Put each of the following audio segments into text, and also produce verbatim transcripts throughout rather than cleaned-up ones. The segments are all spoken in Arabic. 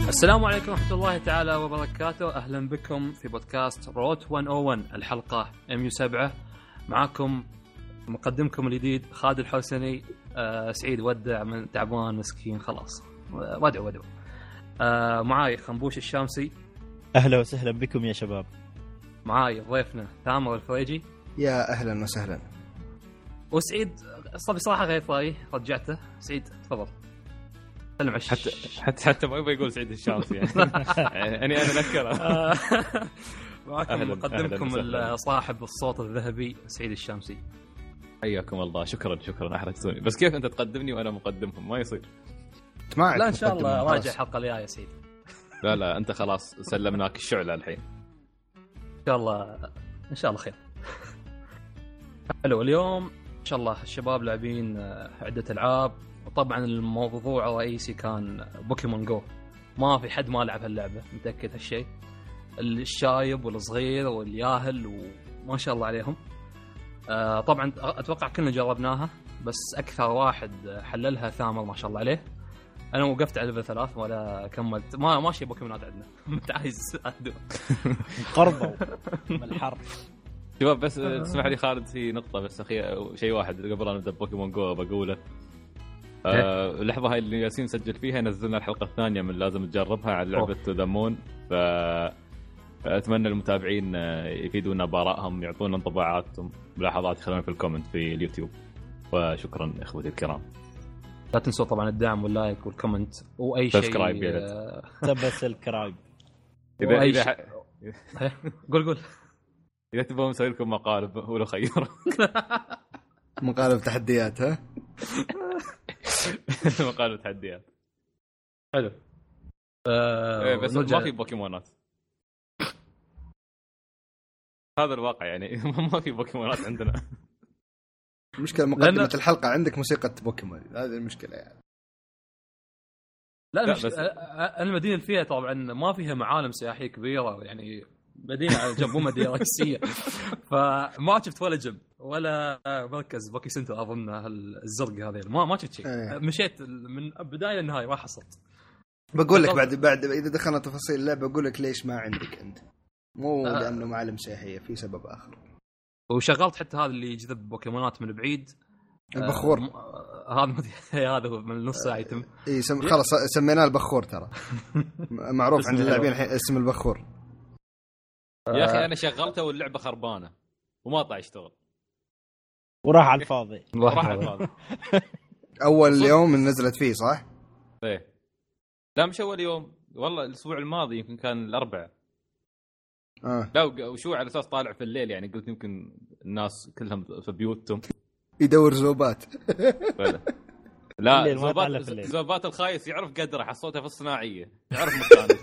السلام عليكم ورحمة الله تعالى وبركاته. أهلا بكم في بودكاست روت مية وواحد الحلقة إم يو سبعة. معكم مقدمكم الجديد خالد الحسني. آه سعيد ودع من تعبان مسكين خلاص ودعوا ودعوا. آه معاي خنبوش الشامسي. أهلا وسهلا بكم يا شباب. معاي ضيفنا ثامر الفريجي. يا أهلا وسهلا. وسعيد أصلا بصراحة غير طاي رجعته. سعيد تفضل. حتى حتى حتى ما يبغى يقول سعيد الشامسي يعني يعني انا اذكره. معكم مقدمكم صاحب الصوت الذهبي سعيد الشامسي. حياكم الله. شكرا شكرا احرجتوني. بس كيف انت تقدمني وانا مقدمهم؟ ما يصير. لا ان شاء الله راجع الحلقه الجايه يا سعيد. لا لا انت خلاص سلمناك الشعله الحين. ان شاء الله ان شاء الله خير. حلو. اليوم ان شاء الله الشباب لاعبين عده العاب، وطبعا الموضوع الرئيسي كان بوكيمون جو. ما في حد ما لعب هاللعبة، متأكد هالشيء. الشايب والصغير والياهل وما شاء الله عليهم. آه طبعا أتوقع كلنا جربناها، بس أكثر واحد حللها ثامر ما شاء الله عليه. أنا وقفت على ليفل ثلاث ولا كملت. ما ماشي بوكيمونات عندنا. متعايز أهدو قرضوا من الحرب. شباب بس تسمح لي خالد في نقطة بس أخي، شيء واحد قبل أن نبدأ بوكيمون جو بقوله. آه اللحظة هاي اللي ياسين سجل فيها نزلنا الحلقة الثانية من لازم تجربها على لعبة ذمون. فأتمنى المتابعين يفيدونا بآرائهم، يعطونا انطباعاتهم، ملاحظات يخلونا في الكومنت في اليوتيوب. وشكرا إخوتي الكرام. لا تنسوا طبعا الدعم واللايك والكومنت وأي شيء. سبسكرايب يا تبى سبسكرايب. إذا إذا ح... قول قول. إذا تبغون نسوي لكم مقالب ولو خير. مقالب تحديات ها. مقالب تحديات. حلو. أه بس ما في بوكيمونات. هذا الواقع يعني. ما في بوكيمونات عندنا. المشكلة مقدمة لأن... الحلقة عندك موسيقى بوكيمون، هذه المشكلة يعني. لا, لا مش... بس... المدينة اللي فيها طبعا ما فيها معالم سياحية كبيرة يعني. مدينة على جنب مدينة رئيسية. فما شفت ولا جنب ولا مركز بوكي سنتر أظن الزرق هذه. ما ما شفت شيء. أيه. مشيت من بداية للنهاية ما حصلت. بقول لك بعد بعد إذا دخلنا تفاصيل اللعبة بقول لك ليش ما عندك أنت. مو آه. لأنه معالم سياحية، في سبب آخر. وشغلت حتى هذا اللي يجذب بوكيمونات من بعيد. البخور. آه هذا هذا هو من نص ساعة يتم. إيه سم... خلاص سميناه البخور ترى. معروف عند اللاعبين الحين اسم البخور. يا أخي أنا شغلته واللعبة خربانة وما طلع يشتغل وراح على الفاضي. وراح على الفاضي. أول يوم نزلت فيه صح؟ إيه لا مش أول يوم والله، الأسبوع الماضي يمكن كان الأربعاء. آه. لا وشو على أساس طالع في الليل يعني، قلت يمكن الناس كلهم في بيوتهم يدور زوبات. لا زوبات زوبات الخايس يعرف قدره، حصوته في الصناعية يعرف مكانه.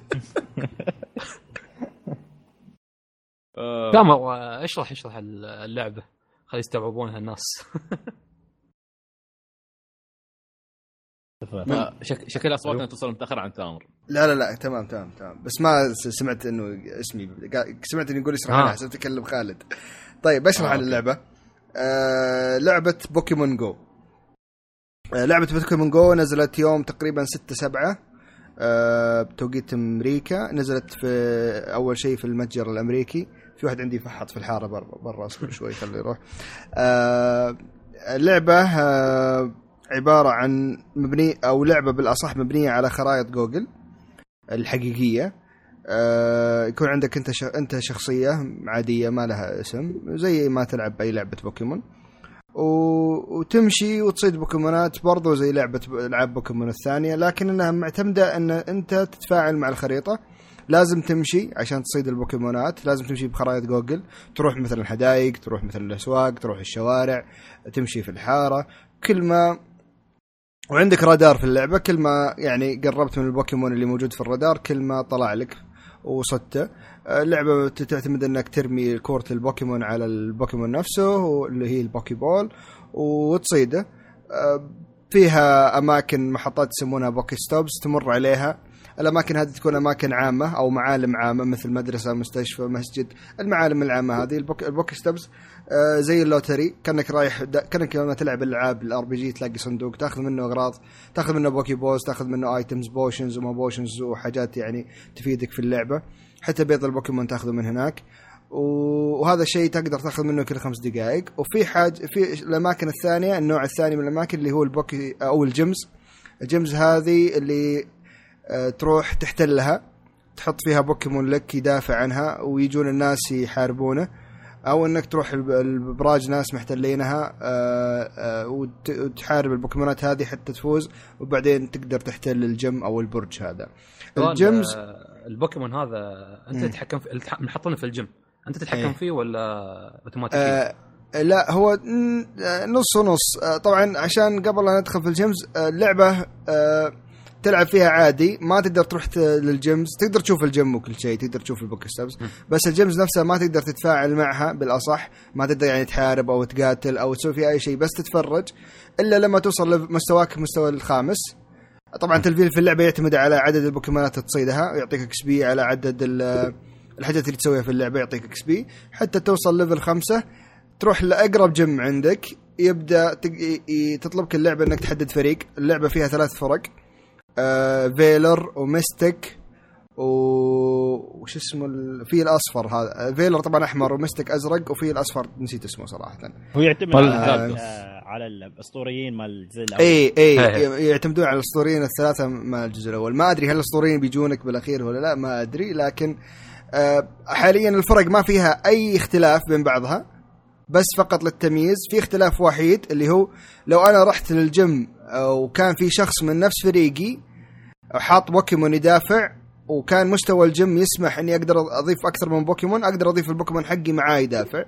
تمام. اشرح اشرح اللعبة خلي يستوعبونها الناس. شك... شكل أصواتنا توصل متأخر عن تامر. لا لا لا تمام تمام تمام بس ما سمعت إنه اسمي، سمعت إنه يقول اشرح لنا حسب تكلم خالد. طيب اشرح عن اللعبة. آه لعبة بوكيمون جو. آه لعبة بوكيمون جو نزلت يوم تقريبا ستة سبعة آه بتوقيت أمريكا. نزلت في أول شيء في المتجر الأمريكي. في واحد عندي فحط في الحارة برا برا أصبر شوي خليه يروح. آه اللعبة آه عبارة عن مبني أو لعبة بالأصح مبنية على خرائط جوجل الحقيقية. آه يكون عندك أنت ش... أنت شخصية عادية ما لها اسم زي ما تلعب بأي لعبة بوكيمون، و... وتمشي وتصيد بوكيمونات برضو زي لعبة ألعاب بوكيمون الثانية، لكن أنها معتمدة أن أنت تتفاعل مع الخريطة. لازم تمشي عشان تصيد البوكيمونات، لازم تمشي بخرائط جوجل، تروح مثلا الحدائق، تروح مثلا الأسواق، تروح الشوارع، تمشي في الحارة. كل ما وعندك رادار في اللعبة، كل ما يعني قربت من البوكيمون اللي موجود في الرادار كل ما طلع لك وصدته. اللعبة تعتمد أنك ترمي كورة البوكيمون على البوكيمون نفسه اللي هي البوكي بول وتصيده. فيها أماكن محطات يسمونها بوكي ستوبس تمر عليها الاماكن هذه تكون اماكن عامه او معالم عامه مثل مدرسه مستشفى مسجد. المعالم العامه هذه البوك البوك ستبس آه زي اللوتري، كانك رايح كانك لما تلعب الالعاب الار بي جي تلاقي صندوق تاخذ منه اغراض، تاخذ منه بوكي بوز، تاخذ منه ايتمز بوشنز وما بوشنز وحاجات يعني تفيدك في اللعبه. حتى بيض البوكيمون تاخذه من هناك، وهذا الشيء تقدر تاخذ منه كل خمس دقائق. وفي حاجه في الاماكن الثانيه، النوع الثاني من الاماكن اللي هو البوكي او الجيمز. الجيمز هذه اللي آه تروح تحتلها، تحط فيها بوكيمون لك يدافع عنها ويجون الناس يحاربونه، او انك تروح البراج ناس محتلينها آه آه وتحارب البوكيمونات هذه حتى تفوز، وبعدين تقدر تحتل الجيم او البرج هذا. الجيمز البوكيمون هذا انت تتحكم في محطونه في الجيم، انت تتحكم ايه. فيه ولا اوتوماتيكي؟ آه لا هو نص ونص. آه طبعا عشان قبل لا ندخل في الجيمز، آه اللعبه آه تلعب فيها عادي، ما تقدر تروح للجيمز. تقدر تشوف الجيم وكل شيء، تقدر تشوف البوكستابس، بس الجيمز نفسها ما تقدر تتفاعل معها بالاصح، ما تقدر يعني تحارب او تقاتل او تسوي فيها اي شيء، بس تتفرج الا لما توصل لمستواك مستوى الخامس. طبعا تلفيل في اللعبه يعتمد على عدد البوكيمونات اللي تصيدها، ويعطيك اكس بي على عدد الحاجات اللي تسويها في اللعبه، يعطيك اكس بي حتى توصل ليفل خمسة. تروح لاقرب جيم عندك، يبدا تطلبك اللعبه انك تحدد فريق. اللعبه فيها ثلاث فرق، آه فيلر وميستيك وش اسمه ال... في الاصفر هذا. فيلر طبعا احمر وميستيك ازرق، وفي الاصفر نسيت اسمه صراحه. هو يعتمد على, آه على الاسطوريين مال الجزء الاول. اي اي يعتمدون على الاسطوريين الثلاثه مال الجزء الاول. ما ادري هل الاسطوريين بيجونك بالاخير ولا لا، ما ادري، لكن آه حاليا الفرق ما فيها اي اختلاف بين بعضها، بس فقط للتمييز. في اختلاف وحيد اللي هو لو انا رحت للجيم وكان في شخص من نفس فريقي حاط بوكيمون يدافع، وكان مستوى الجيم يسمح اني اقدر اضيف اكثر من بوكيمون، اقدر اضيف البوكيمون حقي معاه يدافع.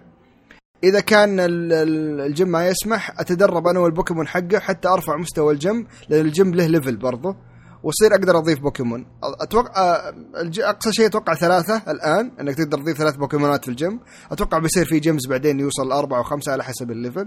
اذا كان الجيم ما يسمح، اتدرب انا والبوكيمون حقه حتى ارفع مستوى الجيم، لان الجيم له ليفل برضه، وصير اقدر اضيف بوكيمون. اتوقع اقصى شيء اتوقع ثلاثة الان، انك تقدر تضيف ثلاث بوكيمونات في الجيم. اتوقع بيصير في جيمز بعدين يوصل أربعة وخمسة على حسب الليفل.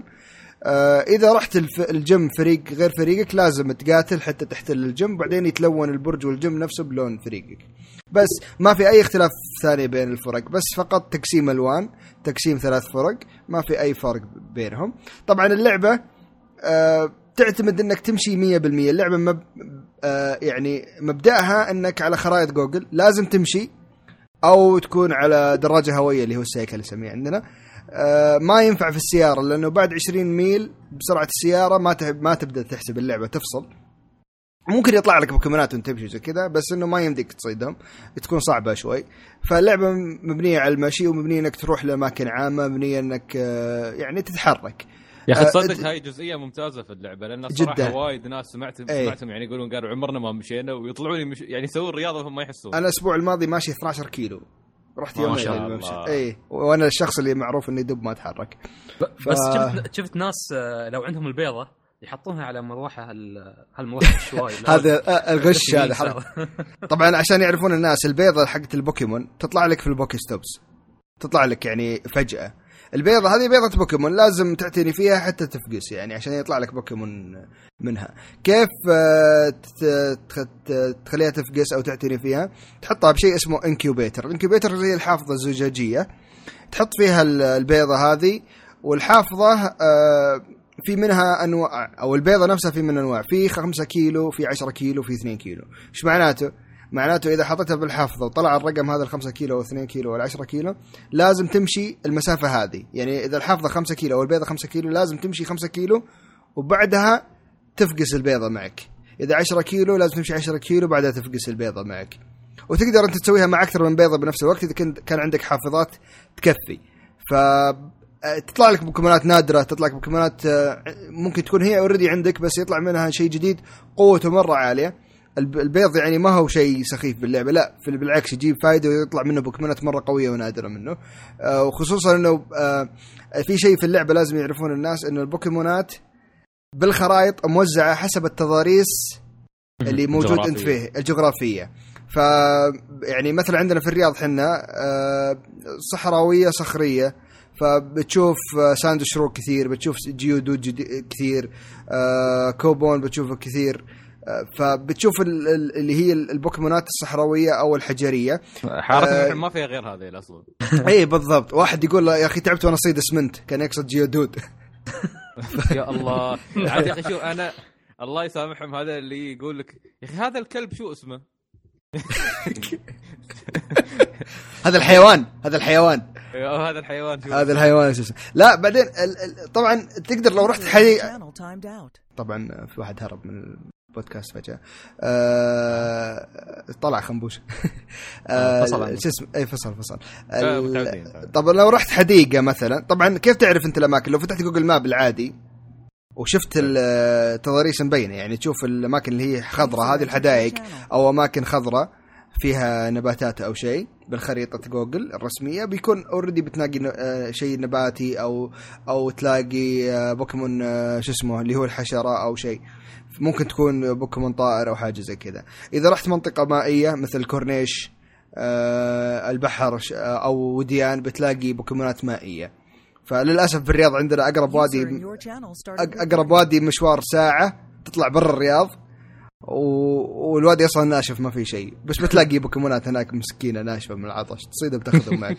آه اذا رحت الجيم فريق غير فريقك لازم تقاتل حتى تحتل الجيم، بعدين يتلون البرج والجيم نفسه بلون فريقك. بس ما في اي اختلاف ثاني بين الفرق، بس فقط تقسيم الوان، تقسيم ثلاث فرق، ما في اي فرق بينهم. طبعا اللعبه آه تعتمد انك تمشي مية بالمية. اللعبه مب... آه يعني مبدأها انك على خرائط جوجل لازم تمشي، او تكون على دراجه هوائيه اللي هو السيكل نسميه عندنا. آه ما ينفع في السياره، لانه بعد عشرين ميل بسرعه السياره ما تحب ما تبدا تحسب اللعبه، تفصل. ممكن يطلع لك بوكيمونات وانت تمشي زي كذا، بس انه ما يمديك تصيدهم، تكون صعبه شوي. فاللعبه مبنيه على المشي، ومبنيه انك تروح لاماكن عامه، مبنيه انك آه يعني تتحرك. يا اخي تصدق هاي جزئيه ممتازه في اللعبه، لان الصراحه وايد ناس سمعت سمعتهم يعني يقولون قالوا عمرنا ما مشينا، ويطلعون لي مش يعني يسوون الرياضه وهم ما يحسون. انا الاسبوع الماضي ماشي اثنا عشر كيلو، رحت يوم الممشى. اي وانا الشخص اللي معروف اني دب ما اتحرك. ف... بس شفت شفت ناس لو عندهم البيضه يحطونها على مروحه هالمروحه الشواي هذا الغش هذا. طبعا عشان يعرفون الناس، البيضه حقت البوكيمون تطلع لك في البوكي ستوبس، تطلع لك يعني فجأة. البيضة هذه بيضة بوكيمون لازم تعتني فيها حتى تفقس، يعني عشان يطلع لك بوكيمون منها. كيف تخليها تفقس أو تعتني فيها؟ تحطها بشيء اسمه انكيوبيتر. الانكيوبيتر زي الحافظة الزجاجية، تحط فيها البيضة هذه. والحافظة في منها أنواع، أو البيضة نفسها في من أنواع، في خمسة كيلو، في عشرة كيلو، في اثنين كيلو. إيش معناته؟ معناته إذا حطيتها بالحافظة وطلع الرقم هذا الخمسة كيلو واثنين كيلو ولا عشرة كيلو، لازم تمشي المسافة هذه. يعني إذا الحافظة خمسة كيلو والبيضة خمسة كيلو، لازم تمشي خمسة كيلو وبعدها تفقس البيضة معك. إذا عشرة كيلو لازم تمشي عشرة كيلو بعدها تفقس البيضة معك. وتقدر أنت تسويها مع أكثر من بيضة بنفس الوقت إذا كان عندك حافظات تكفي. فتطلع لك بوكيمونات نادرة، تطلع لك بوكيمونات ممكن تكون هي أوريدي عندك بس يطلع منها شيء جديد قوته مرة عالية. البيض يعني ما هو شيء سخيف باللعبة، لا بالعكس يجيب فايدة ويطلع منه بوكيمونات مرة قوية ونادرة منه. آه وخصوصا انه آه في شيء في اللعبة لازم يعرفون الناس، انه البوكيمونات بالخرائط موزعة حسب التضاريس اللي موجود انت فيه الجغرافية. ف يعني مثلا عندنا في الرياض حنا آه صحراوية صخرية، فبتشوف ساند شروق كثير، بتشوف جيودود كثير، آه كوبون بتشوفه كثير. فبتشوف اللي هي البوكيمونات الصحراويه او الحجريه. حارة آه ما فيها غير هذه الاصل. اي بالضبط. واحد يقول يا اخي تعبت وانا صيد اسمنت، كان يقصد جيودود. يا الله عاد يا اخي شو انا الله يسامحهم، هذا اللي يقول لك يا اخي هذا الكلب شو اسمه. هذا الحيوان هذا الحيوان هذا الحيوان هذا الحيوان اساسا. لا بعدين طبعا تقدر لو رحت حديقه، طبعا في واحد هرب من البودكاست فجاه أه... طلع خنبوش. أه... شو اسمه اي فصل فصل ال... طبعا لو رحت حديقه مثلا، طبعا كيف تعرف انت الاماكن؟ لو فتحت جوجل ماب العادي وشفت التضاريس مبينه، يعني تشوف الاماكن اللي هي خضراء هذه الحدائق او اماكن خضراء فيها نباتات او شيء بالخريطه جوجل الرسميه، بيكون اوريدي بتلاقي شيء نباتي او او تلاقي بوكيمون شو اسمه اللي هو الحشره او شيء، ممكن تكون بوكيمون طائر او حاجه زي كذا. اذا رحت منطقه مائيه مثل الكورنيش البحر او وديان بتلاقي بوكيمونات مائيه. فللاسف بالرياض عندنا اقرب وادي اقرب وادي مشوار ساعه تطلع برا الرياض، والوادي اصلا ناشف ما في شيء، بس بتلاقي بوكيمونات هناك مسكينه ناشفه من العطش تصيدها بتاخذهم معك.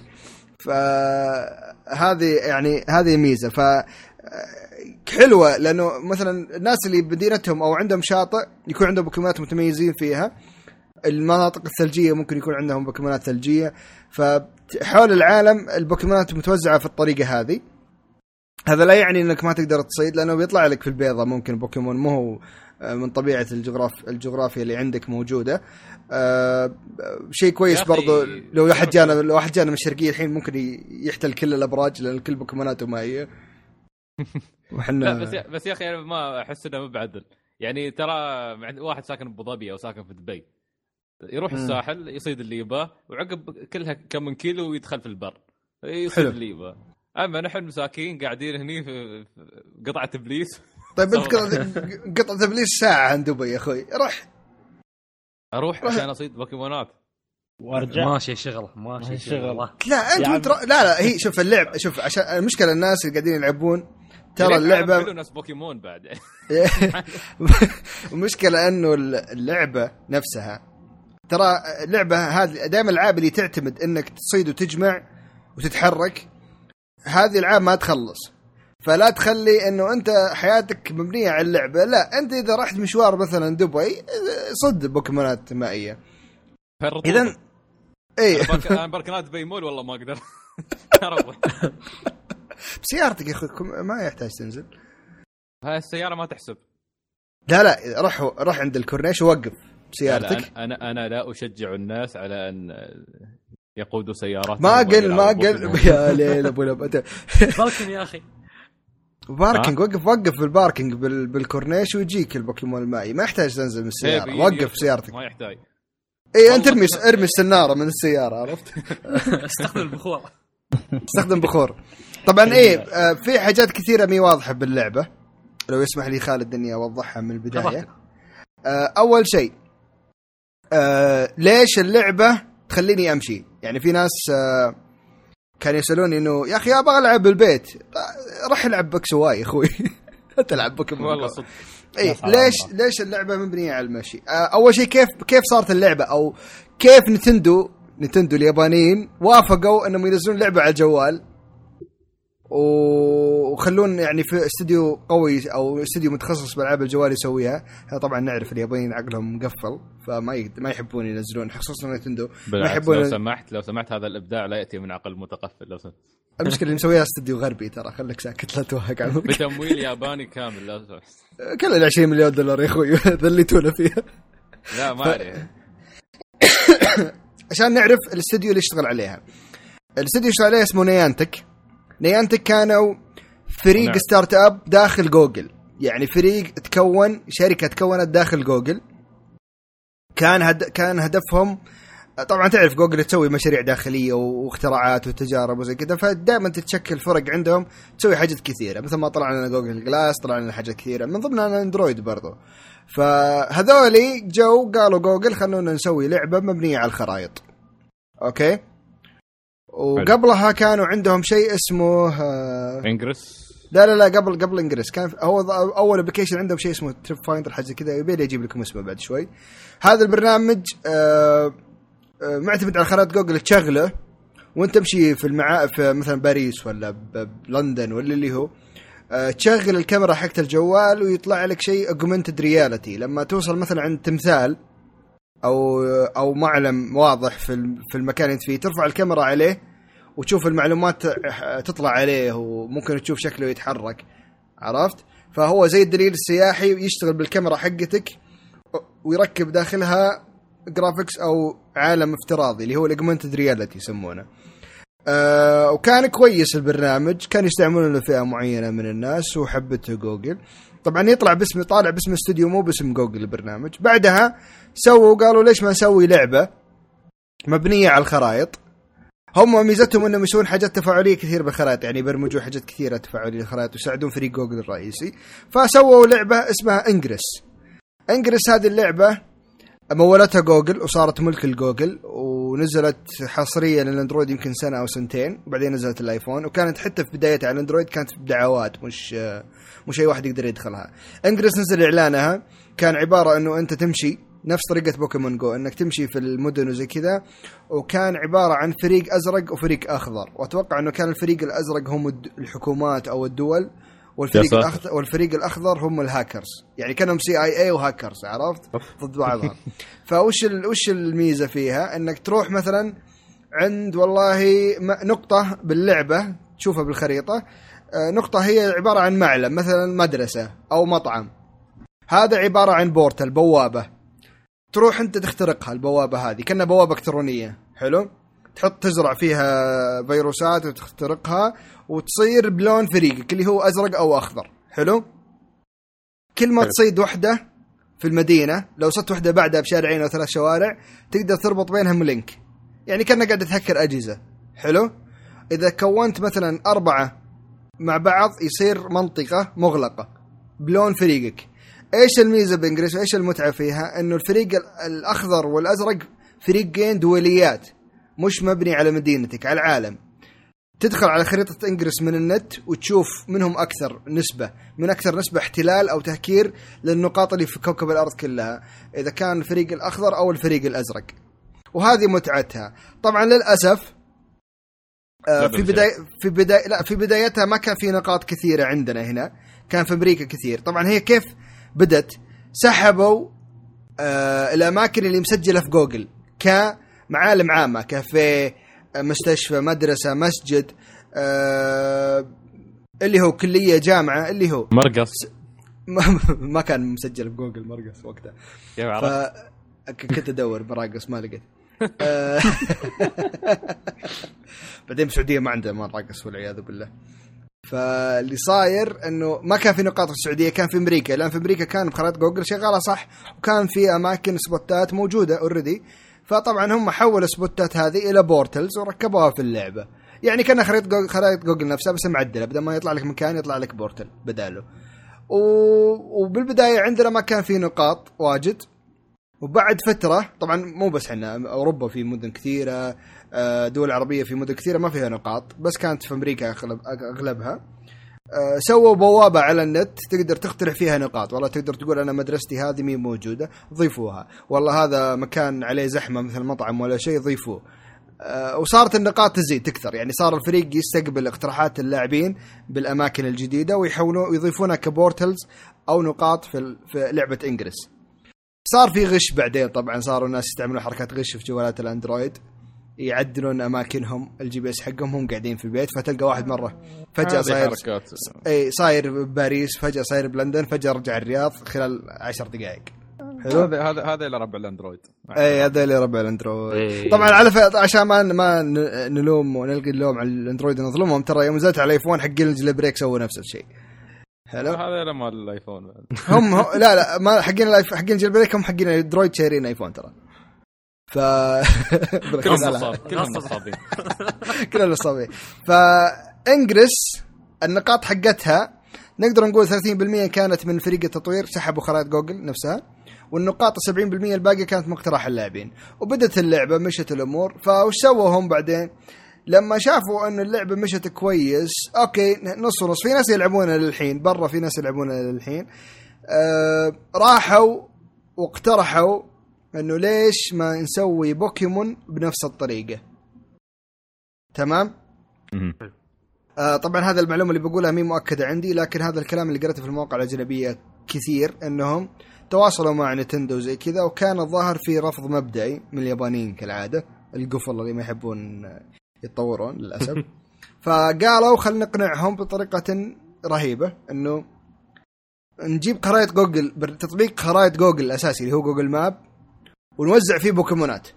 فهذه يعني هذه ميزه ف حلوه، لانه مثلا الناس اللي بدينتهم او عندهم شاطئ يكون عندهم بوكيمونات متميزين فيها. المناطق الثلجيه ممكن يكون عندهم بوكيمونات ثلجيه. فحول العالم البوكيمونات متوزعه في الطريقه هذه. هذا لا يعني انك ما تقدر تصيد، لانه بيطلع لك في البيضه ممكن بوكيمون مو هو من طبيعه الجغراف الجغرافيا اللي عندك موجوده. أه شيء كويس برضو لو واحد جانا لو واحد جانا من الشرقيه الحين ممكن يحتل كل الابراج، لان كل بوكيموناته مائيه. وحنا لا بس بس يا اخي ما احس انه مبعدل. يعني ترى واحد ساكن بابو ظبي او ساكن في دبي يروح م. الساحل يصيد اللي يباه، وعقب كلها كم من كيلو ويدخل في البر يصيد اللي يباه. اما نحن مساكين قاعدين هني في قطعه ابليس. طيب انت قطعه ابليس ساعه عند دبي يا اخوي، روح اروح عشان اصيد بوكيمونات وارجع. ماشي شغله ماشي شغله. لا انت متر... لا لا هي شوف اللعب شوف عشان المشكله الناس اللي قاعدين يلعبون ترى اللعبه كله ناس بوكيمون بعد. المشكله انه اللعبه نفسها ترى اللعبه هذه دائما الالعاب اللي تعتمد انك تصيد وتجمع وتتحرك، هذه العاب ما تخلص. فلا تخلي انه انت حياتك مبنيه على اللعبه، لا انت اذا رحت مشوار مثلا دبي صد بوكيمونات مائيه. اذا اي انا بركنات دبي مول والله ما اقدر اروح بسيارتك يا اخوي، ما يحتاج تنزل. هاي السياره ما تحسب. لا لا روح روح عند الكورنيش ووقف سيارتك. لا انا انا لا اشجع الناس على ان يقودوا سيارات. ما قل ما قل يا ليل ابو لبته باركن يا اخي، باركنج وقف وقف بالباركنج بالكورنيش ويجيك البوكيمون المائي، ما يحتاج تنزل من السياره، وقف سيارتك ما يحتاج. اي انت ارمي ارمي السناره من السياره، عرفت؟ استخدم البخور استخدم بخور. طبعا ايه في حاجات كثيره مي واضحه باللعبه، لو يسمح لي خالد اني اوضحها من البدايه. اول شيء أه ليش اللعبه تخليني امشي؟ يعني في ناس أه كانوا يسالوني انه يا اخي ابغى العب بالبيت، راح العب بكسواي اخوي. تلعب بوكيمون والله صدق. اي ليش ليش اللعبه مبنيه على المشي؟ أه اول شيء كيف كيف صارت اللعبه، او كيف نتندو نتندو اليابانيين وافقوا انهم ينزلون لعبه على الجوال وخلون يعني في استوديو قوي او استوديو متخصص بالعاب الجوال يسويها. طبعا نعرف اليابانيين عقلهم مقفل، فما ما يحبون ينزلون، خصوصا نتندو ما يحبون. لو سمحت لو سمحت هذا الابداع لا ياتي من عقل متقفل. لو سمحت المشكله اللي مسويها استوديو غربي، ترى خليك ساكت لا توهق عنهم. بتمويل ياباني كامل. لا سمحت كل ال عشرين مليون دولار يا اخوي ذليتونا فيها. لا ما عليه. عشان نعرف الاستوديو اللي يشتغل عليها. الاستوديو يشتغل عليه اسمه نيانتك. نيانتك كانوا فريق نعم. ستارت اب داخل جوجل، يعني فريق تكون شركه تكونت داخل جوجل. كان هد... كان هدفهم طبعا تعرف جوجل تسوي مشاريع داخليه واختراعات وتجارب وزي كذا، فدائما تتشكل فرق عندهم تسوي حاجات كثيره، مثل ما طلع لنا جوجل جلاس، طلع لنا حاجات كثيره من ضمنها اندرويد برضو. فهذولي جو قالوا جوجل خلونا نسوي لعبه مبنيه على الخرائط. اوكي. وقبلها كانوا عندهم شيء اسمه انجرس لا لا لا قبل قبل انجرس كان هو اول ابلكيشن عندهم شيء اسمه تريب فايندر حاجه كذا، يبي لي اجيب لكم اسمه بعد شوي. هذا البرنامج آه آه معتمد على خرائط جوجل، تشغله وانت تمشي في المعا في مثلا باريس ولا بلندن ولا اللي هو آه تشغل الكاميرا حقت الجوال ويطلع لك شيء augmented reality. لما توصل مثلا عند تمثال او او معلم واضح في في المكان انت فيه، ترفع الكاميرا عليه وتشوف المعلومات تطلع عليه، وممكن تشوف شكله يتحرك، عرفت؟ فهو زي الدليل السياحي، يشتغل بالكاميرا حقتك ويركب داخلها جرافيكس او عالم افتراضي اللي هو الاجمنتد رياليتي يسمونه. أه وكان كويس البرنامج، كان يستعملونه فئة معينة من الناس وحبته جوجل. طبعا يطلع باسم طالع باسم استوديو مو باسم جوجل البرنامج. بعدها سووا قالوا ليش ما نسوي لعبة مبنية على الخرائط. هم ميزتهم انهم يسوون حاجات تفاعليه كثير بالخرائط، يعني يبرمجوا حاجات كثيره تفاعليه بالخرائط ويساعدون فريق جوجل الرئيسي. فسووا لعبه اسمها انجرس. انجرس هذه اللعبه مولتها جوجل وصارت ملك الجوجل، ونزلت حصريا للاندرويد يمكن سنه او سنتين، وبعدين نزلت الايفون، وكانت حتى في بدايتها على الاندرويد كانت بدعوات، مش مش اي واحد يقدر يدخلها. انجرس نزل اعلانها، كان عباره انه انت تمشي نفس طريقة بوكيمون جو، انك تمشي في المدن وزي كذا، وكان عبارة عن فريق ازرق وفريق اخضر، واتوقع انه كان الفريق الازرق هم الحكومات او الدول، والفريق الاخضر والفريق الاخضر هم الهاكرز، يعني كانهم سي اي اي وهاكرز، عرفت؟ ضد بعضهم. فوش وش الميزة فيها؟ انك تروح مثلا عند والله نقطة باللعبة تشوفها بالخريطة، نقطة هي عبارة عن معلم مثلا مدرسة او مطعم، هذا عبارة عن بورتال بوابة، تروح انت تخترقها البوابة هذه، كأنها بوابة الكترونية، حلو؟ تحط تزرع فيها فيروسات وتخترقها وتصير بلون فريقك اللي هو ازرق او اخضر، حلو؟ كل ما تصيد وحدة في المدينة، لو صدت وحدة بعدها بشارعين او ثلاث شوارع، تقدر تربط بينهم لينك، يعني كأنك قاعد تهكر اجهزة، حلو؟ اذا كونت مثلا اربعة مع بعض يصير منطقة مغلقة بلون فريقك. ايش الميزه بانجلش وايش المتعه فيها؟ انه الفريق الاخضر والازرق فريقين دوليات، مش مبني على مدينتك، على العالم. تدخل على خريطه انجلس من النت وتشوف منهم اكثر نسبه من اكثر نسبه احتلال او تهكير للنقاط اللي في كوكب الارض كلها، اذا كان الفريق الاخضر او الفريق الازرق. وهذه متعتها. طبعا للاسف آه في بدايه في بدايه لا في بدايتها ما كان في نقاط كثيره عندنا هنا، كان في امريكا كثير. طبعا هي كيف بدت؟ سحبوا آه الأماكن اللي مسجلة في جوجل كمعالم عامة، كافيه، مستشفى، مدرسة، مسجد، آه اللي هو كلية، جامعة، اللي هو مرقص. ما كان مسجل في جوجل مرقص وقتها، فكنت أدور براقص ما لقيت. بعدين السعودية ما عندها مرقص والعياذ بالله. فاللي صاير انه ما كان في نقاط في السعوديه، كان في امريكا، لان في امريكا كان بخرائط جوجل شغاله صح، وكان في اماكن سبوتات موجوده اوريدي. فطبعا هم حولوا السبوتات هذه الى بورتلز وركبوها في اللعبه، يعني كان خريطه جوجل خرائط جوجل نفسها بس معدله، بدل ما يطلع لك مكان يطلع لك بورتل بداله. و... وبالبدايه عندنا ما كان في نقاط واجد، وبعد فتره طبعا مو بس احنا، اوروبا في مدن كثيره، دول عربية في مدن كثيرة ما فيها نقاط، بس كانت في أمريكا أغلب أغلبها. سووا بوابة على النت تقدر تقترح فيها نقاط، والله تقدر تقول أنا مدرستي هذه مين موجودة، ضيفوها. والله هذا مكان عليه زحمة مثل مطعم ولا شيء، ضيفوه. وصارت النقاط تزيد تكثر، يعني صار الفريق يستقبل اقتراحات اللاعبين بالأماكن الجديدة ويحولوا ويضيفونها كبورتلز أو نقاط في في لعبة إنجلس. صار في غش بعدين، طبعا صاروا الناس يستعملوا حركات غش في جوالات الأندرويد، يعدلون اماكنهم الجي بي اس حقهم هم قاعدين في البيت، فتلقى واحد مره فجاه صاير اي صاير بباريس، فجاه صاير بلندن، فجاه رجع الرياض خلال عشر دقائق. هذا هذا هذا اللي ربع الاندرويد. اي هذا اللي ربع الاندرويد. طبعا على ف... عشان ما ما نلوم ونلقي اللوم على الاندرويد ونظلمهم، ترى يوم نزلت على الايفون حقين الجيل بريك سووا نفس الشيء. هلا هذا لما الايفون هم هو... لا لا ما حقين الايف حقين الجيل بريك، هم حقين الاندرويد شارين ايفون ترى. ف كلهم نصابين كلهم نصابين. فانجرس النقاط حقتها نقدر نقول ثلاثين بالمئة كانت من فريق التطوير، سحبوا خرائط جوجل نفسها، والنقاط سبعين بالمئة الباقي كانت مقترح اللاعبين. وبدت اللعبة، مشت الأمور. فوش سووا هم بعدين؟ لما شافوا انه اللعبه مشت كويس اوكي نص ونص، في ناس يلعبونها للحين برا، في ناس يلعبونها للحين، آه راحوا واقترحوا انه ليش ما نسوي بوكيمون بنفس الطريقه. تمام. آه طبعا هذا المعلومه اللي بقولها مي مؤكده عندي، لكن هذا الكلام اللي قرأته في المواقع الاجنبيه كثير انهم تواصلوا مع نينتندو زي كذا، وكان الظاهر في رفض مبدئي من اليابانيين كالعاده، القفل اللي ما يحبون يتطورون للاسف. فقالوا خلينا نقنعهم بطريقه رهيبه انه نجيب خرائط جوجل، تطبيق خرائط جوجل الاساسي اللي هو جوجل ماب، ونوزع فيه بوكيمونات.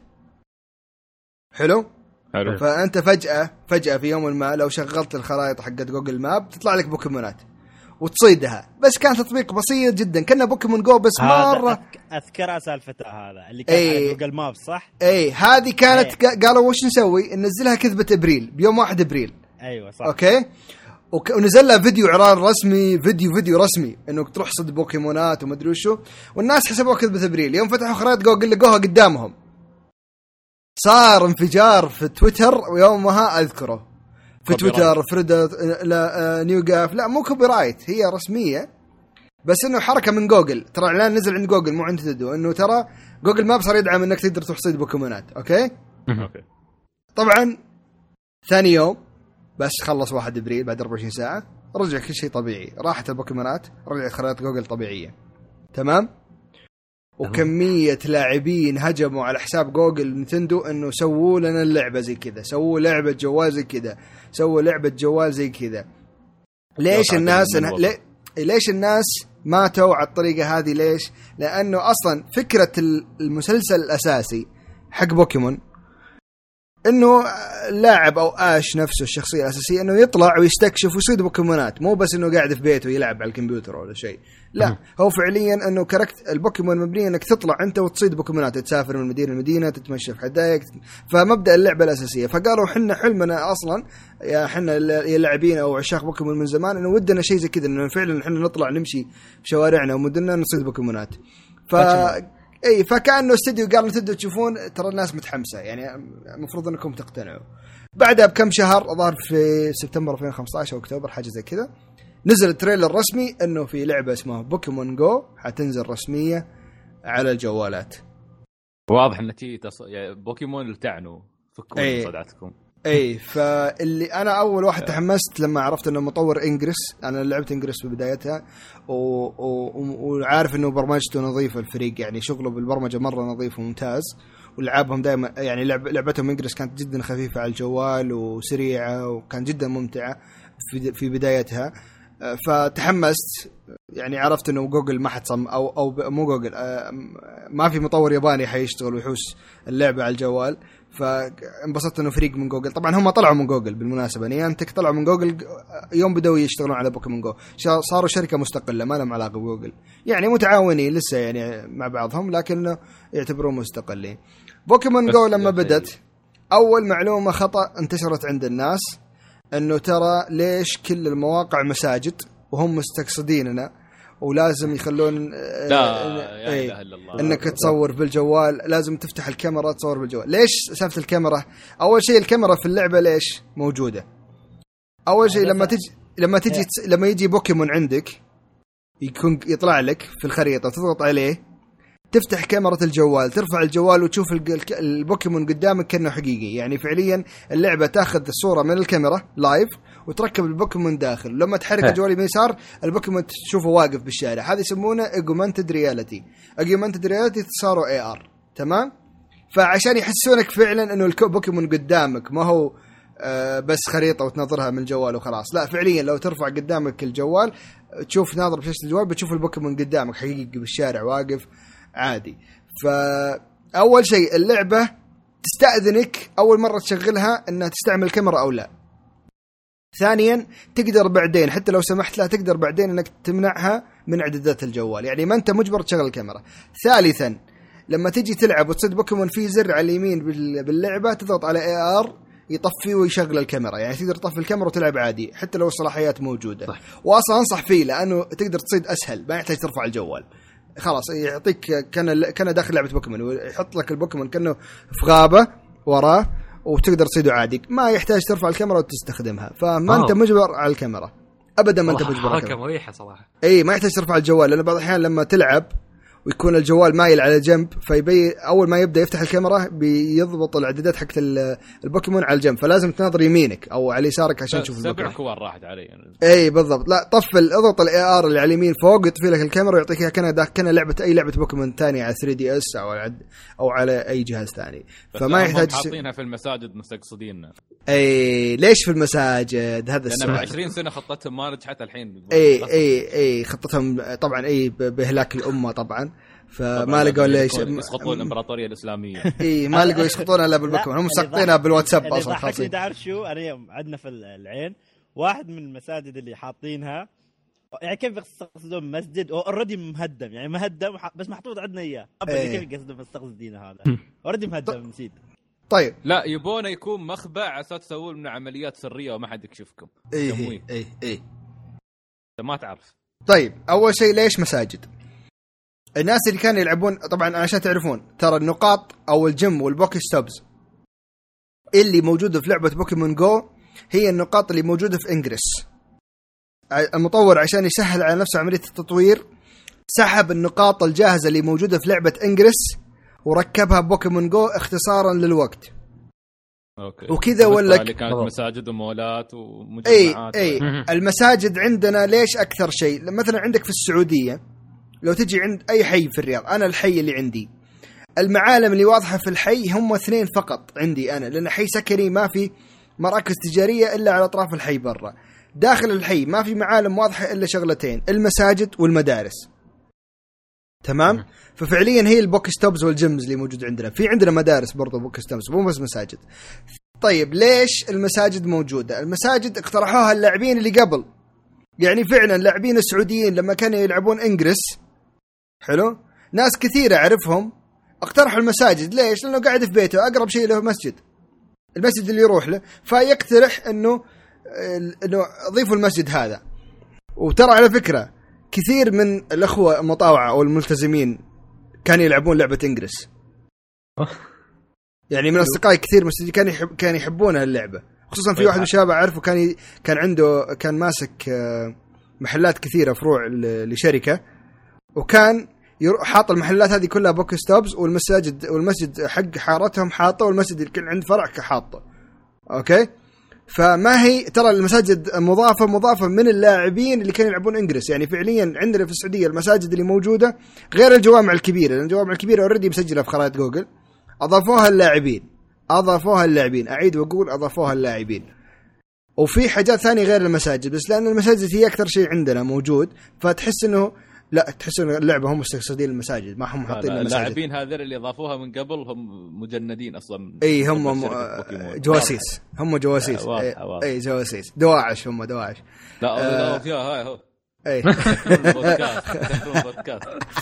حلو حلو. فانت فجاه فجاه في يوم ما لو شغلت الخرائط حقت جوجل ماب تطلع لك بوكيمونات وتصيدها. بس كان تطبيق بسيط جدا، كنا بوكيمون جو بس مره اذكرها سالفتها هذا اللي كان ايه على جوجل ماب صح. اي هذه كانت ايه. قالوا وش نسوي، ننزلها كذبه ابريل بيوم واحد ابريل. ايوه صح. اوكي وك... ونزل لها فيديو اعلان رسمي، فيديو فيديو رسمي انك تروح صد بوكيمونات وما ادري وشو، والناس حسبوها كذبه ابريل. يوم فتحوا خرائط جوجل لقوها قدامهم، صار انفجار في تويتر ويومها اذكره في تويتر فريدة لا نيو جاف، لا مو كوبي رايت، هي رسميه بس انه حركه من جوجل. ترى اعلان نزل عند جوجل مو عند تدو، انه ترى جوجل ماب صار يدعم انك تقدر تروح تصيد بوكيمونات. اوكي اوكي طبعا ثاني يوم بس خلص واحد ابريل بعد أربعة وعشرين ساعه رجع كل شيء طبيعي، راحت البوكيمونات، رجعت خرائط جوجل طبيعيه. تمام. وكميه لاعبين هجموا على حساب جوجل نينتندو انه سووا لنا اللعبه زي كذا، سووا لعبه جوال زي كذا، سووا لعبه جوال زي كذا. ليش الناس لي... ليش الناس ماتوا على الطريقه هذه؟ ليش؟ لانه اصلا فكره المسلسل الاساسي حق بوكيمون انه اللاعب او اش نفسه الشخصيه الاساسيه انه يطلع ويستكشف ويصيد بوكيمونات، مو بس انه قاعد في بيته يلعب على الكمبيوتر ولا شيء. لا هو فعليا انه كاركت البوكيمون مبني انك تطلع انت وتصيد بوكيمونات، تسافر من مدينه لمدينه، تتمشى في حدائق. فمبدا اللعبه الاساسيه. فقالوا حنا حلمنا اصلا يا حنا اللاعبين او عشاق بوكيمون من زمان انه ودنا شيء زي كذا، انه فعلا حنا نطلع نمشي في شوارعنا ومدننا نصيد بوكيمونات. ف اي فكانه استديو قالوا تدوا تشوفون ترى الناس متحمسه، يعني المفروض انكم تقتنعوا. بعدها بكم شهر ظهر في سبتمبر ألفين وخمسة عشر او اكتوبر حاجه زي كذا، نزل التريلر رسمي انه في لعبه اسمها بوكيمون جو حتنزل رسميه على الجوالات. واضح ان تي تص... يعني بوكيمون اللي تعنوا فكوا أي. صدعتكم. اي فاللي انا اول واحد تحمست لما عرفت انه مطور انجريس، انا لعبت انجريس في بدايتها و... و... وعارف انه برمجته نظيفه الفريق، يعني شغله بالبرمجه مره نظيف وممتاز، ولعبهم دائما يعني لعب... لعبتهم انجريس كانت جدا خفيفه على الجوال وسريعه وكانت جدا ممتعه في في بدايتها. فتحمست، يعني عرفت انه جوجل ما حتصم او او مو جوجل، ما في مطور ياباني حيشتغل ويحوس اللعبه على الجوال. فانبسطت انه فريق من جوجل، طبعا هم طلعوا من جوجل بالمناسبه، نيانتك طلعوا من جوجل يوم بدأوا يشتغلون على بوكيمون جو، صاروا شركه مستقله ما لهم علاقه بجوجل، يعني متعاونين لسه يعني مع بعضهم لكن يعتبرون مستقلين. بوكيمون جو لما بدت اول معلومه خطا انتشرت عند الناس انه ترى ليش كل المواقع مساجد وهم مستقصديننا ولازم يخلون لا ايه اله الا الله انك تصور بالجوال، لازم تفتح الكاميرا تصور بالجوال. ليش سالفه الكاميرا؟ اول شيء الكاميرا في اللعبه ليش موجوده؟ اول شيء لما تجي لما تجي لما يجي بوكيمون عندك يكون يطلع لك في الخريطه تضغط عليه تفتح كاميرا الجوال، ترفع الجوال وتشوف البوكيمون قدامك كأنه حقيقي. يعني فعليا اللعبة تاخذ الصورة من الكاميرا لايف وتركب البوكيمون داخل، لما تحرك الجوال يمين يسار البوكيمون تشوفه واقف بالشارع. هذه يسمونه augmented reality. augmented reality صاروا إيه آر. تمام. فعشان يحسونك فعلا انه البوكيمون قدامك، ما هو آه بس خريطة وتنظرها من الجوال وخلاص. لا فعليا لو ترفع قدامك الجوال تشوف ناظر بشاشة الجوال بتشوف البوكيمون قدامك حقيقي بالشارع واقف عادي. فأول شيء اللعبة تستأذنك أول مرة تشغلها أنها تستعمل كاميرا أو لا. ثانيا تقدر بعدين حتى لو سمحت لها تقدر بعدين أنك تمنعها من إعدادات الجوال، يعني ما أنت مجبر تشغل الكاميرا. ثالثا لما تيجي تلعب وتصيد بوكيمون في زر على اليمين باللعبة تضغط على إيه آر يطفي ويشغل الكاميرا، يعني تقدر تطفي الكاميرا وتلعب عادي حتى لو الصلاحيات موجودة. صح. وأصلا أنصح فيه لأنه تقدر تصيد أسهل، ما يحتاج ترفع الجوال، خلاص يعطيك كان كان داخل لعبة بوكيمون ويحط لك البوكيمون كأنه في غابة وراه وتقدر تصيده عادي، ما يحتاج ترفع الكاميرا وتستخدمها، فما آه. انت مجبر على الكاميرا ابدا، ما انت والله مجبر على حركه الكاميرا. مريحه صراحه. اي ما يحتاج ترفع الجوال، لان بعض الاحيان لما تلعب ويكون الجوال مايل على جنب، فيبي اول ما يبدا يفتح الكاميرا بيضبط الاعدادات حقت البوكيمون على الجنب، فلازم تناظر يمينك او على يسارك عشان تشوف سبع البوكيمون. كور راحت علي يعني. اي بالضبط. لا طفل، اضغط الاي ار اللي على اليمين فوق يطفي لك الكاميرا ويعطيك اياها كأنها كأنها لعبه اي لعبه بوكيمون ثانيه على ثري دي اس او على او على اي جهاز ثاني. فما يحتاج حاطينها في المساجد مستقصدين. اي ليش في المساجد؟ هذا السؤال. لأن عشرين سنة خطتهم ما نجحت الحين. اي اي اي خطتهم طبعا اي باهلاك الامه طبعا، فما لقوا ليش يسقطون الامبراطوريه الاسلاميه. اي ما لقوا يسقطونها الا بالبوكيمون، هم ساقطينها بالواتساب اصلا خاصين. تعرف شو انا يوم عندنا في العين واحد من المساجد اللي حاطينها، يعني كيف يقصدون مسجد اوريدي مهدم، يعني مهدم بس محطوط عندنا اياه. كيف يقصدون مستقصدين هذا اوريدي مهدم نسيت. طيب لا يبونه يكون مخبأ على اساس تسوون من عمليات سريه وما حد يكشفكم. اي اي اي انت ما تعرف. طيب اول شيء ليش مساجد؟ الناس اللي كانوا يلعبون طبعا عشان تعرفون ترى النقاط او الجيم والبوكي ستوبز اللي موجوده في لعبه بوكيمون جو هي النقاط اللي موجوده في انجرس. المطور عشان يسهل على نفسه عمليه التطوير سحب النقاط الجاهزه اللي موجوده في لعبه انجرس وركبها بوكيمون جو اختصارا للوقت. اوكي. وكذا ولا اللي كانت مساجد ومولات ومجمعات. اي اي المساجد عندنا ليش اكثر شيء؟ مثلا عندك في السعوديه لو تجي عند اي حي في الرياض، انا الحي اللي عندي المعالم اللي واضحه في الحي هم اثنين فقط عندي انا، لان حي سكني ما في مراكز تجاريه الا على اطراف الحي برا. داخل الحي ما في معالم واضحه الا شغلتين، المساجد والمدارس. تمام. ففعليا هي البوكستوبز والجيمز اللي موجود عندنا. في عندنا مدارس برضو بوكستوبز مو بس مساجد. طيب ليش المساجد موجوده؟ المساجد اقترحوها اللاعبين اللي قبل، يعني فعلا اللاعبين السعوديين لما كانوا يلعبون انجرس حلو ناس كثيره اعرفهم اقترحوا المساجد. ليش؟ لانه قاعد في بيته اقرب شيء له مسجد، المسجد اللي يروح له، فيقترح انه انه ضيفوا المسجد هذا. وترى على فكره كثير من الاخوه المطاوعه او الملتزمين كانوا يلعبون لعبه انجرس، يعني من اصدقائي كثير مسجد كانوا يحب كانوا يحبون اللعبه، خصوصا في واحد من الشباب اعرفه كان ي... كان عنده كان ماسك محلات كثيره فروع لشركه، وكان حاط المحلات هذه كلها بوك ستوبز، والمساجد والمسجد حق حارتهم حاطه، والمسجد اللي كان عند فرع حاطه. اوكي. فما هي ترى المساجد مضافه مضافه من اللاعبين اللي كانوا يلعبون انجلس. يعني فعليا عندنا في السعوديه المساجد اللي موجوده غير الجوامع الكبيره، لان الجوامع الكبيره اوريدي مسجله في خرائط جوجل، اضافوها اللاعبين اضافوها اللاعبين اعيد واقول اضافوها اللاعبين. وفي حاجات ثانيه غير المساجد، بس لان المساجد هي اكثر شيء عندنا موجود، فتحس انه لا تحس انه اللعبه هم مستقصدين المساجد، ما هم حاطين المساجد. اللاعبين هذول اللي اضافوها من قبل هم مجندين اصلا. اي هم م... جواسيس، هم جواسيس. اي جواسيس دواعش، هم دواعش. لا لا فيها هاي هو اي بودكاست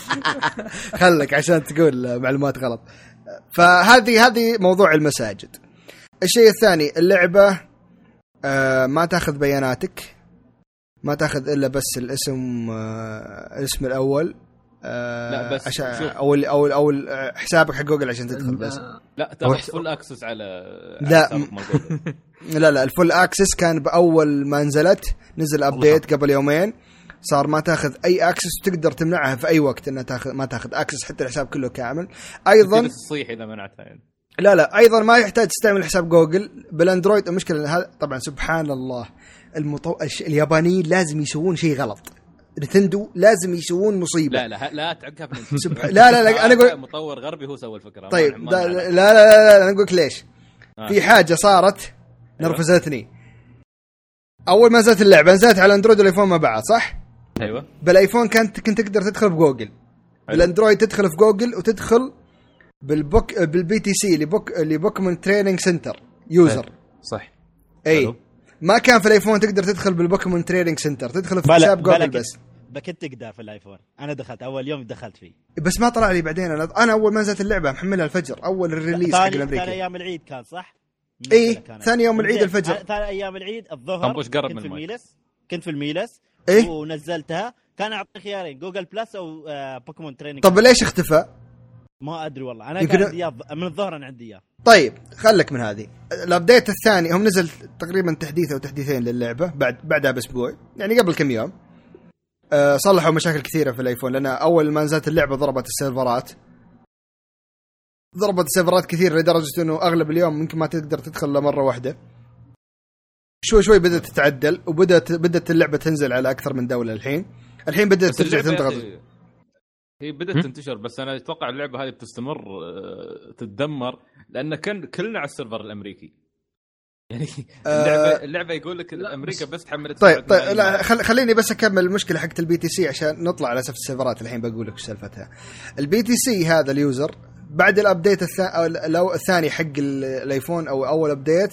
خلك عشان تقول معلومات غلط. فهذه هذه موضوع المساجد. الشيء الثاني اللعبه آه ما تاخذ بياناتك، ما تاخذ الا بس الاسم آه الاسم الاول آه لا بس عشان او او او حسابك حق جوجل عشان تدخل بس. لا تاخذ فول اكسس على لا لا لا الفول اكسس كان باول ما نزلت، نزل ابديت قبل يومين صار ما تاخذ اي اكسس، وتقدر تمنعها في اي وقت انها تاخذ ما تاخذ اكسس حتى الحساب كله كامل. ايضا الصيح اذا منعتها يعني. لا لا ايضا ما يحتاج تستعمل حساب جوجل بالاندرويد. المشكله هذا طبعا سبحان الله المطو... اليابانيين لازم يسوون شيء غلط، نتندو لازم يسوون مصيبه. لا لا لا تعقب سبح... لا لا لا انا اقول مطور غربي هو سوى الفكره. طيب لا لا, لا لا لا انا اقول لك ليش. آه. في حاجه صارت نرفزتني. أيوة. اول ما نزلت اللعبه نزلت على الاندرويد والايفون مع بعض صح؟ ايوه. بالايفون كنت كنت تقدر تدخل بجوجل. أيوة. بالاندرويد تدخل في جوجل وتدخل بالبوك بالبي تي سي اللي بوك اللي بوكيمون تريننج سنتر يوزر. صح. اي حلو. ما كان في الايفون تقدر تدخل بالبوكيمون تريننج سنتر، تدخل في حساب جوجل بس. بكنت تقدر في الايفون، انا دخلت اول يوم دخلت فيه بس ما طلع لي بعدين. انا انا اول ما نزلت اللعبه محملها الفجر، اول الريليز حق الامريكي. ثاني ايام العيد كان صح؟ اي ثاني يوم العيد الفجر. ثاني ايام العيد الظهر كنت في الميلس كنت في الميلس إيه؟ ونزلتها. كان اعطي خيارين جوجل بلس او آه بوكيمون تريننج. طب ليش اختفى؟ ما ادري والله انا كان عندي من الظهر انا عندي اياه. طيب خلك من هذه الابديت الثاني، هم نزل تقريبا تحديث او تحديثين للعبه بعد بعدها باسبوع يعني قبل كم يوم. أه صلحوا مشاكل كثيره في الايفون، لان اول ما نزلت اللعبه ضربت السيرفرات ضربت السيرفرات كثير لدرجه انه اغلب اليوم ممكن ما تقدر تدخل لمره واحده. شوي شوي بدات تتعدل وبدات بدات اللعبه تنزل على اكثر من دوله. الحين الحين بدات ترجع تنضغط. هي بدات تنتشر، بس انا اتوقع اللعبه هذه بتستمر تتدمر لان كان كلنا على السيرفر الامريكي يعني. اللعبه اللعبه يقول لك امريكا بس تحملت. طيب طيب لا خل... خليني بس اكمل المشكله حقت البي تي سي عشان نطلع على سف السيرفرات. الحين بقول لك سالفتها. البي تي سي هذا اليوزر بعد الابديت الثاني الثاني حق الايفون او اول ابديت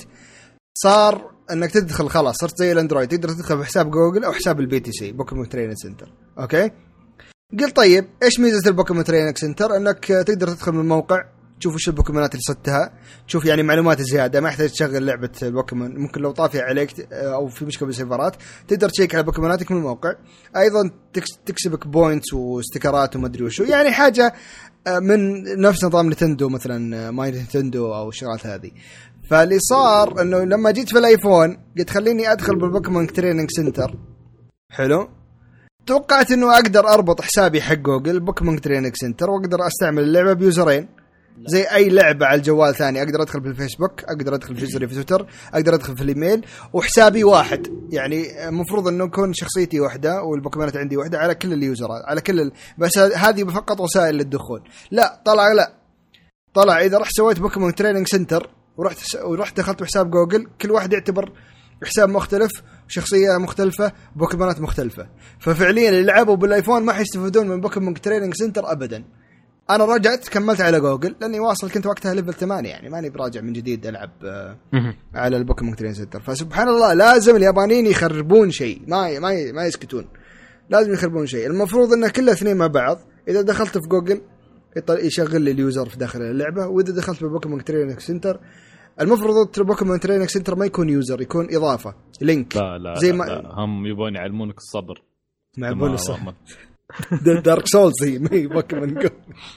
صار انك تدخل خلاص صرت زي الاندرويد، تقدر تدخل بحساب جوجل او حساب البي تي سي بوكيمون تريننج سنتر. اوكي قلت طيب ايش ميزه البوكيمون تريننج سنتر؟ انك تقدر تدخل من الموقع تشوف وش البوكيمونات اللي صدتها، تشوف يعني معلومات زياده، ما يحتاج تشغل لعبه البوكيمون. ممكن لو طافي عليك او في مشكله بالسيرفرات تقدر تشيك على بوكيموناتك من الموقع. ايضا تكسبك بوينتس واستيكرات وما ادري وشو، يعني حاجه من نفس نظام نينتندو مثلا ماي نينتندو او الشغلات هذه. فاللي صار انه لما جيت في الايفون قلت خليني ادخل بالبوكيمون تريننج سنتر. حلو، توقعت انه اقدر اربط حسابي حق جوجل بوكيمون تريننج سنتر واقدر استعمل اللعبه بيوزرين زي اي لعبه على الجوال ثاني. اقدر ادخل بالفيسبوك، اقدر ادخل في جزري في تويتر، اقدر ادخل في الايميل، وحسابي واحد. يعني المفروض انه يكون شخصيتي واحده والبوكيمونات عندي واحده على كل اليوزرات على كل ال... بس هذه فقط وسائل للدخول. لا طلع لا طلع اذا رحت سويت بوكيمون تريننج سنتر ورحت ورحت دخلت بحساب جوجل، كل واحد يعتبر حساب مختلف، شخصيه مختلفه، بوكيمونات مختلفه. ففعليا اللي لعبوا بالايفون ما حيستفيدون من بوكيمون تريننج سنتر ابدا. انا رجعت كملت على جوجل لاني واصل كنت وقتها ليفل ثمانية، يعني ماني براجع من جديد العب على البوكيمون تريننج سنتر. فسبحان الله لازم اليابانيين يخربون شيء، ما ما ما يسكتون، لازم يخربون شيء. المفروض ان كل اثنين مع بعض. اذا دخلت في جوجل يشغل لي اليوزر في داخل اللعبه، واذا دخلت في بوكيمون تريننج سنتر المفروض بوكيمون تريننج سنتر ما يكون يوزر، يكون اضافه لينك. لا لا, زي لا, ما لا هم يبون يعلمونك الصبر مع يبون الصبر. دارك سولز هي مي بوكيمون جو.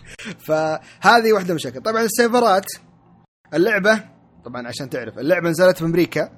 فهذه واحده مشاكل. طبعا السيرفرات اللعبه طبعا عشان تعرف اللعبه نزلت في امريكا.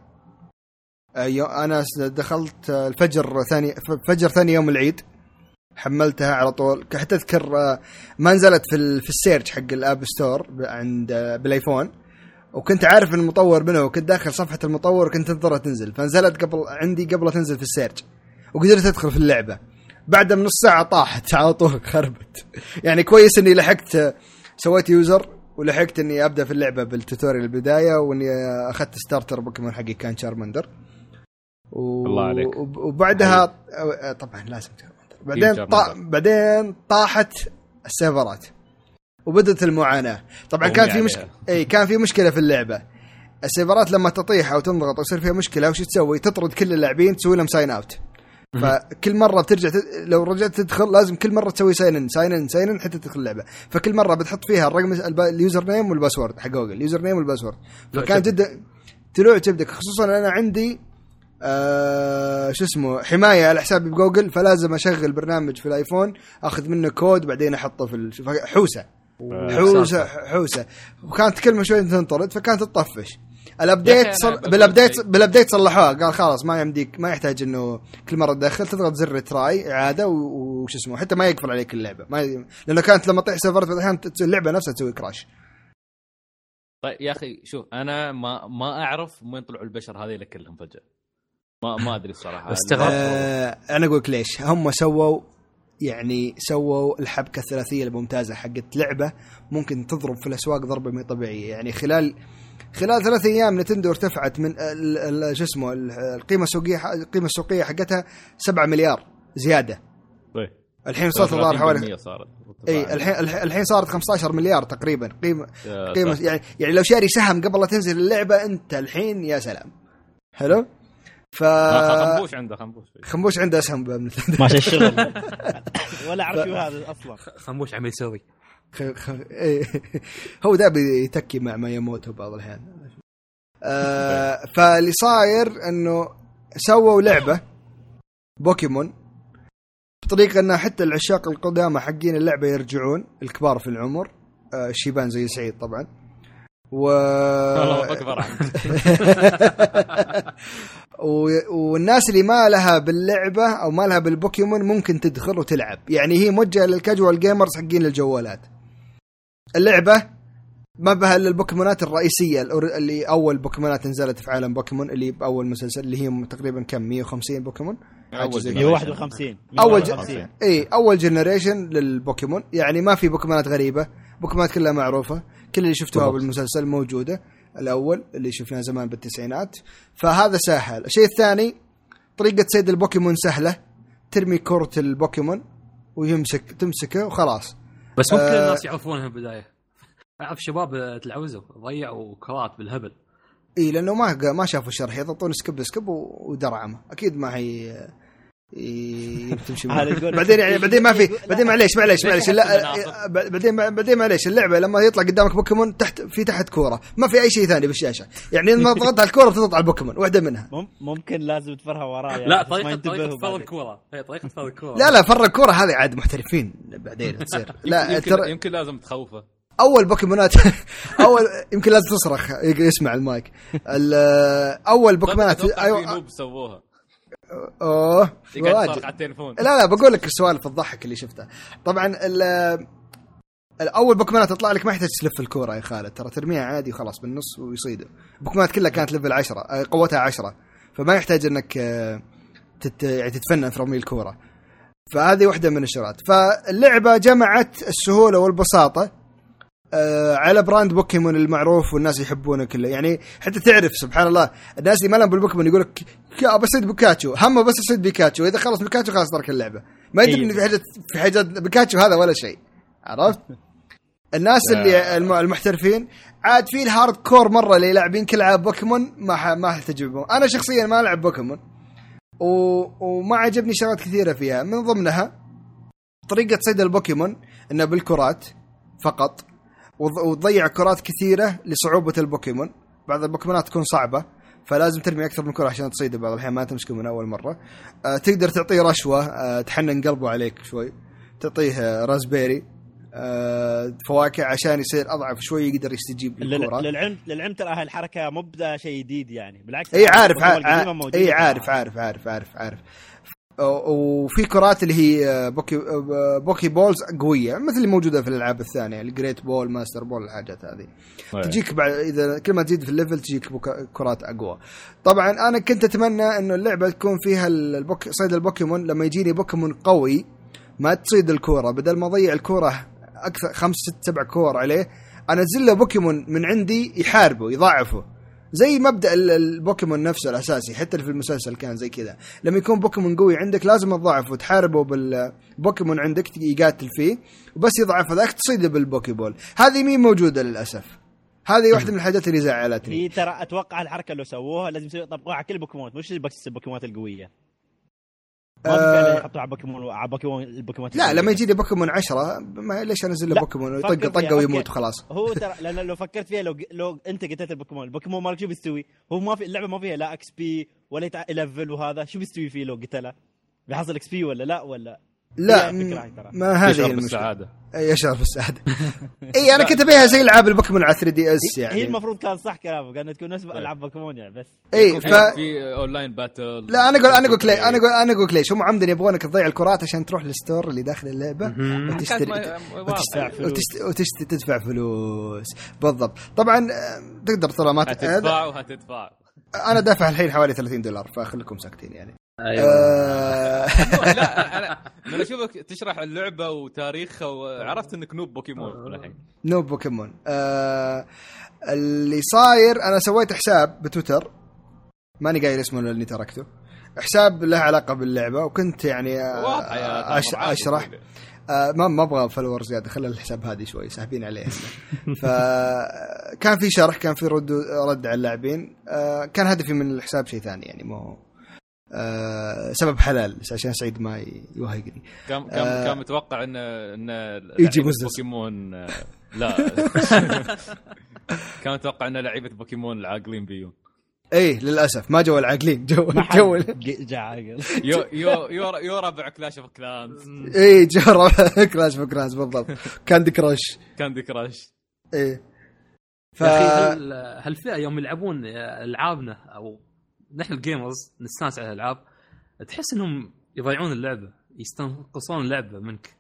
انا دخلت الفجر ثاني فجر ثاني يوم العيد، حملتها على طول. حتى اذكر ما نزلت في في السيرش حق الاب ستور عند بالايفون، وكنت عارف المطور منه وكنت داخل صفحه المطور وكنت انتظرها تنزل، فنزلت قبل عندي قبل تنزل في السيرش وقدرت ادخل في اللعبه. بعد من نص ساعه طاحت على طول، خربت. يعني كويس اني لحقت سويت يوزر ولحقت اني ابدا في اللعبه بالتوتوريال البدايه، واني اخذت ستارتر بوكيمون حقي كان شارمندر و... الله عليك. وبعدها طبعا لازم شارمندر. بعدين طا... بعدين طاحت السيرفرات وبدت المعاناه. طبعا كان في مشكله اي كان في مشكله في اللعبه. السيرفرات لما تطيح او تنضغط او يصير فيها مشكله وش تسوي؟ تطرد كل اللاعبين، تسوي لهم ساين اوت. فكل مره بترجع تد... لو رجعت تدخل لازم كل مره تسوي ساين ان ساين ان ساين ان حتى تدخل اللعبه. فكل مره بتحط فيها الرقم الب... اليوزر نيم والباسورد حق جوجل، اليوزر نيم والباسورد. فكان جدا تلوع تبدك، خصوصا انا عندي آه... شو اسمه حمايه على حسابي بجوجل، فلازم اشغل برنامج في الايفون اخذ منه كود بعدين احطه في ال... حوسه حوسه حوسه وكانت كلمه شويه تنطرد فكانت تطفش. الابديت صل... بالابديت بالابديت صلحوها، قال خلاص ما يمديك، ما يحتاج انه كل مره تدخل تضغط زر تراي اعاده وش اسمه، حتى ما يقفل عليك اللعبه ما ي... لانه كانت لما تطيح سيرفرات احيانا اللعبه نفسها تسوي كراش. طيب يا اخي شوف، انا ما ما اعرف وين طلعوا البشر هذه كلهم فجاه، ما ما ادري الصراحه. استغربت. آه انا اقول لك ليش هم سووا، يعني سووا الحبكه الثلاثيه الممتازه حقت لعبه ممكن تضرب في الاسواق ضربه مي طبيعيه. يعني خلال خلال ثلاث ايام نينتندو ارتفعت من شو اسمه القيمه السوقيه القيمه السوقيه حقتها سبعة مليار زياده. طيب الحين صارت الظاهر حوالي اي الحين الحين صارت خمسة عشر مليار تقريبا قيمه قيمه. يعني يعني لو شاري سهم قبل لا تنزل اللعبه انت الحين يا سلام. حلو. ف خنبوش عنده خنبوش خنبوش عنده اسهم ماشي الشغل ولا اعرف شو هذا اصلا. خنبوش عم يسوي خ... خ... إيه. هو ده بيتكي مع ما يموت بعض الأحيان. آه فاللي صاير إنه سووا لعبة بوكيمون بطريقة إن حتى العشاق القدامى حقين اللعبة يرجعون، الكبار في العمر آه شيبان زي سعيد طبعا و والله اكبر عنك. والناس اللي ما لها باللعبه او ما لها بالبوكيمون ممكن تدخل وتلعب، يعني هي موجهه للكاجوال جيمرز حقين الجوالات. اللعبه ما بها الا البوكيمونات الرئيسيه اللي اول بوكيمونات نزلت في عالم بوكيمون اللي باول مسلسل اللي هي تقريبا كم مية وخمسين بوكيمون مية وواحد وخمسين اول ج... اي اول جنريشن للبوكيمون، يعني ما في بوكيمونات غريبه، بوكيمونات كلها معروفه، كل اللي شفتوها بالمسلسل موجوده، الاول اللي شفناه زمان بالتسعينات. فهذا سهل. الشيء الثاني طريقه صيد البوكيمون سهله، ترمي كرة البوكيمون ويمسك تمسكه وخلاص. بس ممكن آه الناس يعرفونها بالبدايه. أعرف شباب تلعوزوا ضيعوا كرات بالهبل. إيه لأنه ما ما شافوا الشرح، يضطون سكب سكب ودرعمه أكيد ما هي يمتمشي. بعدين يعني بعدين ما في بعدين معليش معليش معليش لا بعدين بعدين معليش اللعبة لما يطلع قدامك بوكيمون تحت في تحت كورة ما في أي شيء ثاني بالشاشة، يعني لما ضغطت على الكورة بتضغط على البوكيمون واحدة منها. ممكن لازم تفرها وراه يعني. لا طريقة طريقة فرق الكورة هي طريقة فرق الكورة. لا لا فرق الكورة هذه عاد محترفين بعدين تصير. لا يمكن, ترى يمكن لازم تخوفه. اول بوكيمونات اول يمكن لازم تصرخ يسمع المايك. اول بوكيمونات ايوه نوب سووها اوه على التليفون. لا لا بقول لك السوالف الضحك اللي شفتها. طبعا الاول بوكيمونات تطلع لك ما يحتاج تلف الكوره يا خالد، ترى ترميها عادي وخلاص بالنص ويصيده. البوكيمونات كلها كانت ليفل عشرة، قوتها عشرة، فما يحتاج انك تت... يعني تتفنن في رمي الكوره. فهذه واحده من الشغلات. فاللعبه جمعت السهوله والبساطه آه على براند بوكيمون المعروف والناس يحبونه كله. يعني حتى تعرف سبحان الله الناس اللي ما لهم بالبوكيمون يقول لك بس أصيد بيكاتشو، هم بس أصيد بيكاتشو، إذا خلص بيكاتشو خلاص ترك اللعبة، ما يدري إن في حاجة في حاجة بيكاتشو هذا ولا شيء. عرفت الناس اللي المحترفين عاد في الهارد كور مرة اللي لاعبين كل ألعاب بوكيمون ما ما تجيبهم. أنا شخصيا ما ألعب بوكيمون و... وما عجبني شغلات كثيرة فيها، من ضمنها طريقة صيد البوكيمون إنه بالكرات فقط، وتضيع كرات كثيرة لصعوبة البوكيمون. بعض البوكيمونات تكون صعبة فلازم ترمي أكثر من كرة عشان تصيده، بعض الحين ما تمسكه من أول مرة. أه تقدر تعطيه رشوة، أه تحنن قلبه عليك شوي، تعطيه رازبيري أه فواكه عشان يصير أضعف شوي يقدر يستجيب للكرة. للعلم للعلم ترى هالحركة مو بدا شيء جديد يعني، بالعكس أي عارف عارف أي عارف عارف عارف عارف عارف وفي كرات اللي هي بوكي بوكي بولز قويه مثل اللي موجوده في الالعاب الثانيه، الجريت بول ماستر بول الحاجات هذه تجيك بعد اذا كل ما تزيد في الليفل تجيك كرات اقوى. طبعا انا كنت اتمنى انه اللعبه تكون فيها البوك صيد البوكيمون، لما يجيني بوكيمون قوي ما تصيد الكوره، بدل ما اضيع الكوره اكثر خمس ست سبع كور عليه انزل له بوكيمون من عندي يحاربه يضاعفه، زي مبدأ البوكيمون نفسه الأساسي. حتى في المسلسل كان زي كذا، لما يكون بوكيمون قوي عندك لازم تضاعفه وتحاربه بالبوكيمون عندك يقاتل فيه، وبس يضعف ذاك تصيده بالبوكيبول. هذه مين موجودة للأسف، هذه واحدة من الحاجات اللي زعلتني. هي ترى أتوقع الحركة اللي سووها لازم يطبقوها على كل البوكيمون، مش بس البوكيمونات القوية. ما أه يحطوا على بوكيمون على بوكيمون البوكيمونات. لا لما يجي لي بوكيمون عشرة ما ليش انزل له بوكيمون ويطق طقه ويموت وخلاص. هو ترى لان لو فكرت فيها، لو لو انت قتلت البوكيمون البوكيمون مالك شو بيستوي؟ هو ما في اللعبه ما فيها لا اكس بي ولا يتع... ليفل، وهذا شو بيستوي فيه لو قتله؟ بيحصل اكس بي ولا لا ولا لا ما هذه المشكله. اي اشعر بالسعاده. اي انا كنت بيها زي العاب البوكيمون على ثري دي اس يعني. هي المفروض كان صح كلامه، كانت تكون نفس العاب بوكيمون يعني. بس اي ف... في اونلاين باتل. لا انا اقول انا اقول ليش انا اقول انا اقول ليش هم عمدن يبغونك تضيع الكرات عشان تروح للستور اللي داخل اللعبه وتشتري وتشتري وتشتري تدفع فلوس بالضبط. طبعا تقدر طلع ما تدفع وهتدفع. انا دافع الحين حوالي ثلاثين دولار فخليكم ساكتين يعني. ايوه لا انا انا اشوفك تشرح اللعبه وتاريخها وعرفت انك نوب بوكيمون الحين. نوب بوكيمون آه اللي صاير انا سويت حساب بتويتر ماني قايل اسمه لاني تركته، حساب له علاقه باللعبه وكنت يعني أش... اشرح آه ما ما ابغى فلور زياده، خلي الحساب هذه شوي ساحبين عليه. فكان في شرح كان في رد رد على اللاعبين. آه كان هدفي من الحساب شيء ثاني يعني مو آه سبب حلال بس عشان سعيد ما يوهقني. كم كم آه كم متوقع ان ان يجي بوكيمون آه لا كان متوقع ان لعيبه بوكيمون العاقلين بيون. ايه للاسف ما جو العاقلين جو جو جا عاقل يو يو يو يو ربع كلاش اوف كلانز. ايه جو ربع كلاش اوف كلانز بالضبط. كاندي كراش كاندي كراش. ايه ف هل هالفئه يوم يلعبون العابنا او نحن الجيمرز نستانس على الالعاب تحس انهم يضيعون اللعبه يستنقصون اللعبه منك.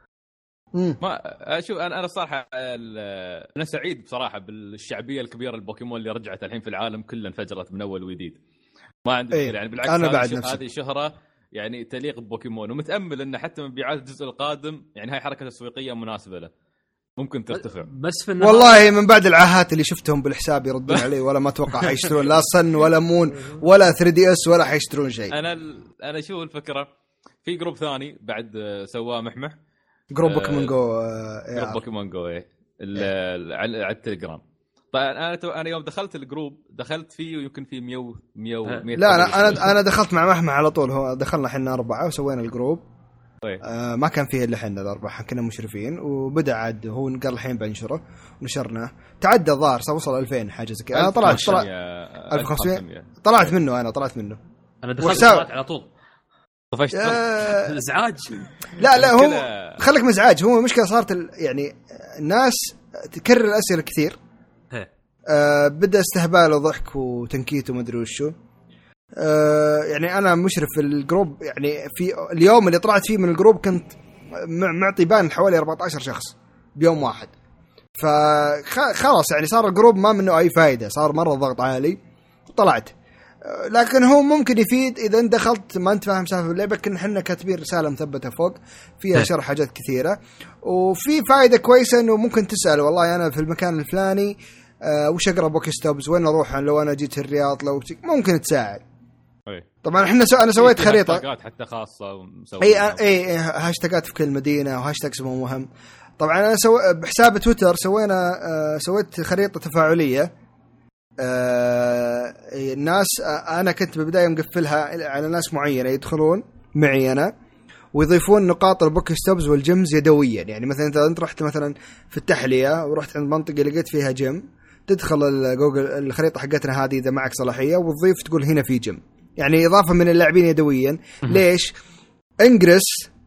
ما اشوف انا انا الصراحه انا سعيد بصراحه بالشعبيه الكبيره البوكيمون اللي رجعت الحين في العالم كله انفجرت من اول وجديد. ما عندي إيه. يعني بالعكس أنا بعد هذه هذه شهره يعني تليق ببوكيمون ومتامل ان حتى مبيعات الجزء القادم يعني هاي حركه تسويقيه مناسبه له ممكن ترتفع. بس في والله من بعد العاهات اللي شفتهم بالحساب يردون علي ولا ما اتوقع حيشترون لا صن ولا مون ولا ثري دي اس ولا حيشترون شيء. انا انا شو الفكره في جروب ثاني بعد سواه محمح جروب بوكيمون جو. جروب بوكيمون جو ايه على التليجرام. طيب انا انا يوم دخلت الجروب دخلت فيه ويمكن فيه مية مية مية. لا انا انا انا دخلت مع محمح على طول. هو دخلنا احنا اربعه وسوينا الجروب. طيب. آه ما كان فيه الا احنا الاربعه كنا مشرفين وبدا عاد هو قال الحين بنشره ونشرناه تعدى الظاهر وصل ألفين حاجه زي كذا. انا طلعت طلعت ألف وخمسمية طلعت منه. انا طلعت منه انا دخلت على طول طفشت آه ازعاج. لا لا هو خليك مزعاج. هو مشكله صارت يعني الناس تكرر الاسئله كثير. آه بدا استهبال وضحك وتنكيت وما ادري وشو. آه يعني انا مشرف في الجروب يعني في اليوم اللي طلعت فيه من الجروب كنت معطي بان حوالي أربعة عشر شخص بيوم واحد. فخلاص يعني صار الجروب ما منه اي فايده صار مره ضغط عالي طلعت. آه لكن هو ممكن يفيد اذا انت دخلت ما انت فاهم سالفه اللعبه. كنا احنا كاتبين رساله مثبته فوق فيها شرح حاجات كثيره وفي فايده كويسه انه ممكن تسال والله انا في المكان الفلاني آه وش اقرا بوكي ستوبز وين اروح لو انا جيت الرياض لو ممكن تساعد. طبعا احنا سو... انا سويت خريطه هاشتاجات حتى خاصه اي اي هاشتاجات في كل مدينه وهاشتاج اسمه مهم. طبعا انا سو... بحساب تويتر سوينا آه سويت خريطه تفاعليه. آه الناس آه انا كنت بالبدايه مقفلها على ناس معينه يدخلون معي انا ويضيفون نقاط البوكي ستوبز والجيمز يدويا. يعني مثلا اذا انت رحت مثلا في التحليه ورحت عند منطقه لقيت فيها جيم تدخل الجوجل الخريطه حقتنا هذه اذا معك صلاحيه وتضيف تقول هنا في جيم. يعني إضافة من اللاعبين يدويا. ليش؟ إنجرس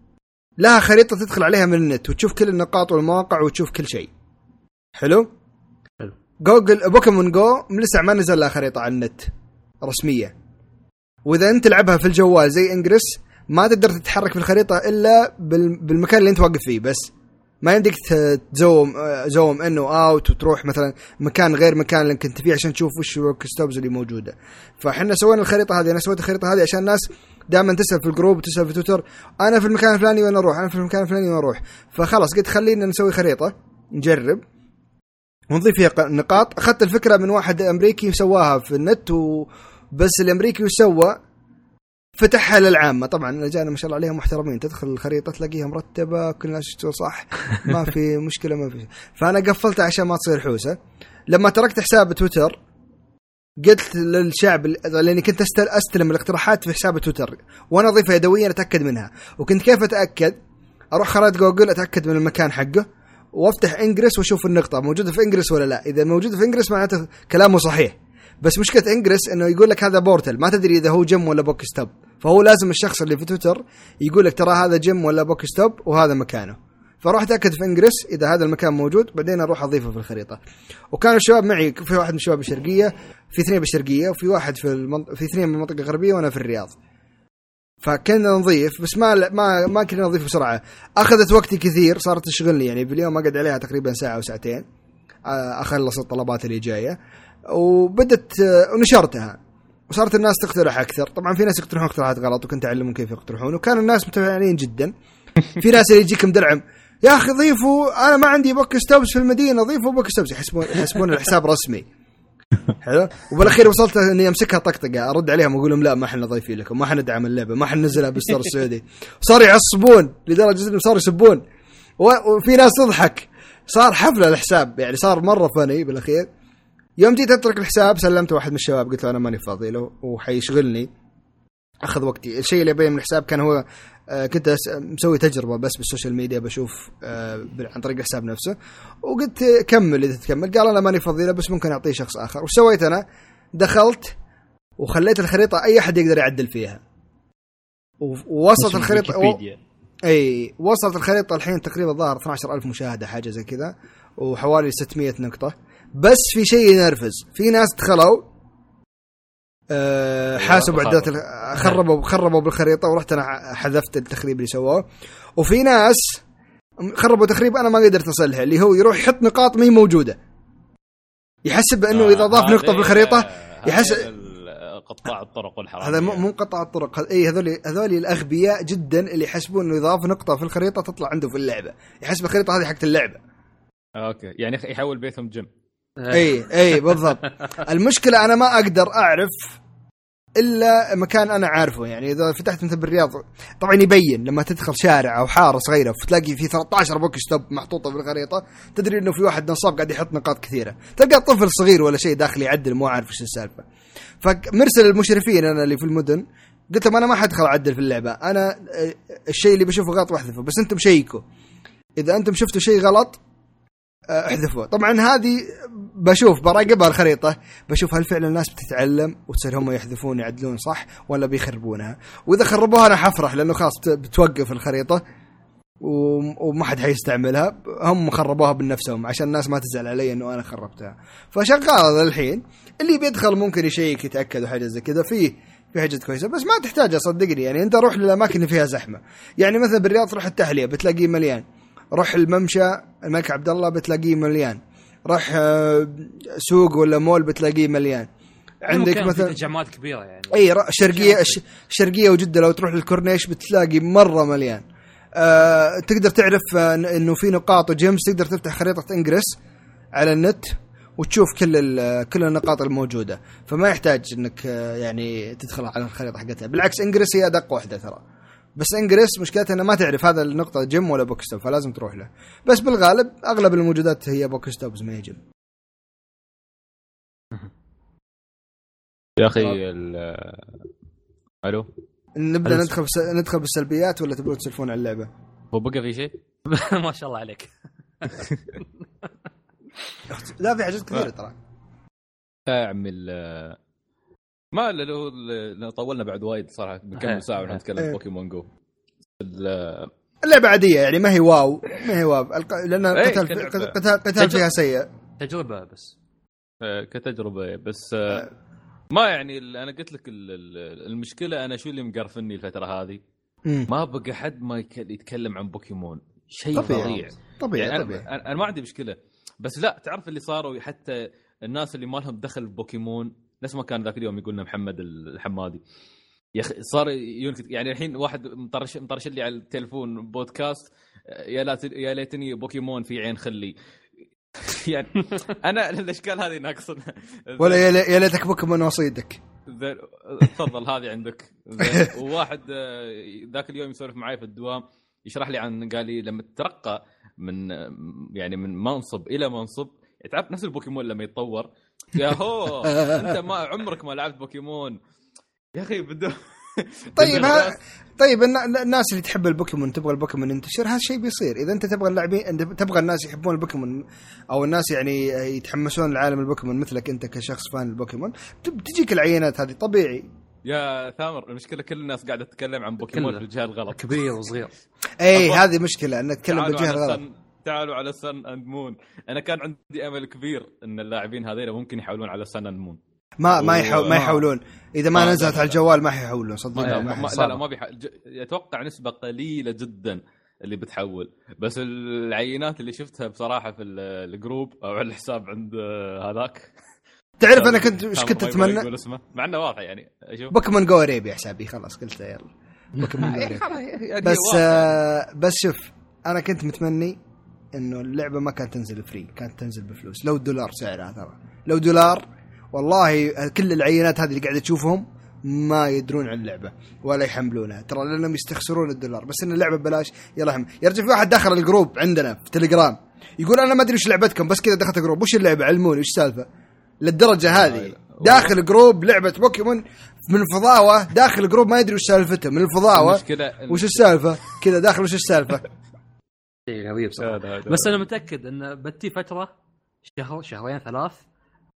لها خريطة تدخل عليها من النت وتشوف كل النقاط والمواقع وتشوف كل شيء. حلو؟ حلو. جوجل بوكيمون جو لسه ما نزل لها خريطة على النت رسمية. وإذا أنت تلعبها في الجوال زي إنجرس ما تقدر تتحرك في الخريطة إلا بالمكان اللي أنت واقف فيه بس. ما يمديك تزوم زوم انه اوت وتروح مثلا مكان غير مكان اللي كنت فيه عشان تشوف وش الكستوبز اللي موجوده. فاحنا سوينا الخريطه هذه. انا سويت الخريطه هذه عشان الناس دائما تسال في الجروب وتسال في تويتر انا في المكان الفلاني وين اروح انا في المكان الفلاني وين اروح. فخلاص قلت خلينا نسوي خريطه نجرب ونضيف فيها نقاط. اخذت الفكره من واحد امريكي سواها في النت وبس الامريكي وسوى فتحها للعامة. طبعا الأجانب ما شاء الله عليهم محترمين تدخل الخريطة تلاقيها مرتبة كل الناس تشتغل صح ما في مشكلة ما في. فأنا قفلتها عشان ما تصير حوسة. لما تركت حساب تويتر قلت للشعب لأني كنت أستلم الاقتراحات في حساب تويتر وأنا أضيفها يدويا أتأكد منها. وكنت كيف أتأكد؟ أروح خرائط جوجل أتأكد من المكان حقه وافتح إنجرس وأشوف النقطة موجودة في إنجرس ولا لا. إذا موجودة في إنجرس معناته كلامه صحيح. بس مشكلة إنجرس إنه يقول لك هذا بورتل ما تدري إذا هو جيم ولا بوك ستوب. فهو لازم الشخص اللي في تويتر يقول لك ترى هذا جيم ولا بوك ستوب وهذا مكانه. فروح أتأكد في إنجرس إذا هذا المكان موجود بعدين أروح أضيفه في الخريطة. وكانوا الشباب معي في واحد من الشباب بالشرقية في اثنين بالشرقية وفي واحد في المنط... في اثنين من المنطقة الغربية وأنا في الرياض. فكنا نضيف بس ما ما ما كنا نضيف بسرعة. أخذت وقتي كثير صارت تشغلني يعني باليوم أقعد عليها تقريبا ساعة أو ساعتين أخلص الطلبات اللي جاية وبدت ونشرتها وصارت الناس تقترح أكثر. طبعا في ناس يقترحون اقتراحات غلط وكنت أعلمهم كيف يقترحون وكان الناس متفاعلين جدا. في ناس اللي يجيك مدرعم يا أخي ضيفوا أنا ما عندي بوك ستوبز في المدينة ضيفوا بوك ستوبز يحسبون يحسبون الحساب رسمي. حلو. وبالأخير وصلت إني أمسكها طقطقة أرد عليهم وأقول لهم لا ما إحنا ضيفين لكم ما إحنا ندعم اللعبة ما إحنا ننزلها بالستور السعودي. صار يعصبون لدرجة إنهم صاروا يسبون وفي ناس تضحك. صار حفلة الحساب يعني صار مرة فني. بالأخير يوم جيت أترك الحساب سلمت واحد من الشباب قلت له أنا ماني فاضي له وحيشغلني أخذ وقتي. الشيء اللي أبيه من الحساب كان هو آه كنت مسوي تجربة بس بالسوشيال ميديا بشوف آه عن طريق الحساب نفسه وقلت كمل إذا تكمل. قال أنا ماني فاضي له بس ممكن أعطيه شخص آخر. وسويت أنا دخلت وخليت الخريطه اي احد يقدر يعدل فيها، ووصلت الخريطه و... اي وصلت الخريطه الحين تقريبا ظاهر اثنا عشر ألف مشاهده حاجه زي كذا، وحوالي ستمية نقطه. بس في شيء ينرفز، في ناس دخلوا أه حاسبوا عدات خربوا خربوا بالخريطه، ورحت انا حذفت التخريب اللي سووه. وفي ناس خربوا تخريب انا ما قدرت اصلحه، اللي هو يروح يحط نقاط مي موجوده، يحسب انه اذا ضاف نقطه في الخريطه يحسب قطاع الطرق والحرام. هذا مو قطاع الطرق، اي هذول هذول الاغبياء جدا اللي يحسبون انه اضاف نقطه في الخريطه تطلع عنده في اللعبه، يحسب الخريطه هذه حقت اللعبه. اوكي يعني يحول بيتهم جيم. اي اي بالضبط. المشكله انا ما اقدر اعرف الا مكان انا عارفه، يعني اذا فتحت مثل بالرياض طبعا يبين لما تدخل شارع او حاره صغيره فتلاقي في ثلاثة عشر بوك ستوب محطوطه في الخريطه، تدري انه في واحد نصاب قاعد يحط نقاط كثيره، تلقى طفل صغير ولا شيء داخل يعدل مو عارف ايش السالفه. فمرسل المشرفين انا اللي في المدن قلت لهم انا ما حدخل اعدل في اللعبه، انا الشيء اللي بشوفه غلط واحذفه، بس انتم شيكوا اذا انتم شفتوا شيء غلط احذفوه. طبعا هذه بشوف براقبها الخريطه، بشوف هل فعلا الناس بتتعلم وتصير هم يحذفون يعدلون صح ولا بيخربونها، واذا خربوها انا حفرح لانه خلاص بتوقف الخريطه وما حد حيستعملها، هم خربوها بنفسهم عشان الناس ما تزعل علي انه انا خربتها. فشغال الحين اللي بيدخل ممكن يشيك يتاكد وحاجه زي كذا، فيه في حاجات كويسه بس ما تحتاج صدقني. يعني انت روح للاماكن اللي فيها زحمه، يعني مثلا بالرياض تروح التحليه بتلاقيه مليان، روح الممشى الملك عبد الله بتلاقيه مليان، روح سوق ولا مول بتلاقيه مليان. عندك مثلا تجمعات كبيره يعني اي الشرقيه الشرقيه وجده لو تروح للكورنيش بتلاقي مره مليان. أه تقدر تعرف انه في نقاط وجيمس، تقدر تفتح خريطه انجرس على النت وتشوف كل كل النقاط الموجوده، فما يحتاج انك يعني تدخل على الخريطه حقتها. بالعكس انجرس هي ادق واحده ترى، بس انجرس مشكلتها انه ما تعرف هذا النقطه جيم ولا بوكستوب، فلازم تروح له. بس بالغالب اغلب الموجودات هي بوكستوبز ما هي جيم. يا اخي الو نبدا ندخل بس... ندخل بالسلبيات ولا تبغون تسولفون عن اللعبه؟ هو بقى في شيء؟ ما شاء الله عليك. لا في حاجات كثيره ترى. اعمل ما لو طولنا بعد وايد صراحه بكم ساعه ونتكلم بوكيمون جو. اللعبه عاديه يعني ما هي واو، ما هي واو لان قتال قتال قتال فيها سيء. تجربه بس كتجربه بس ما يعني. انا قلت لك المشكله انا شو اللي مقرفني الفتره هذه، ما بقى حد ما يتكلم عن بوكيمون، شيء فظيع طبيعي. يعني طبيعي. أنا, انا ما عندي مشكله، بس لا تعرف اللي صاروا حتى الناس اللي ما لهم دخل ببوكيمون نفس ما كان ذاك اليوم يقولنا محمد الحمادي يا اخي، صار يعني الحين واحد مطرش مطرش لي على التليفون بودكاست يا لا يا ليتني بوكيمون في عين خلي. يعني انا الاشكال هذه ناقصنا ولا يا ليتك بوكيمون وصيدك. تفضل هذه عندك. وواحد ذاك اليوم يسولف معي في الدوام يشرح لي عن، قال لي لما تترقى من يعني من منصب الى منصب تعرف نفس البوكيمون لما يتطور يا هو انت ما عمرك ما لعبت بوكيمون يا اخي بدو. طيب ها طيب الناس اللي تحب البوكيمون تبغى البوكيمون ينتشر، هذا الشيء بيصير. اذا انت تبغى اللاعبين تبغى الناس يحبون البوكيمون او الناس يعني يتحمسون لعالم البوكيمون مثلك انت كشخص فان البوكيمون، بتجيك العينات هذه طبيعي. يا ثامر المشكله كل الناس قاعده تتكلم عن بوكيمون بالجهه الغلط، كبير وصغير. اي هذه مشكله ان نتكلم بالجهه الغلط. تعالوا على سن اند مون. انا كان عندي امل كبير ان اللاعبين هذول ممكن يحاولون على سن اند مون. ما ما يحاول ما يحاولون اذا ما, ما نزلت على الجوال ما حيحولون صدقني. ما لا لا ما بيح... اتوقع نسبه قليله جدا اللي بتحول، بس العينات اللي شفتها بصراحه في الجروب او على الحساب عند هذاك تعرف انا كنت ايش كنت اتمنى مع انه واضح يعني اشوف بوكيمون جو ريبي حسابي خلاص قلت يلا بوكيمون جو بس آه بس شوف انا كنت متمني انه اللعبه ما كانت تنزل فري، كانت تنزل بفلوس. لو دولار سعرها ترى لو دولار والله كل العينات هذه اللي قاعده تشوفهم ما يدرون عن اللعبه ولا يحملونها ترى لانهم يستخسرون الدولار. بس ان اللعبه ببلاش يلا هم يرجع. في واحد دخل الجروب عندنا في تليجرام يقول انا ما ادري ايش لعبتكم بس كذا دخلت الجروب وش اللعبه علموني ايش السالفه للدرجه هذه. داخل جروب لعبه بوكيمون من الفضاوه داخل جروب ما يدري وش سالفته من الفضاوه وش السالفه كذا داخل وش السالفه. شيء غريب صراحه. بس انا متاكد ان بتي فتره شهر شهرين ثلاث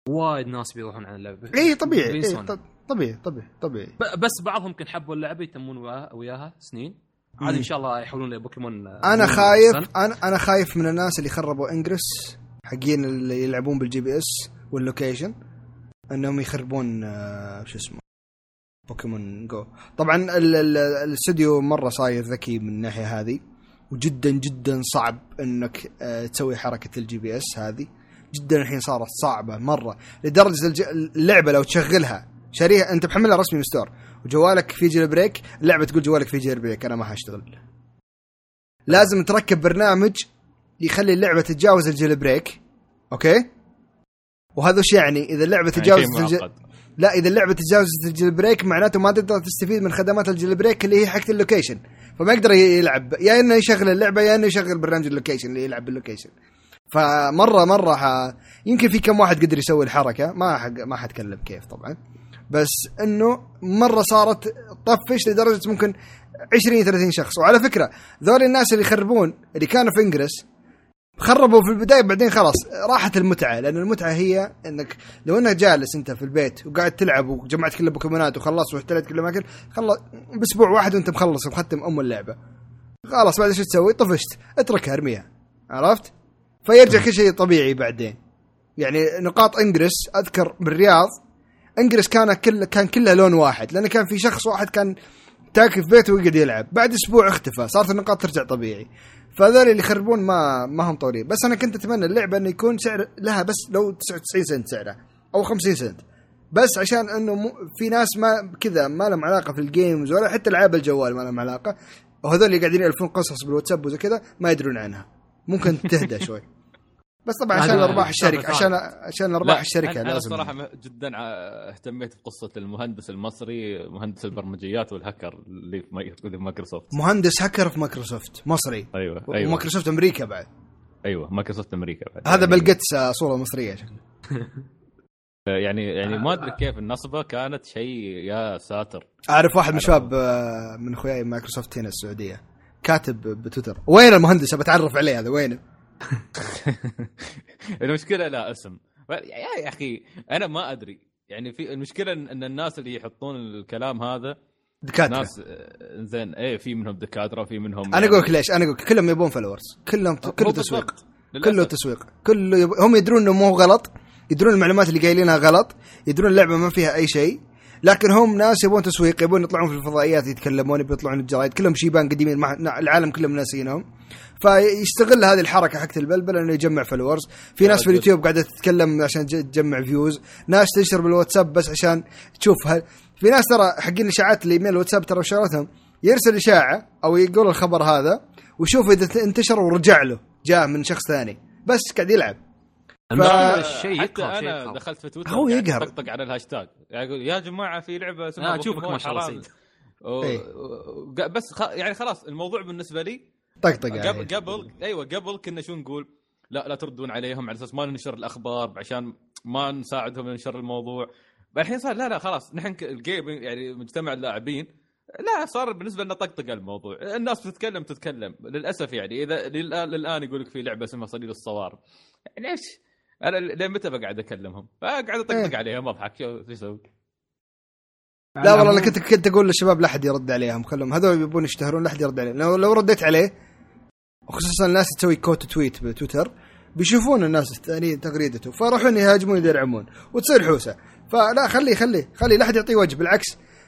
وايد ناس بيروحون عن اللعبه. اي طبيعي إيه طبيعي طبيعي طبيعي بس بعضهم يمكن حبوا اللعبه يتمون وياها سنين عاد ان شاء الله يحولون لبوكيمون. انا خايف انا انا خايف من الناس اللي خربوا انجرس حقين اللي يلعبون بالجي بي اس واللوكيشن انهم يخربون شو اسمه بوكيمون جو. طبعا الاستوديو مره صاير ذكي من الناحيه هذه وجدا جدا صعب انك تسوي حركه الجي بي اس هذه جدا الحين صارت صعبه مره لدرجه اللعبه لو تشغلها شاريها انت محملها رسمي من ستور وجوالك في جيل بريك اللعبه تقول جوالك في جيل بريك انا ما هشتغل. لازم تركب برنامج يخلي اللعبه تتجاوز الجيل بريك. اوكي وهذا وش يعني اذا اللعبه تتجاوز الج... لا اذا اللعبه تتجاوز الجيل بريك معناته ما تقدر تستفيد من خدمات الجيل بريك اللي هي حق اللوكيشن فما يقدر يلعب يا انه يشغل اللعبه يا انه يشغل برنامج اللوكيشن اللي يلعب باللوكيشن. فمره مره ح... يمكن في كم واحد قدر يسوي الحركه ما حق... ما حتكلم كيف طبعا بس انه مره صارت طفش لدرجه ممكن عشرين ثلاثين شخص. وعلى فكره ذول الناس اللي يخربون اللي كانوا في انجرس خربوا في البدايه بعدين خلاص راحت المتعه لان المتعه هي انك لو انك جالس انت في البيت وقاعد تلعب وجمعت كل البوكيمونات وخلصت واحتلت كل الاماكن خلص باسبوع واحد وانت مخلص ومختم ام اللعبه خلاص بعد شو تسوي طفشت اتركها ارميها عرفت فيرجع كل شيء طبيعي بعدين. يعني نقاط انجرس اذكر بالرياض انجرس كان كل كان كلها لون واحد لأن كان في شخص واحد كان تاكل في بيته ويقعد يلعب بعد أسبوع اختفى صارت النقاط ترجع طبيعي. فهذول اللي يخربون ما ما هم طورين. بس أنا كنت أتمنى اللعبة أن يكون سعر لها بس لو تسعة وتسعين سنت سعرها أو خمسين سنت بس عشان أنه م... في ناس ما كذا ما لهم علاقة في الجيمز ولا حتى العاب الجوال ما لهم علاقة وهذول اللي قاعدين يألفون قصص بالواتساب وزي كذا ما يدرون عنها ممكن تهدى شوي بس طبعا عشان ارباح الشركه عشان عشان ارباح الشركه أنا لازم. انا صراحه جدا اهتميت بقصه المهندس المصري مهندس البرمجيات والهكر اللي في مايكروسوفت. مهندس هكر في مايكروسوفت مصري. ايوه ايوه ومايكروسوفت امريكا بعد. ايوه مايكروسوفت امريكا بعد. هذا يعني بالقدس صوره مصريه يعني يعني ما ادري كيف النصبه كانت شيء يا ساتر. اعرف واحد من شباب من اخوياي مايكروسوفت هنا السعوديه كاتب بتويتر وين المهندس بتعرف عليه هذا وينه. المشكله لا اسم يا اخي انا ما ادري يعني في المشكله ان الناس اللي يحطون الكلام هذا دكاتره ناس زين ايه في منهم دكاتره في منهم انا اقول لك ليش انا اقول كلهم يبون فلورز كلهم كله تسويق كله تسويق كله يب... هم يدرون انه مو غلط يدرون المعلومات اللي قايلينها غلط يدرون اللعبه ما فيها اي شيء لكن هم ناس يبون تسويق يبون يطلعون في الفضائيات يتكلمون يطلعون الجرايد كلهم شيبان قديمين مع... العالم كلهم ناسينهم فيستغل هذه الحركه حق البلبل انه يجمع فلورز. في ناس في اليوتيوب قاعده تتكلم عشان تجمع فيوز ناس تنشر بالواتساب بس عشان تشوف هل... في ناس ترى حقين الاشاعات اللي ايميل الواتساب ترى شغلتهم يرسل اشاعه او يقول الخبر هذا وشوف اذا انتشر ورجع له جاء من شخص ثاني بس قاعد يلعب ف... الشيء حتى انا شيء دخلت في تويتر هو يقهر طقطق على الهاشتاج يعني يا جماعه في لعبه اسمها اشوفك ما شاء الله سيد و... ايه. بس خ... يعني خلاص الموضوع بالنسبه لي طقطق قبل قبل ايوه قبل كنا شو نقول لا لا تردون عليهم على اساس ما ننشر الاخبار عشان ما نساعدهم ننشر الموضوع. الحين صار لا لا خلاص نحن الجيم يعني مجتمع اللاعبين لا صار بالنسبه لنا طقطق الموضوع الناس بتتكلم تتكلم للاسف يعني اذا للان يقول لك في لعبه اسمها صليل الصوارم ليش انا لين متى بقعد اكلمهم فقاعد اطقطق ايه. عليهم اضحك شو يسوي. لا والله انا كنت كنت اقول للشباب لا احد يرد عليهم خلهم هذول يبون يشتهرون لا احد يرد عليهم لو, لو رديت عليه وخصوصا الناس تسوي كوت تويت بتويتر بيشوفون الناس الثانيين تغريدته فراحون يهاجمون يدرعمون وتصير حوسه. فلا خليه خليه خليه لا احد يعطيه وجه بالعكس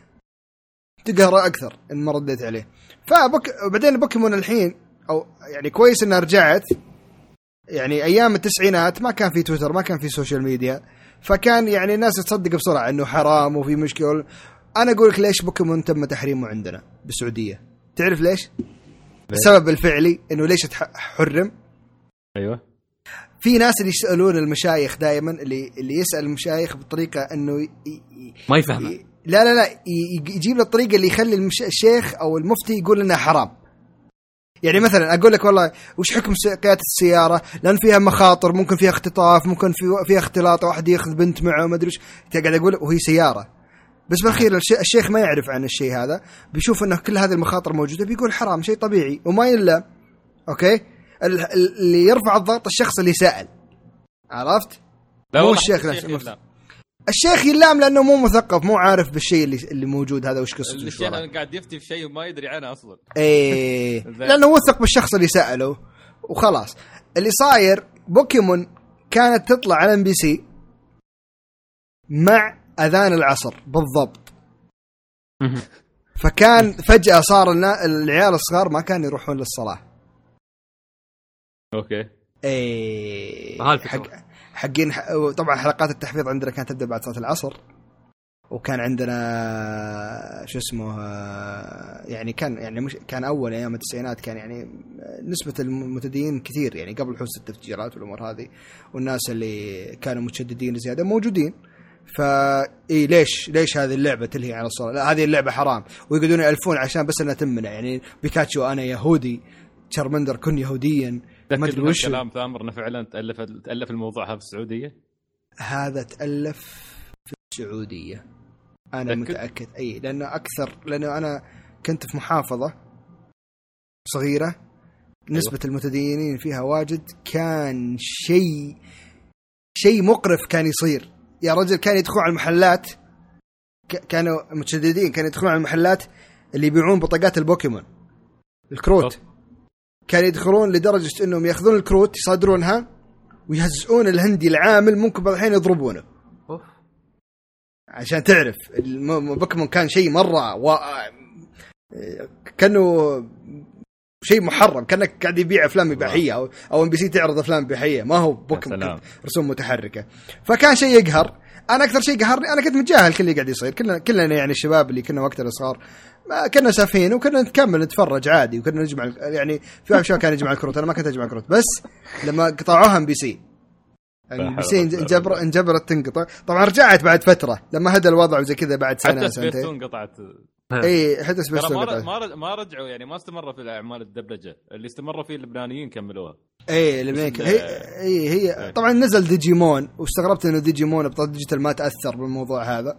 تقهر اكثر ان ما رديت عليه. فبك وبعدين بوكيمون الحين او يعني كويس انها رجعت يعني ايام التسعينات ما كان في تويتر ما كان في سوشيال ميديا فكان يعني الناس تصدق بسرعه انه حرام وفي مشكله. انا اقول لك ليش بوكيمون تم تحريمه عندنا بالسعوديه تعرف ليش؟ السبب الفعلي انه ليش تحرم. ايوه في ناس اللي يسالون المشايخ دائما اللي اللي يسال المشايخ بطريقه انه ي... ما يفهم ي... لا لا لا يجيب له الطريقه اللي يخلي المش... الشيخ او المفتي يقول انها حرام. يعني مثلا اقول لك والله وش حكم قياده السياره لان فيها مخاطر ممكن فيها اختطاف ممكن في فيها اختلاط واحد ياخذ بنت معه ما ادري ايش قاعد اقول وهي سياره بس بالاخير الشيخ ما يعرف عن الشيء هذا بيشوف انه كل هذه المخاطر موجوده بيقول حرام شيء طبيعي وما الا اوكي اللي يرفع الضغط الشخص اللي سأل عرفت مو الشيخ نفسه. الشيخ يلام لانه مو مثقف، مو عارف بالشيء اللي اللي موجود هذا وش قصته. الشيخ قاعد يفتي في شيء وما يدري عنه اصلا. ايه لانه وثق بالشخص اللي ساله وخلاص. اللي صاير بوكيمون كانت تطلع على ام بي سي مع اذان العصر بالضبط. فكان فجأة صار العيال الصغار ما كانوا يروحون للصلاة. اوكي. ايه حق حقين طبعا حلقات التحفيظ عندنا كانت تبدأ بعد صلاة العصر، وكان عندنا شو اسمه يعني كان يعني مش كان اول ايام التسعينات كان يعني نسبة المتدينين كثير يعني قبل حدوث التفجيرات والامور هذه، والناس اللي كانوا متشددين زيادة موجودين. فا إيه ليش ليش هذه اللعبة تلهي عن الصلاة؟ لا هذه اللعبة حرام، ويقعدون يألفون عشان بس انها تمنع. يعني بيكاتشو انا يهودي، تشارمندر كن يهوديا، ما ادري وش كلام ثامر. فعلا تألف تألف الموضوع هذا في السعودية. هذا تألف في السعودية انا تأكد. متأكد اي لانه اكثر، لانه انا كنت في محافظة صغيرة نسبة أيوة. المتدينين فيها واجد، كان شيء شيء مقرف كان يصير يا رجل. كان يدخلون على المحلات، كانوا متشددين، كانوا يدخلون على المحلات اللي يبيعون بطاقات البوكيمون الكروت. كانوا يدخلون لدرجة انهم ياخذون الكروت يصادرونها ويهزئون الهندي العامل، ممكن بعض الحين يضربونه. عشان تعرف البوكيمون كان شيء مرة و... كانوا شيء محرم، كانك قاعد يبيع افلام اباحيه او او ام بي سي تعرض افلام اباحيه، ما هو بوكيمون رسوم متحركه. فكان شيء يقهر. انا اكثر شيء قهرني انا كنت متجاهل كل اللي قاعد يصير. كلنا كلنا يعني الشباب اللي كنا وقتنا صغار ما كنا سافين وكنا نكمل نتفرج عادي، وكنا نجمع يعني في اشياء كان يجمع الكروت، انا ما كنت اجمع الكروت. بس لما قطعوها ام بي سي ام بي سي انجبر انجبرت تنقطع. طبعا رجعت بعد فتره لما هدى الوضع وزي كذا بعد سنه سنتين قطعت. اي حتى سبيس ما ما رجعوا يعني ما استمروا في الاعمال الدبلجه اللي استمروا فيه اللبنانيين كملوها. اي اللبنانيين هي هي, هي طبعا نزل ديجيمون، واستغربت انه ديجيمون بطاقه ديجيتال ما تاثر بالموضوع هذا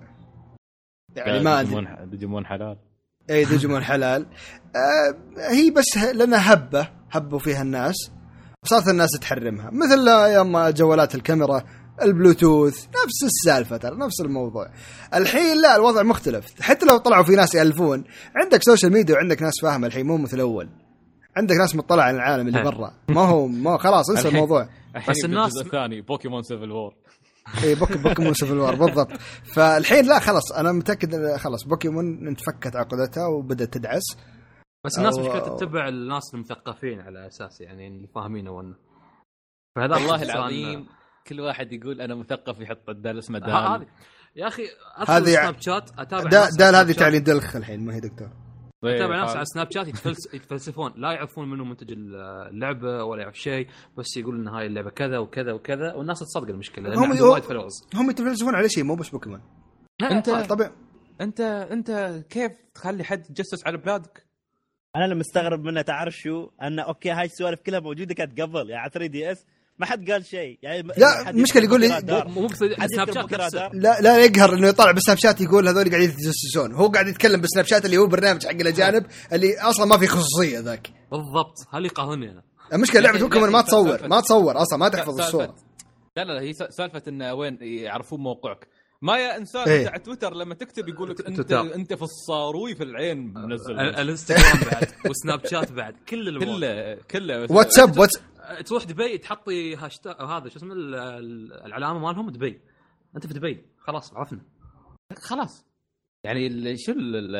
يعني. ما ديجيمون ديجيمون حلال. اي ديجيمون حلال. آه هي بس لانها هبه هبوا فيها الناس وصارت الناس تحرمها، مثل يوم جوالات الكاميرا البلوتوث نفس السالفة ترى نفس الموضوع. الحين لا الوضع مختلف، حتى لو طلعوا في ناس يألفون، عندك سوشيال ميديا وعندك ناس فاهمة الحين، مو مثل أول. عندك ناس مطلع على العالم اللي برا، ما هو ما خلاص انسى الموضوع. بس الناس الثاني بوكيمون سيفل وور. اي بوك بوكيمون سيفل وور بالضبط. فالحين لا خلاص انا متأكد خلاص بوكيمون انتفكت عقدتها وبدأت تدعس. بس الناس مش كانت تتبع الناس المثقفين على اساس يعني اللي فاهمين ونا. فهذا والله العظيم كل واحد يقول انا مثقف يحط الدال اسمه دال. هذه يا اخي ادخل سناب شات اتابع دال هذه تعني دلخ الحين ما هي دكتور. اتابع ناس على سناب شات يتفلسفون لا يعرفون منه منتج اللعبه ولا يعرف شيء، بس يقول ان هاي اللعبه كذا وكذا وكذا والناس تصدق المشكله. هم وايد فلوس هم يتفلسفون على شيء مو بس بوكيمون. انت طبعا انت انت كيف تخلي حد يتجسس على بلادك؟ انا اللي مستغرب منه تعرف شو ان اوكي هاي السوالف كلها موجوده كانت قبل يعني على ثري دي اس ما حد قال شيء يعني. لا المشكله يقول لي مو سناب شات لا لا يقهر انه يطلع بسناب شات يقول هذول قاعدين يتجسسون، هو قاعد يتكلم بسناب شات اللي هو برنامج حق الاجانب اللي اصلا ما في خصوصيه ذاك بالضبط. هل يقهرني انا؟ المشكله لعبه بوكيمون ما تصور ما تصور اصلا ما تحفظ الصوره. لا لا هي سالفه انه وين يعرفون موقعك. ما يا انسان ايه. بتاع تويتر لما تكتب يقول لك انت انت في الصاروي في العين منزل الانستغرام بعد وسناب شات بعد كل الموضوع كله كله واتساب واتس تروح دبي تحطي هاشتاج هذا شو اسمه العلامه مالهم دبي، انت في دبي خلاص عرفنا خلاص يعني شو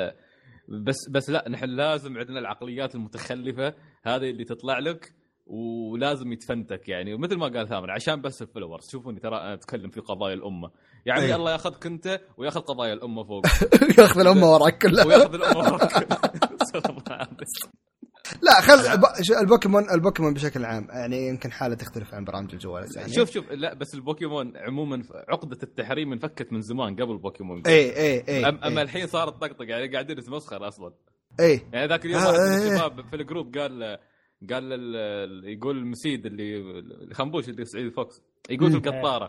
بس بس لا نحن لازم عندنا العقليات المتخلفه هذه اللي تطلع لك ولازم يتفنتك يعني. ومثل ما قال ثامر عشان بس الفلورز شوفوني ترى انا اتكلم في قضايا الامه يعني. أيه. الله ياخذك انت وياخذ قضايا الامه فوق ياخذ الامه وراك كلها وياخذ الامه وراك. لا خل البوكيمون البوكيمون بشكل عام يعني يمكن حاله تختلف عن برامج الجوال يعني. شوف شوف لا بس البوكيمون عموما عقده التحريم انفكت من زمان قبل بوكيمون. اي اي اي اما أي. الحين صارت طقطقه يعني قاعدين نتمسخر اصلا. اي يعني ذاك اليوم واحد من الشباب في الجروب قال قال يقول المسيد اللي خنبوش اللي سعيد فوكس يقول في القطاره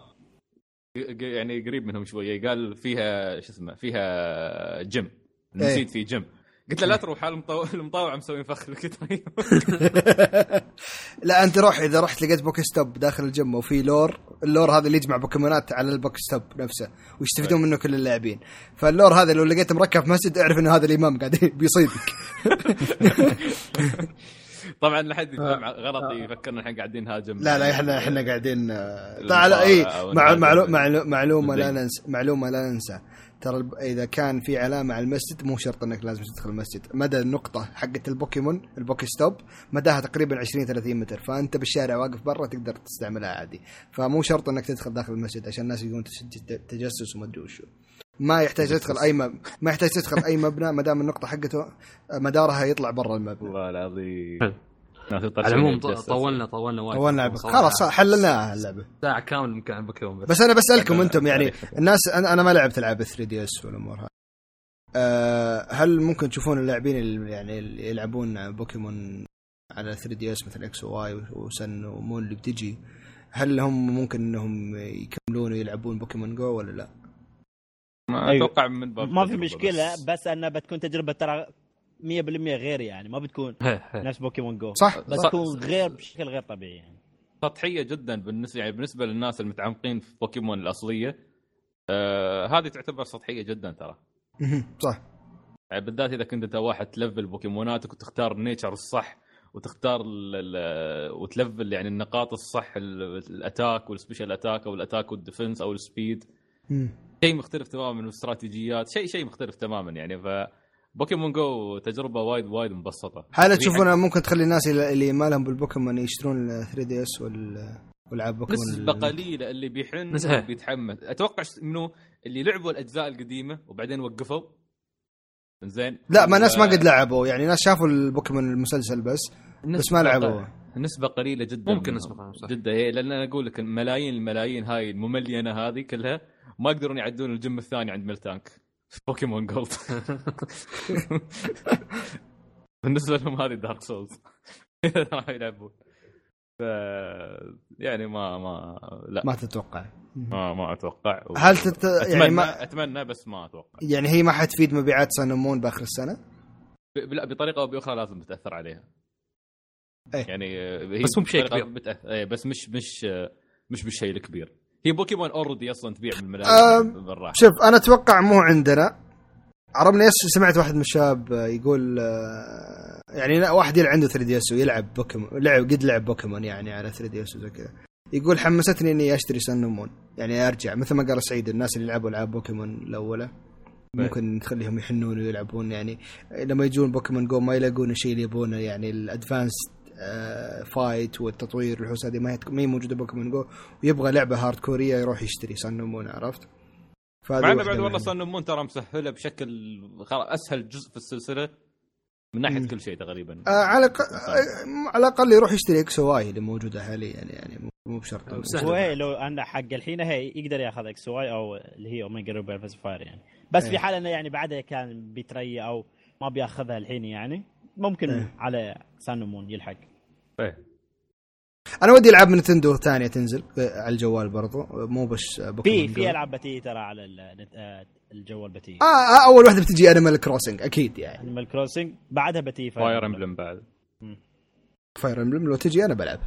يعني قريب منهم شويه قال فيها شو اسمه فيها جيم المسيد في جيم قلت له لا تروح على المطوع المطوع مسوين فخ لك. طيب لا انت روح، اذا رحت لقيت بوكي ستوب داخل الجيم وفي لور، اللور هذا اللي يجمع بوكيمونات على البوكي ستوب نفسه ويستفيدون منه كل اللاعبين، فاللور هذا لو لقيته مركب في مسجد اعرف انه هذا الامام قاعد بيصيدك. طبعا لحد يفهم غلط يفكرنا الحين قاعدين هاجم. لا لا احنا احنا قاعدين طالع اي معلومه معلومه لا ننسى معلومه لا ننسى ترى اذا كان في علامه على المسجد مو شرط انك لازم تدخل المسجد. مدى النقطه حقه البوكيمون البوكي ستوب مداها تقريبا عشرين ثلاثين متر، فانت بالشارع واقف برا تقدر تستعملها عادي، فمو شرط انك تدخل داخل المسجد عشان الناس يقولون تجسس وما ادري وشو. ما يحتاج تدخل اي مب... ما يحتاج تدخل اي مبنى ما دام النقطه حقته مدارها يطلع برا المبنى. والله العظيم. على العموم طولنا طولنا وايد طولنا خلاص حللناها اللعبه ساعه كامل مكان بوكيمون. بس, بس انا بسالكم انتم يعني الناس، انا انا ما لعبت العاب ثري دي اس والامور هذه، أه هل ممكن تشوفون اللاعبين اللي يعني اللي يلعبون بوكيمون على ثري دي اس مثل اكس وواي وسن ومون اللي بتجي، هل هم ممكن انهم يكملون ويلعبون بوكيمون جو ولا لا؟ ما أيوه. اتوقع من باب ما في مشكله، بس, بس انها بتكون تجربه ترى مية بالمية غير، يعني ما بتكون نفس بوكيمون جو صح، بس صح. تكون غير بشكل غير طبيعي يعني. سطحيه جدا بالنسبه يعني بالنسبه للناس المتعمقين في بوكيمون الاصليه. آه هذه تعتبر سطحيه جدا ترى. صح، يعني بالذات اذا كنت انت واحد تلفل بوكيموناتك وتختار النيتشر الصح وتختار وتلفل يعني النقاط الصح، الاتاك والسبيشال اتاك او الاتاك والديفنس او السبيد، شيء مختلف تماما من الاستراتيجيات، شيء شيء مختلف تماما يعني. ف بوكيمون جو تجربه وايد وايد مبسطه. هل تشوفونها ممكن تخلي الناس اللي ما لهم بالبوكيمون يشترون ثري دي اس والعاب بوكيمون؟ نسبه قليله اللي بيحن بيتحمس. اتوقع انه اللي لعبوا الاجزاء القديمه وبعدين وقفوا زين. لا ما ناس ما قد لعبوا، يعني ناس شافوا البوكيمون المسلسل بس بس ما لعبوا. نسبه قليله جدا ممكن نسبه جدا هي، لان انا اقول لك الملايين الملايين هاي المملينه هذه كلها ما يقدرون يعدون الجيم الثاني عند ملتانك في بوكيمون جولد. بالنسبه لهم هذه دارك سولز راح يلعبون. ف يعني ما ما لا ما تتوقع ما ما اتوقع. هل تت... أتمنى يعني ما اتمنى بس ما اتوقع. يعني هي ما حتفيد مبيعات سانمون باخر السنه؟ ب... لا بطريقه او باخرى لازم تاثر عليها. أيه. يعني هي بس مو بشيء كبير بتأثر... أيه بس مش مش مش بالشيء الكبير. هي بوكيمون اوريدي اصلا تبيع بالملايين بالراحه. شوف انا اتوقع مو عندنا عربنا. سمعت واحد من الشباب يقول يعني واحد يلعب عنده ثري دي اس ويلعب بوكيمون، لعب قد لعب بوكيمون يعني على ثري دي اس وزي كذا، يقول حمستني اني اشتري سنمون، يعني ارجع مثل ما قال سعيد الناس اللي لعبوا العاب بوكيمون الاولى ممكن تخليهم يحنون ويلعبون، يعني لما يجون بوكيمون جو ما يلاقون الشيء اللي يبونه، يعني الادفانس فايت والتطوير والحوسه هذه ما هي موجوده بوكيمون جو، ويبغى لعبه هارد كوريه يروح يشتري سنمون. عرفت؟ مع انه بعد والله سنمون ترى مسهله بشكل اسهل جزء في السلسله من ناحيه مم. كل شيء تقريبا. آه على ق... على الاقل يروح يشتري اكس واي اللي موجوده حاليا، يعني يعني مو بشرط. هو لو انا حق الحين هي يقدر ياخذ اكس واي او اللي هي اوميجا روبر فاير يعني، بس ايه. في حال انه يعني بعدها كان بيتري او ما بياخذها الحين يعني ممكن ايه. على سانمون يلحق. ايه انا ودي العاب نينتندو ثانيه تنزل على الجوال برضو، مو بس في في العاب بتيجي ترى على الجوال بتيجي. اه اول واحده بتجي انيمال كروسنج اكيد، يعني انيمال كروسنج بعدها بتيجي فاير امبلم بعد. فاير امبلم لو تجي انا بلعب.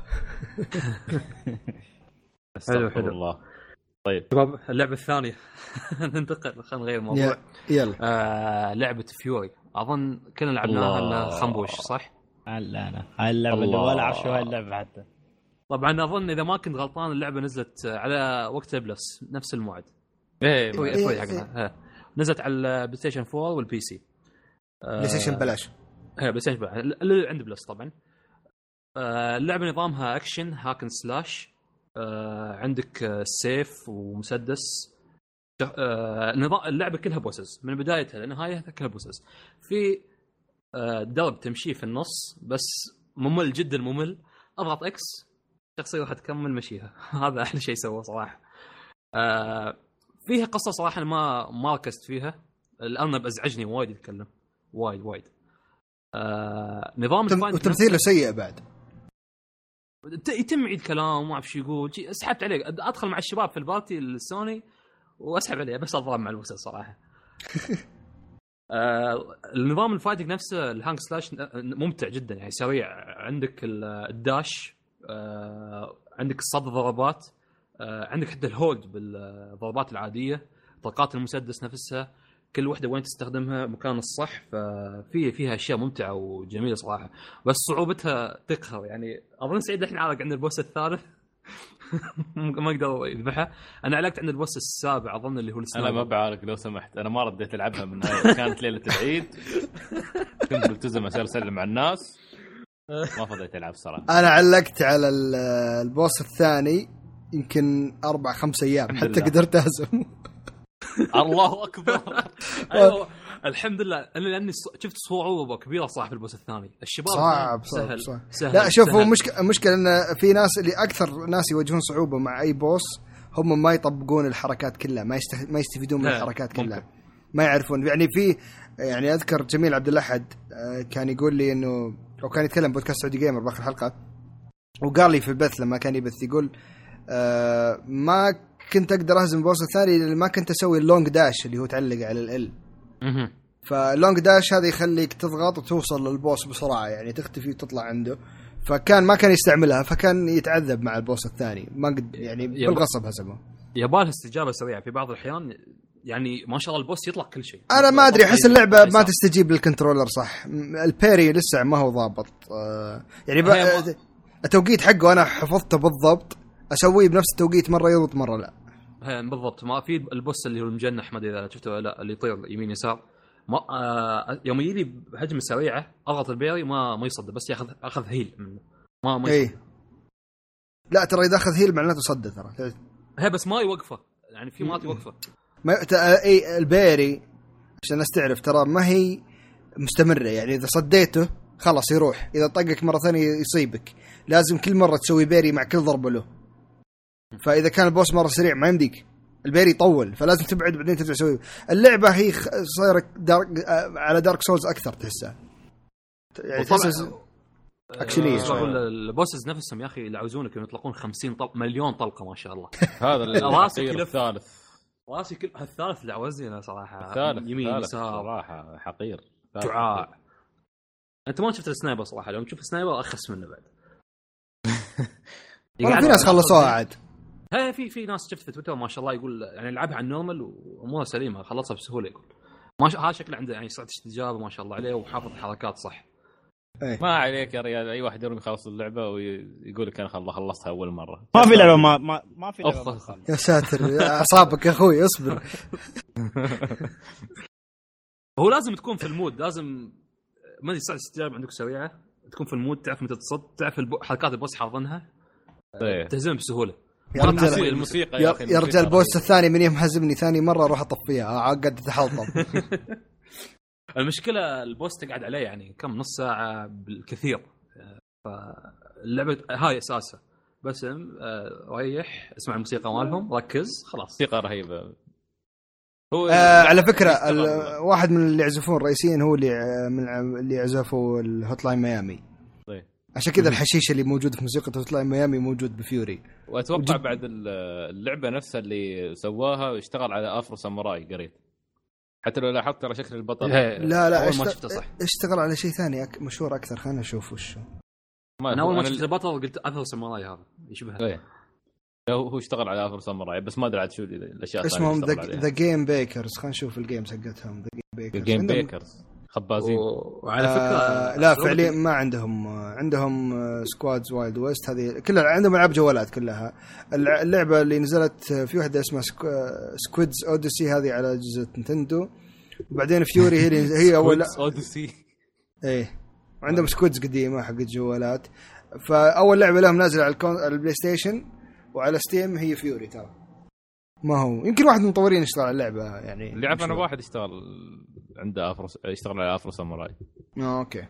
حلو حلو الله. طيب شباب اللعبه الثانيه ننتقل خلينا نغير الموضوع. يلا آه لعبه فيوري اظن كلنا لعبناها خنبوش صح؟ لا لا هاي اللعبه اللي ولا عارف شو هاي اللعبه حتى. طبعا اظن اذا ما كنت غلطان اللعبه نزلت على وقت بلس نفس الموعد. ايه توي حقنا نزلت على البلاي ستيشن فور والبي سي. بلاي ستيشن بلاش. ايه بلاي ستيشن بلاش اللي عند بلس طبعا. آه اللعبه نظامها اكشن هاكن سلاش. آه عندك سيف ومسدس. آه نظام اللعبه كلها بوسز من بدايتها لنهايتها كلها بوسز. في آه درب تمشي في النص بس ممل جدا ممل. اضغط اكس شخصيه راح تكمل مشيها. هذا احلى شيء سووه صراحه. آه فيها قصه صراحه ما ما ركزت فيها الارنب ازعجني وايد يتكلم وايد وايد. آه نظام وتمثيله سيء بعد يتم عيد كلام وما اعرف شو يقول. اسحبت عليه ادخل مع الشباب في البارتي السوني واسحب عليه بس اضرب مع الوسط صراحه. آه النظام الفايتنج نفسه الهانك سلاش ممتع جدا يعني سريع. عندك الداش، آه عندك الصد ضربات، آه عندك حتى الهولد بالضربات العاديه، طلقات المسدس نفسها كل وحده وين تستخدمها مكان الصح. ففي فيها اشياء ممتعه وجميله صراحه، بس صعوبتها تقهر يعني. اظن سعيد الحين عالق عند البوس الثالث ما اقدر يذبحها. انا علقت عند البوس السابع اظن اللي هو السنايبر. انا ما بعارك لو سمحت، انا ما رديت العبها من هاي. كانت ليله العيد كنت ملتزم عشان اسلم على الناس، ما فضيت العب صراحه. انا علقت على البوس الثاني يمكن اربع خمس ايام حتى قدرت اهزم. الله اكبر. ايوه الحمد لله. انا لاني شفت صعوبه كبيره صاحب البوس الثاني. الشباب صعب سهل, صعب, سهل لا شوفوا سهل. مشكله مشكله ان في ناس اللي اكثر ناس يواجهون صعوبه مع اي بوس هم ما يطبقون الحركات كلها، ما يست... ما يستفيدون من الحركات كلها، ما يعرفون يعني. في يعني اذكر جميل عبد الاحد كان يقول لي انه او كان يتكلم بودكاست سعودي جيمر باخر حلقه، وقال لي في البث لما كان يبث يقول آه ما كنت اقدر اهزم البوس الثاني لان ما كنت اسوي اللونج داش اللي هو تعلق على ال ال فاللونج داش هذا يخليك تضغط وتوصل للبوس بسرعه يعني تختفي وتطلع عنده، فكان ما كان يستعملها، فكان يتعذب مع البوس الثاني ما قد يعني بالغصب هزمه. يبالها استجابه سريعه في بعض الاحيان يعني ما شاء الله البوس يطلع كل شيء. انا ما ادري احس اللعبه ما تستجيب للكنترولر صح، البيري لسه ما هو ضابط آه يعني ب... التوقيت حقه انا حفظته بالضبط، اسويه بنفس التوقيت مره يضبط مره لا. بالضبط. ما في البوس اللي هو المجنح ما ادري اذا شفته لا اللي يطير يمين يسار، ما آه يوم يجي بهجمه سريعه اضغط البيري ما ما يصد، بس ياخذ اخذ هيل منه ما ما ايه. لا ترى اذا اخذ هيل معناته صد ترى هي بس ما يوقفه يعني في ما توقفه ما اي البيري عشان استعرف ترى ما هي مستمره يعني. اذا صديته خلاص يروح، اذا طقك مره ثانيه يصيبك، لازم كل مره تسوي بيري مع كل ضربه له. فاذا كان البوس مره سريع ما يمديك البيري يطول، فلازم تبعد بعدين ترجع تسوي. اللعبه هي صايره دارك على دارك سولز اكثر تحسها يعني تحس اكشليه شويه. البوسز نفسهم يا اخي يعوزونك يطلقون خمسين طلق مليون طلقه ما شاء الله. هذا الحقير الثالث راسي كل الثالث اللي عوزني انا صراحه. الثالث يمين يسار صراحه حقير دعاء. انت ما شفت السنايبر صراحه، لو تشوف السنايبر اخس منه بعد. يعني في ناس خلصوها عاد. ها في في ناس شفت في تويتر ما شاء الله يقول يعني لعبها على النورمال وامورها سليمه خلصها بسهوله. يقول ما شاء الله شكله عنده يعني سرعه استجابه ما شاء الله عليه وحافظ الحركات صح. أيه. ما عليك يا ريال، اي واحد يرمي يخلص اللعبه ويقول لك انا خلص خلصتها اول مره. ما في لعبه ما ما, ما في لعبه. يا ساتر اعصابك يا اخوي اصبر. هو لازم تكون في المود، لازم ما ادري سرعه الاستجابه عندك سريعه، تكون في المود تعرف متى تصد، تعرف حركات البوس حافظنها تهزم بسهوله. يا رجال الموسيقى يا, يا رجال البوس الثاني من يوم هزمني ثاني مره اروح اطفيها عقد تحلطم. المشكله البوس تقعد عليه يعني كم نص ساعه بالكثير، فاللعبه هاي اساسها بس ريح اسمع الموسيقى مالهم ركز خلاص. موسيقى رهيبه. هو آه على فكره واحد من اللي يعزفون الرئيسيين هو اللي من اللي عزفوا الهوت لاين ميامي. طيب عشان كذا الحشيش اللي موجود في موسيقى هوت لاين ميامي موجود بفيوري. واتوقع وجد... بعد اللعبه نفسها اللي سواها واشتغل على افرو ساموراي قريت، حتى لو لاحظت ترى شكل البطل لا لا اشت... اشتغل على شيء ثاني أك... مشهور اكثر. خلينا نشوف وش انا اول ما شفت البطل قلت افرو ساموراي هذا يشبه. ايه هو اشتغل على افرو ساموراي بس ما ادري عاد شو الاشياء الثانيه. اسمهم ذا جيم بيكرز. خلينا نشوف الجيمز حقتهم. ذا جيم بيكرز. جيم بيكرز خبازين. وعلى فكره آه لا فعليا ما عندهم عندهم سكوادز وايلد ويست هذه كلها عندهم العاب جوالات كلها. اللعبه اللي نزلت في واحده اسمها سكويدز اوديسي هذه على اجهزه نينتندو، وبعدين فيوري هي هي اول اوديسي ايه. وعندهم سكويدز قديمه حقت جوالات. فاول لعبه لهم نازله على البلاي ستيشن وعلى ستيم هي فيوري. ترى ما هو يمكن واحد من المطورين اشتغل على اللعبه يعني. اللي عرف انا واحد اشتغل عنده افرو يشتغل على افرو ساموراي. اه اوكي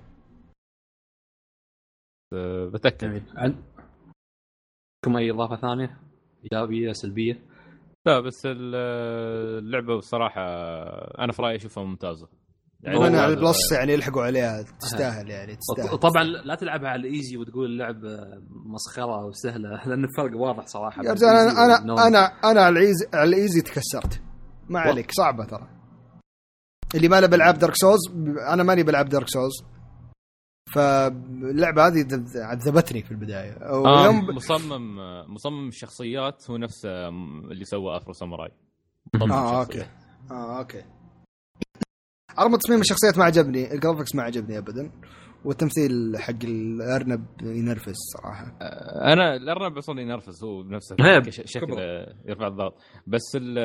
أه بتاكد كم اي اضافه ثانيه ايجابيه سلبيه؟ لا بس اللعبه بصراحه انا في رايي اشوفها ممتازه يعني. انا على البلس يعني يلحقوا عليها تستاهل يعني تستاهل. طبعا لا تلعبها على الايزي وتقول اللعب مسخره وسهله لان الفرق واضح صراحه. يا رجال انا انا انا انا على الايزي على الايزي تكسرت ما عليك صعبه ترى. اللي ما له بالعاب دارك سولز. انا ماني بلعب دارك سولز، فاللعبه هذه عذبتني في البدايه. آه يوم ب... مصمم مصمم الشخصيات هو نفس اللي سوى افرو ساموراي. اه اوكي اه اوكي على تصميم الشخصيات ما عجبني، الجرافيكس ما عجبني ابدا، والتمثيل حق الارنب ينرفز صراحه. انا الارنب اصلا ينرفز هو بنفسه شكل يرفع الضغط. بس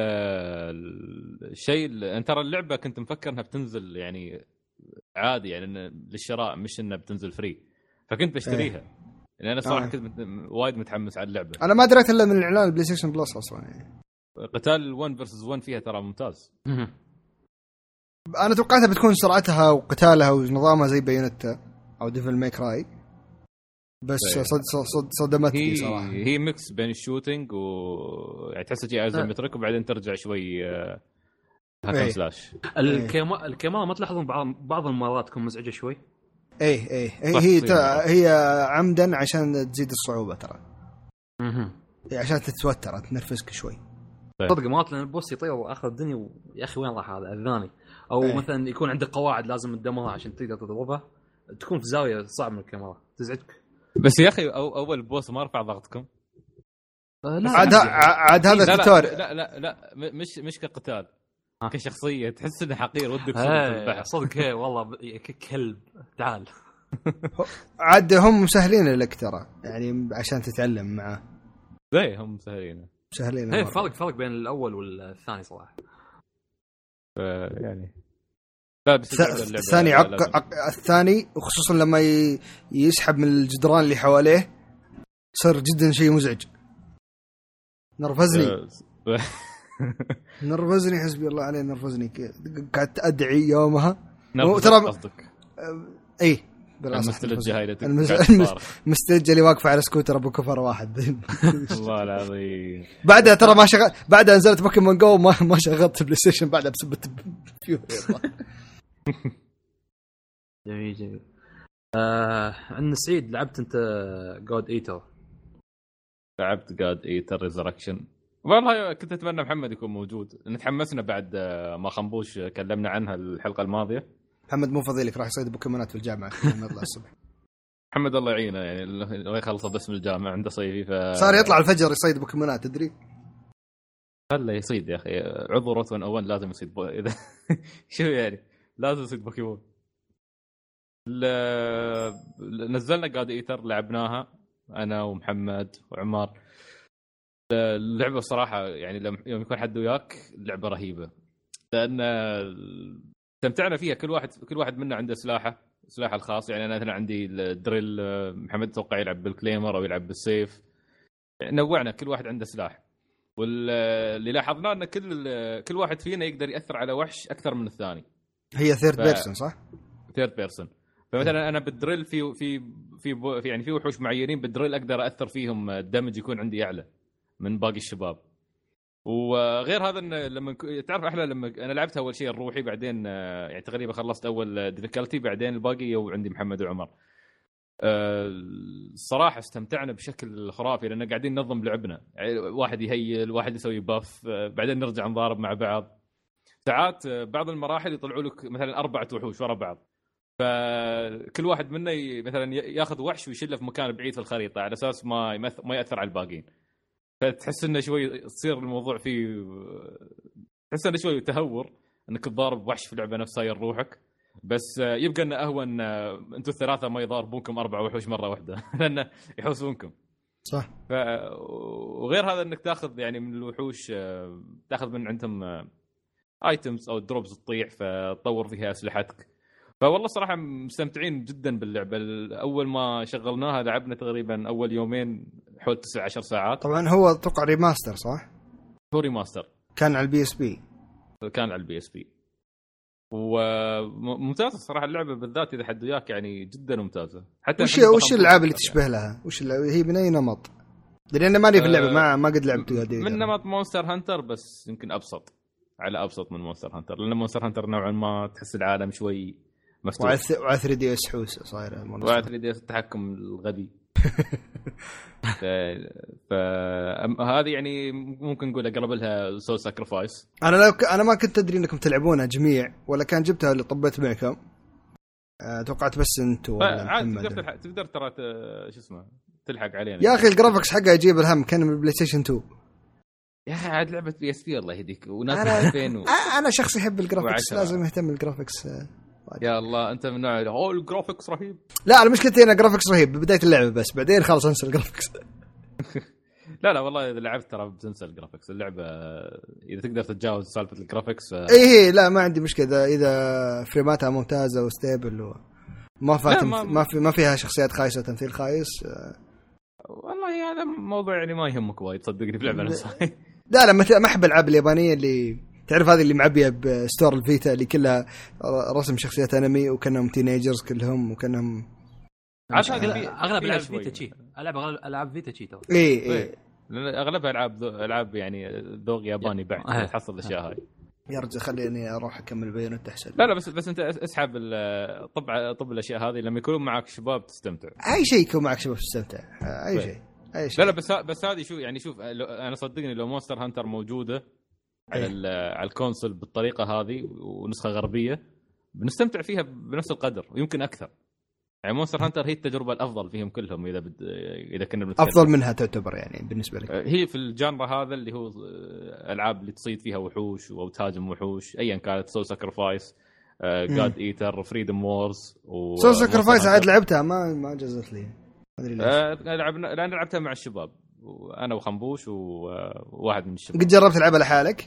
الشيء انت ترى اللعبه كنت مفكر انها بتنزل يعني عادي يعني للشراء، مش انها بتنزل فري، فكنت بشتريها. ايه. يعني انا صراحه آه. كنت وايد متحمس على اللعبه. انا ما دريت الا من الاعلان البلاي ستيشن بلس اصلا. يعني قتال واحد فيرسز واحد فيها ترى ممتاز. انا توقعتها بتكون سرعتها وقتالها ونظامها زي بايونيتا او ديفل ماي كراي، بس صد صد صدمتني صراحه. هي ميكس بين الشوتينج و يعني تحس شيء ايزومتريك وبعدين ترجع شوي هاكن سلاش. الكيما الكيما ما تلاحظون بعض المرات تكون مزعجه شوي؟ ايه ايه هي ت... هي عمدا عشان تزيد الصعوبه ترى. اها عشان تتوتر تنرفزك شوي. صدق مرات لان البوس يطير اخر الدنيا و... يا اخي وين راح هذا اذاني. او أيه. مثلا يكون عندك قواعد لازم تدمرها عشان تقدر تضربها، تكون في زاويه صعب من الكاميرا تزعجك. بس يا اخي أو اول بوس ما رفع ضغطكم؟ لا عاد عاد هذا التوتور. لا لا لا مش مش كقتال، كشخصيه تحس انه حقير ودك صدق. صدق هي والله كلب تعال. عاد هم مسهلين لك ترى يعني عشان تتعلم معه. زي هم مسهلين مسهلين. هي فرق فرق بين الاول والثاني صراحه. يعني لا بس الثاني عق... عق... الثاني وخصوصا لما ي... يسحب من الجدران اللي حواليه صار جدا شيء مزعج. نرفزني نرفزني حسبي الله عليه نرفزني. قعدت ادعي يومها ترى قصدك اي المستلجه هاي المستلجه اللي واقفه على سكوتر ابو كفر واحد. والله العظيم. بعدها ترى ما شغل، بعدها نزلت بوكيمون جو ما ما شغلت بلاي ستيشن بعدها بسبت فيو. جميل جميل. آه عندنا سعيد، لعبت انت جود ايتر؟ لعبت جود ايتر ريزركشن. والله كنت اتمنى محمد يكون موجود، نتحمسنا بعد ما خنبوش كلمنا عنها الحلقه الماضيه. محمد مو فضيلك راح يصيد بوكيمونات في الجامعه لما يطلع الصبح. محمد الله يعينه يعني الله يخلصه بس من الجامعه عنده صيفي ف صار يطلع الفجر يصيد بوكيمونات تدري. خله يصيد يا اخي، عضو رتون اول لازم يصيد بو... اذا شو يعني لازم يصيد بوكيمون. ل... نزلنا جاد ايتر لعبناها انا ومحمد وعمار. اللعبه صراحه يعني لما يوم يكون حد وياك اللعبه رهيبه، لان استمتعنا فيها. كل واحد كل واحد منا عنده سلاحه سلاحه الخاص. يعني انا مثلا عندي الدريل، محمد توقع يلعب بالكليمر او يلعب بالسيف. نوعنا كل واحد عنده سلاح. واللي لاحظناه ان كل كل واحد فينا يقدر ياثر على وحش اكثر من الثاني. هي ثيرد ف... بيرسون صح؟ ثيرد بيرسون. فمثلا انا بالدريل في في في, في يعني في وحوش معينين بالدريل اقدر اثر فيهم الدمج يكون عندي اعلى من باقي الشباب. وغير هذا إن لما تعرف احلى لما انا لعبتها اول شيء الروحي، بعدين يعني تقريبا خلصت اول ديفيكولتي، بعدين الباقي وعندي محمد وعمر. الصراحه استمتعنا بشكل خرافي لان قاعدين ننظم لعبنا، يعني واحد يهيل واحد يسوي باف، بعدين نرجع نضارب مع بعض. ساعات بعض المراحل يطلعوا لك مثلا اربعه وحوش ورا بعض، فكل واحد منا مثلا ياخذ وحش ويشيله في مكان بعيد في الخريطه على اساس ما ما ياثر على الباقيين. فتحس انه شوي تصير الموضوع فيه، تحس انه شوي تهور انك تضارب وحش في اللعبه نفسها يروحك، بس يبقى انه اهون انتم الثلاثه ما يضاربونكم اربع وحوش مره واحده لانه يحوسونكم صح. ف... وغير هذا انك تاخذ يعني من الوحوش تاخذ من عندهم ايتمز او دروبز تطيح فتطور فيها اسلحتك. فوالله صراحه مستمتعين جدا باللعبه. اول ما شغلناها لعبنا تقريبا اول يومين حول تسعة عشر ساعات. طبعا هو اتوقع ريماستر صح؟ هو ريماستر كان على البي اس بي. كان على البي اس بي وممتازه الصراحه اللعبه بالذات اذا حد وياك يعني جدا ممتازه. حتى وش وش الالعاب اللي تشبه لها؟ وش هي من اي نمط؟ لان ماني في اللعبه ما ما قد لعبت من نمط مونستر هانتر بس يمكن ابسط، على ابسط من مونستر هانتر، لان مونستر هانتر نوعا ما تحس العالم شوي مفتوح وعلى ثري دي اس حوسه صايره وعلى ثري دي اس التحكم الغبي فهذه يعني ممكن نقول اقرب لها سول ساكرفايس. انا لو ك... انا ما كنت ادري انكم تلعبونها جميع ولا كان جبتها اللي طبيت معكم. أه... توقعت بس انتوا ولا محمد. تقدر تلحق... تقدر ترى ت... شو اسمه تلحق علينا يا اخي. الجرافكس حقه يجيب الهم كان من بلاي ستيشن تو يا اخي. عاد لعبه بي اس بي الله يهديك وناس فين و... انا شخص يحب الجرافكس لازم يهتم بالجرافكس. يا الله انت من نوع هو الجرافكس رهيب. لا المشكلتي انا جرافكس رهيب ببدايه اللعبه بس بعدين خلاص انسى الجرافكس. لا لا والله اذا لعبت ترى بتنسى الجرافكس. اللعبه اذا تقدر تتجاوز سالفه الجرافكس ف... ايه لا ما عندي مشكله اذا فريماتها ممتازه وستيبل وما فاتم ما, ما في ما فيها شخصيات خايسه وتمثيل خايس. والله هذا موضوع يعني ما يهمك وايد صدقني في لعبه نفسها. لا لا ما احب الالعاب اليابانيه اللي تعرف هذه اللي معبيه بستور الفيتا اللي كلها رسم شخصيات انمي وكانهم تينيجرز كلهم وكانهم اغلب العاب فيتا شي العاب العاب فيتا شي تو. اي اي لان اغلبها العاب العاب يعني ذوق ياباني بعد تحصل الاشياء هاي. يا رجل خليني اروح اكمل بيانات تحسن. لا لا بس بس انت اسحب طبع طب الاشياء هذه لما يكونون معك شباب تستمتع. اي شيء يكون معك شباب تستمتع اي شيء اي شيء. لا لا بس بس هذه شو يعني شوف انا صدقني لو مونستر هانتر موجوده على على الكونسول بالطريقه هذه ونسخه غربيه بنستمتع فيها بنفس القدر ويمكن اكثر. يعني مونستر هانتر هي التجربه الافضل فيهم كلهم اذا بد... اذا كنا بنتكلم افضل منها تعتبر يعني بالنسبه لك. هي في الجانرا هذا اللي هو العاب اللي تصيد فيها وحوش او تهاجم وحوش ايا كانت. سول ساكرفايس جاد ايتر فريدم وورز و سول ساكرفايس عاد لعبتها ما ما جزت لي ما ادري ليش. أه لعبنا لان لعبتها مع الشباب وانا وخنبوش وواحد من الشباب. قد جربت تلعبها لحالك؟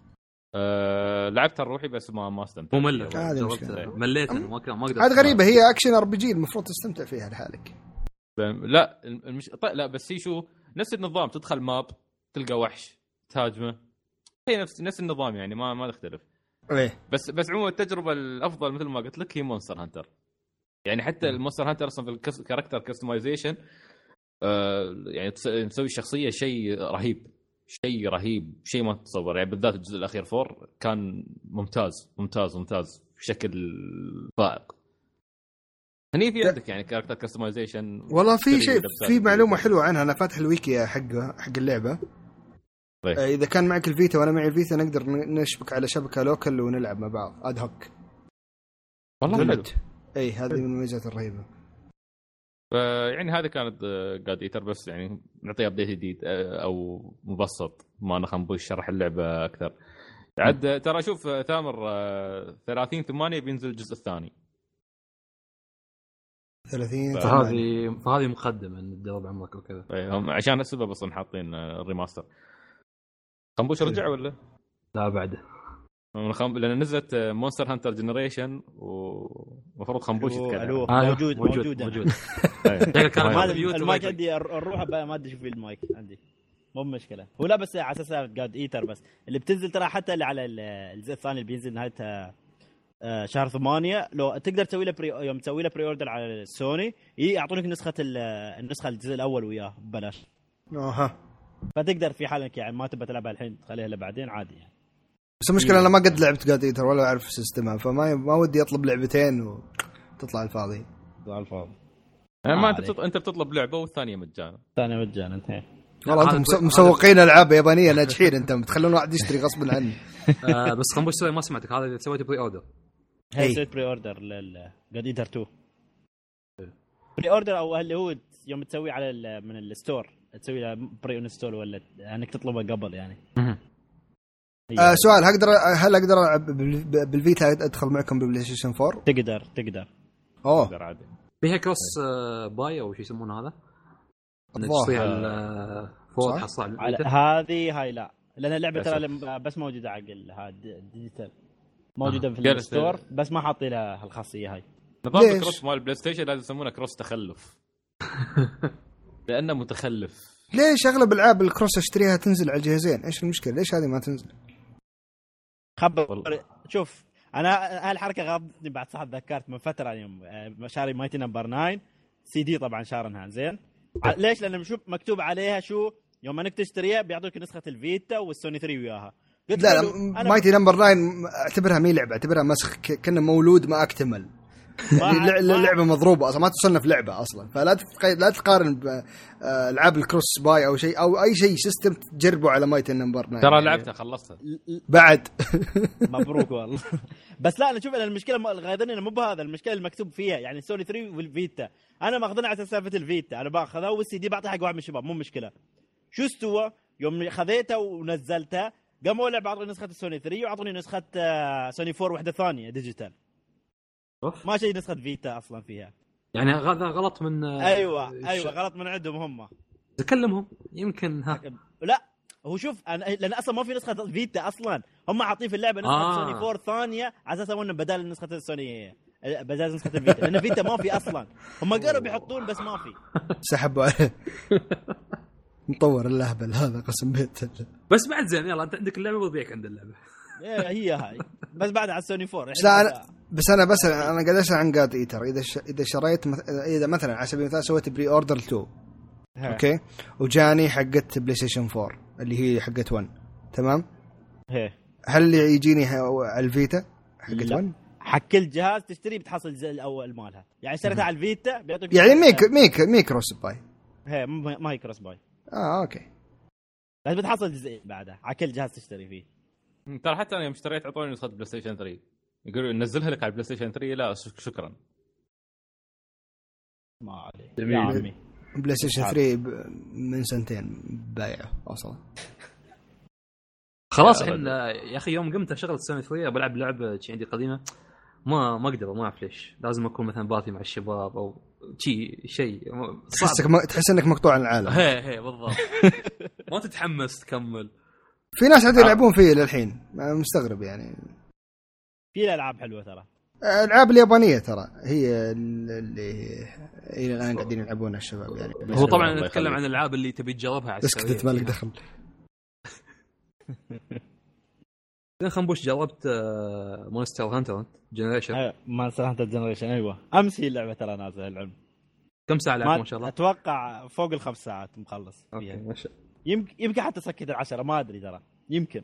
أه لعبتها الروحي بس ما ما استمتعت. ممل مليت ما كان ما اقدر. عاد غريبه هي اكشن ار بي جي المفروض تستمتع فيها لحالك. لا المش... لا بس هي شو نفس النظام تدخل ماب تلقى وحش تهاجمه هي نفس نفس النظام يعني ما ما تختلف. ايه بس بس عموما التجربه الافضل مثل ما قلت لك هي مونستر هانتر. يعني حتى المونستر هانتر اصلا في الكاركتر كاستمايزيشن آه يعني تسوي الشخصيه شيء رهيب شيء رهيب شيء ما تتصور. يعني بالذات الجزء الاخير فور كان ممتاز ممتاز ممتاز بشكل فائق. هني في عندك يعني كاركتر كاستمايزيشن. والله في شيء في معلومه حلوه عنها. انا فاتح الويكي حقه حق اللعبه. طيب. اذا كان معك الفيتا وانا معي الفيتا نقدر نشبك على شبكه لوكال ونلعب مع بعض اد هوك. والله حلو. اي هذه من الميزات الرهيبه. يعني هذه كانت قاد ايتر بس يعني نعطيها ابديت جديد او مبسط ما انا خنبوش شرح اللعبه اكثر. عاد ترى شوف ثامر ثلاثين ثمانية بينزل الجزء الثاني. ثلاثين فهذه فهذه مقدمه ندرب عمرك وكذا. هم عشان السبب اصلا حاطين الريماستر. خنبوش رجع ولا لا بعده؟ خم... لأن نزلت مونستر هانتر جنريشن ومفروض خنبوش يتكلم. آه موجود موجود موجود. المايك عندي الروح ما ادري شو في المايك عندي مو مشكله. هو لا بس على اساس قاعد ايتر بس اللي بتنزل ترى حتى اللي على الجزء الثاني اللي بينزل نهايتها شهر ثمانية لو تقدر تسوي له بري... يوم تسوي له بري اوردر على السوني يعطونك نسخه النسخه الجزء الاول وياه ببلاش. اها فتقدر في حالك يعني ما تبى تلعبها الحين تخليها لبعدين عادي يعني. بس المشكله انا ما قد لعبت جاد ايتر ولا اعرف سيستمها فما ما ودي اطلب لعبتين وتطلع الفاضي تطلع الفاضي. يعني ما انت بتط... انت بتطلب لعبه والثانيه مجانا. الثانيه مجانا انت والله انتم مس... مسوقين العاب يابانيه ناجحين انتم بتخلون واحد يشتري غصب عني. آه بس خنبوش ما سمعتك هذا اللي سويته بري اوردر. هي سويت بري اوردر لل جاد ايتر تو بري اوردر او اللي هو يوم تسوي على ال... من الستور تسوي له بري انستول ولا انك تطلبه قبل يعني. آه سؤال هقدر هل اقدر العب بالفيتا ادخل معكم بالبلاي ستيشن فور؟ تقدر تقدر اوه تقدر عادي. فيها كروس باي او شو يسمونه هذا نشتريها الفور حصل على هذه هاي لا لان اللعبه ترى بس موجوده عقل هذا ديجيتال موجوده في الستور بس ما حاطين لها الخاصيه هاي. نظام الكروس مال البلاي ستيشن لازم يسمونه كروس تخلف لانه متخلف. ليش اغلب العاب الكروس اشتريها تنزل على الجهازين؟ ايش المشكله ليش هذه ما تنزل؟ خبر شوف انا هالحركه غابتني بعد صح ذكرت من فتره يوم شاري مايتي نمبر تسعة سي دي طبعا شارنها زين. ليش؟ لانه مشوف مكتوب عليها شو يوم انك تشتريها بيعطوك نسخه الفيتا والسوني ثري وياها. لا لا مايتي نمبر تسعة اعتبرها مي لعبه اعتبرها مسخ كأنه مولود ما اكتمل اللعبه مضروبه اصلا، ما تصنف لعبه اصلا، فلا تتقي... لا تقارن بالعاب الكروس باي او شيء او اي شيء سيستم تجربه على مايت نمبر تسعة. ترى لعبتها خلصتها بعد. مبروك والله. بس لا انا شوف انا المشكله غايضني مو بهذا، المشكله المكتوب فيها يعني سوني ثلاثة والفيتا. انا ماخذنا على سالفه الفيتا، انا باخذها والسي دي بعطيه حق واحد من الشباب مو مشكله. شو استوى يوم خذيتها ونزلتها قاموا لعب اعطوني نسخه السوني ثلاثة وعطوني نسخه سوني أربعة وحده ثانيه ديجيتال. أوف. ما شيء نسخه فيتا اصلا فيها. يعني هذا غلط من ايوه ايوه غلط من عندهم هم. تكلمهم يمكن ها. لا هو شوف انا لان اصلا ما في نسخه فيتا اصلا، هم عاطين في اللعبه نسخه آه. سوني أربعة ثانيه على اساس انه بدال نسخه السوني بدال نسخه الفيتا، لان فيتا ما في اصلا، هم قالوا بيحطون بس ما في. سحبوا عليه. مطور اللهبل هذا قسم بيت. بس بعد زين يلا انت عندك اللعبه وضيعك عند اللعبه. هي هاي بس بعد على السوني أربعة. لا أنا بس انا بس انا قاعد اسال عن جاد ايتر. اذا ش... اذا شريت مث... اذا مثلا على سبيل المثال سويت بري اوردر اثنين ها. اوكي وجاني حقت بلاي ستيشن أربعة اللي هي حقت واحد تمام هي. هل اللي يجيني على الفيتا حقت واحد حق كل جهاز تشتري بتحصل الجزء الاول مالها يعني اشتريتها على الفيتا بيعطيك يعني ميك ميك ميكرو باي هي ما هي كروس باي اه اوكي بس بتحصل جزء بعدها على كل جهاز تشتري فيه. ترى حتى انا يوم اشتريت اعطوني نسخه بلاي ستيشن ثلاثة يقولوا ننزلها لك على البلاي ستيشن ثلاثة لا شكرا ما عليه يا عمي. بلاي ستيشن ثلاثة من سنتين بايعه اصلا خلاص احنا يا اخي يوم قمت اشغل السوني ثلاثة بلعب لعبه شي عندي قديمه ما ما اقدر ما اعرف ليش لازم اكون مثلا باتي مع الشباب او شيء شيء تحسك م... تحس انك مقطوع عن العالم. هي هي بالضبط. ما تتحمس تكمل. في ناس قاعدين يلعبون فيه للحين مستغرب يعني. في العاب حلوه ترى الالعاب اليابانيه ترى هي اللي الى الان قاعدين يلعبونها الشباب يعني. هو طبعا نتكلم عن الالعاب اللي تبي تجربها على السريع. بس كنت مالك دخل. خنبوش جربت مونستر هانتر جنريشن. مونستر هانتر جنريشن ايوه امس هي اللعبه ترى نازله العلم. كم ساعه لعبت ما شاء الله؟ اتوقع فوق الخمس ساعات مخلص فيها. ما شاء يمكن يمكن حتى سكت العشرة ما ادري ترى يمكن.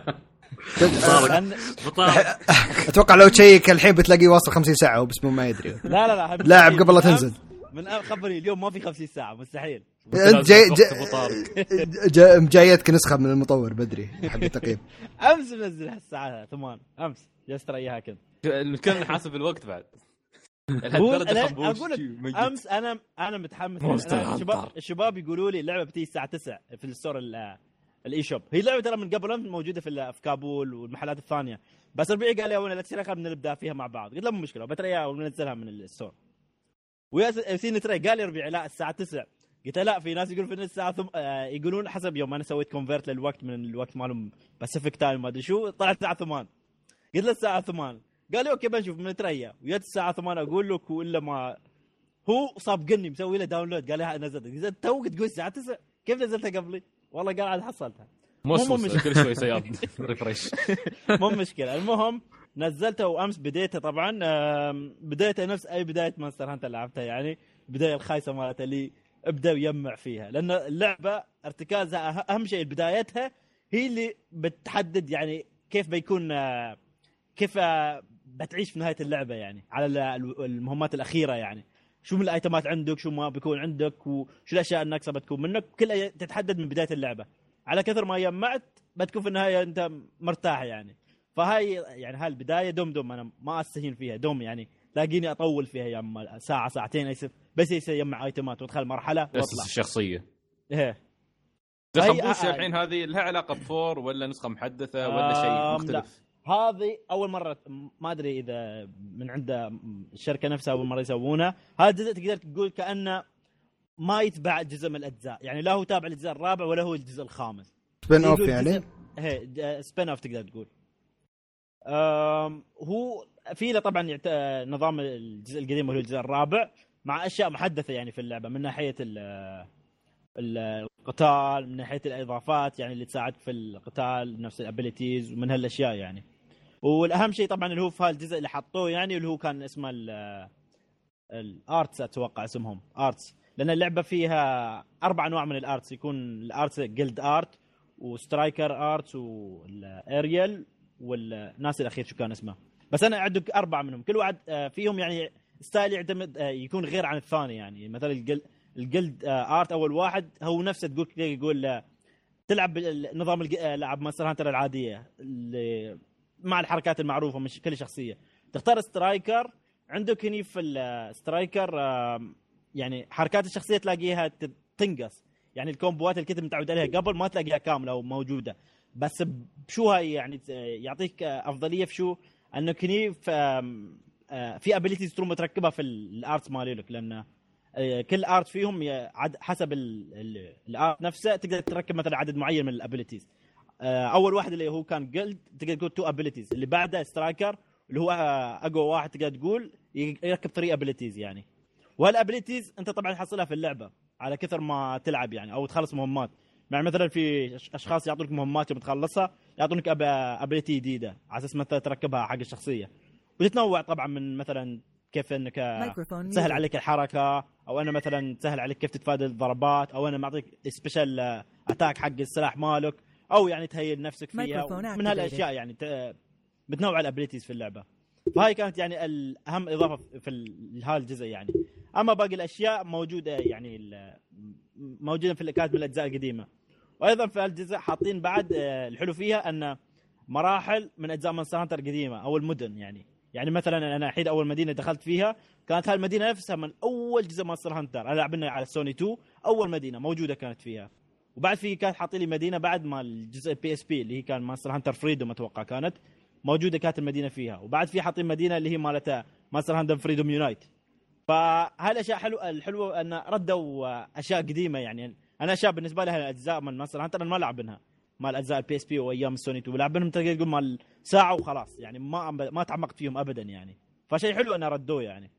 اتوقع لو تشيك الحين بتلاقيه واصل خمسين ساعه وبس ما يدري. لا لا لا لاعب قبل لا تنزل من خبرني اليوم ما في خمسين ساعه مستحيل. جاي جاي جايتك نسخه من المطور بدري حق التقييم. امس منزل الساعه ثمانية امس جلست اريحها كنت الكل حاسب الوقت بعد. اقول لك امس انا انا متحمس. الشباب الشباب يقولوا لي اللعبه بتيجي الساعه تسعة في الستور الاي شوب. هي اللعبه ترى من قبل موجوده في في كابول والمحلات الثانيه بس ربيعي قال لي وانا لا تشتريها خلينا نبدا فيها مع بعض. قلت له مو مشكله بتريها وننزلها من الستور. وياسين ترى قال لي ربيعي لا الساعه تسعة. قلت لا في ناس يقولون في الساعه ثم... آه يقولون حسب يوم انا سويت كونفرت للوقت من الوقت مالهم باسيفيك تايم ما ادري شو طلعت الساعه ثمانية. قلت له الساعه ثمانية قال لي اوكي بنشوف من تريا ويت الساعه ثمانية اقول لك ولا ما هو صابقني مسوي له داونلود قال لي نزلت نزلت تو تقول الساعه تسعة كيف نزلتها قبلي والله قال عاد حصلتها مو مشكله كل شوي سيارة ريفرش مو مشكله. المهم نزلتها وامس بديتها طبعا بدايتها نفس اي بدايه مونستر هانتر لعبتها يعني بدايه الخايسه مالتها اللي ابدا ويجمع فيها لان اللعبه ارتكازها اهم شيء بدايتها هي اللي بتحدد يعني كيف بيكون كيف بتعيش في نهايه اللعبه يعني على المهمات الاخيره يعني شو من الايتمات عندك شو ما بيكون عندك وشو الاشياء الناقصه بتكون منك كلها تتحدد من بدايه اللعبه. على كثر ما جمعت بتكون في النهايه انت مرتاح يعني. فهاي يعني هاي البدايه دوم دوم انا ما استهين فيها دوم يعني لاقيني اطول فيها يا اما ساعه ساعتين يسف بس يجمع ايتمات وادخل مرحله واطلع الشخصيه. ايه تخبوش الحين هذه لها علاقه بفور ولا نسخه محدثه ولا شيء مختلف؟ هذه اول مره ما ادري اذا من عند الشركه نفسها اول مره يسوونها. هذا الجزء تقدر تقول كانه ما يتبع جزء من الاجزاء يعني لا هو تابع للجزء الرابع ولا هو الجزء الخامس. سبين اوف يعني ايه سبين اوف تقدر تقول. هو في له طبعا يعت... نظام الجزء القديم وهو الجزء الرابع مع اشياء محدثه يعني في اللعبه من ناحيه القتال من ناحيه الاضافات يعني اللي تساعدك في القتال نفس الابيليتيز ومن هالاشياء يعني. والاهم شيء طبعا اللي هو في هالجزء اللي حطوه يعني اللي هو كان اسمه الارتس اتوقع اسمهم ارتس لان اللعبه فيها اربع انواع من الارتس يكون الارتس جلد ارت وسترايكر ارتس والاريال والناس الاخير شو كان اسمه، بس انا عندك اربعه منهم كل واحد فيهم يعني ستايل يعتمد يكون غير عن الثاني. يعني مثلا الجلد الجلد ارت اول واحد هو نفسه تقول يقول تلعب نظام لعب مونستر هانتر العاديه اللي مع الحركات المعروفه مش كل شخصيه. تختار سترايكر، عندك هني في السترايكر يعني حركات الشخصيه تلاقيها تنقص، يعني الكومبوات اللي كنت متعود عليها قبل ما تلاقيها كامله وموجوده، بس بشو هاي يعني يعطيك افضليه في شو انك هني في في ابيليتيز تروح متركبها في الارت مالك، لان كل ارت فيهم حسب الارت نفسه تقدر تركب مثلا عدد معين من الابيليتيز. اول واحد اللي هو كان جلد تقدر تقول تو ابيليتيز، اللي بعده سترايكر اللي هو اقوى واحد تقدر تقول يركب ثري ابيليتيز يعني. وهالابيليتيز انت طبعا تحصلها في اللعبه على كثر ما تلعب يعني او تخلص مهمات. يعني مثلا في اشخاص يعطونك مهمات بتخلصها يعطونك ابيليتي جديده على اساس مثلا تركبها حق الشخصيه، وتتنوع طبعا من مثلا كيف انك تسهل عليك الحركه، او انا مثلا تسهل عليك كيف تتفادى الضربات، او انا معطيك سبيشال اتاك حق السلاح مالك، او يعني تهيئ نفسك فيها من هالاشياء يعني بتنوع الابيليتيز في اللعبه. فهاي كانت يعني الاهم اضافه في هذا الجزء يعني. اما باقي الاشياء موجوده يعني موجوده في كانت من الاجزاء القديمه. وايضا في الجزء حاطين بعد الحلو فيها ان مراحل من اجزاء مونستر هانتر القديمه او المدن يعني. يعني مثلا انا الحين اول مدينه دخلت فيها كانت هاي المدينه نفسها من اول جزء مونستر هانتر، انا لعبنا على سوني تو اول مدينه موجوده كانت فيها. وبعد في كانت حاطين لي مدينه بعد ما الجزء البي اس بي اللي هي كان مونستر هانتر فريدوم اتوقع كانت موجوده كانت المدينه فيها. وبعد في حاطين مدينه اللي هي مالتها مونستر هانتر فريدوم يونايت. فهاي الاشياء حلوه الحلوه ان ردوا اشياء قديمه يعني. انا اشياء بالنسبه لها الاجزاء من مونستر هانتر انا ما لعبنها مال اجزاء البي اس بي وايام السوني تو، لعبنهم تقدر تقول مال ساعه وخلاص يعني ما ما تعمقت فيهم ابدا يعني. فشيء حلو ان ردوه يعني.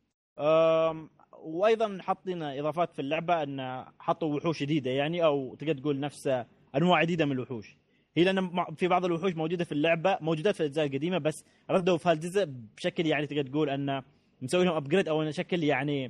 أم وايضا حاطين اضافات في اللعبه ان حطوا وحوش جديده يعني، او تقدر تقول نفس انواع جديده من الوحوش. هي لان في بعض الوحوش موجوده في اللعبه موجودات في الاجزاء القديمه بس ردوا في هالجزء بشكل يعني تقدر تقول ان مسوي لهم ابجريد او شكل يعني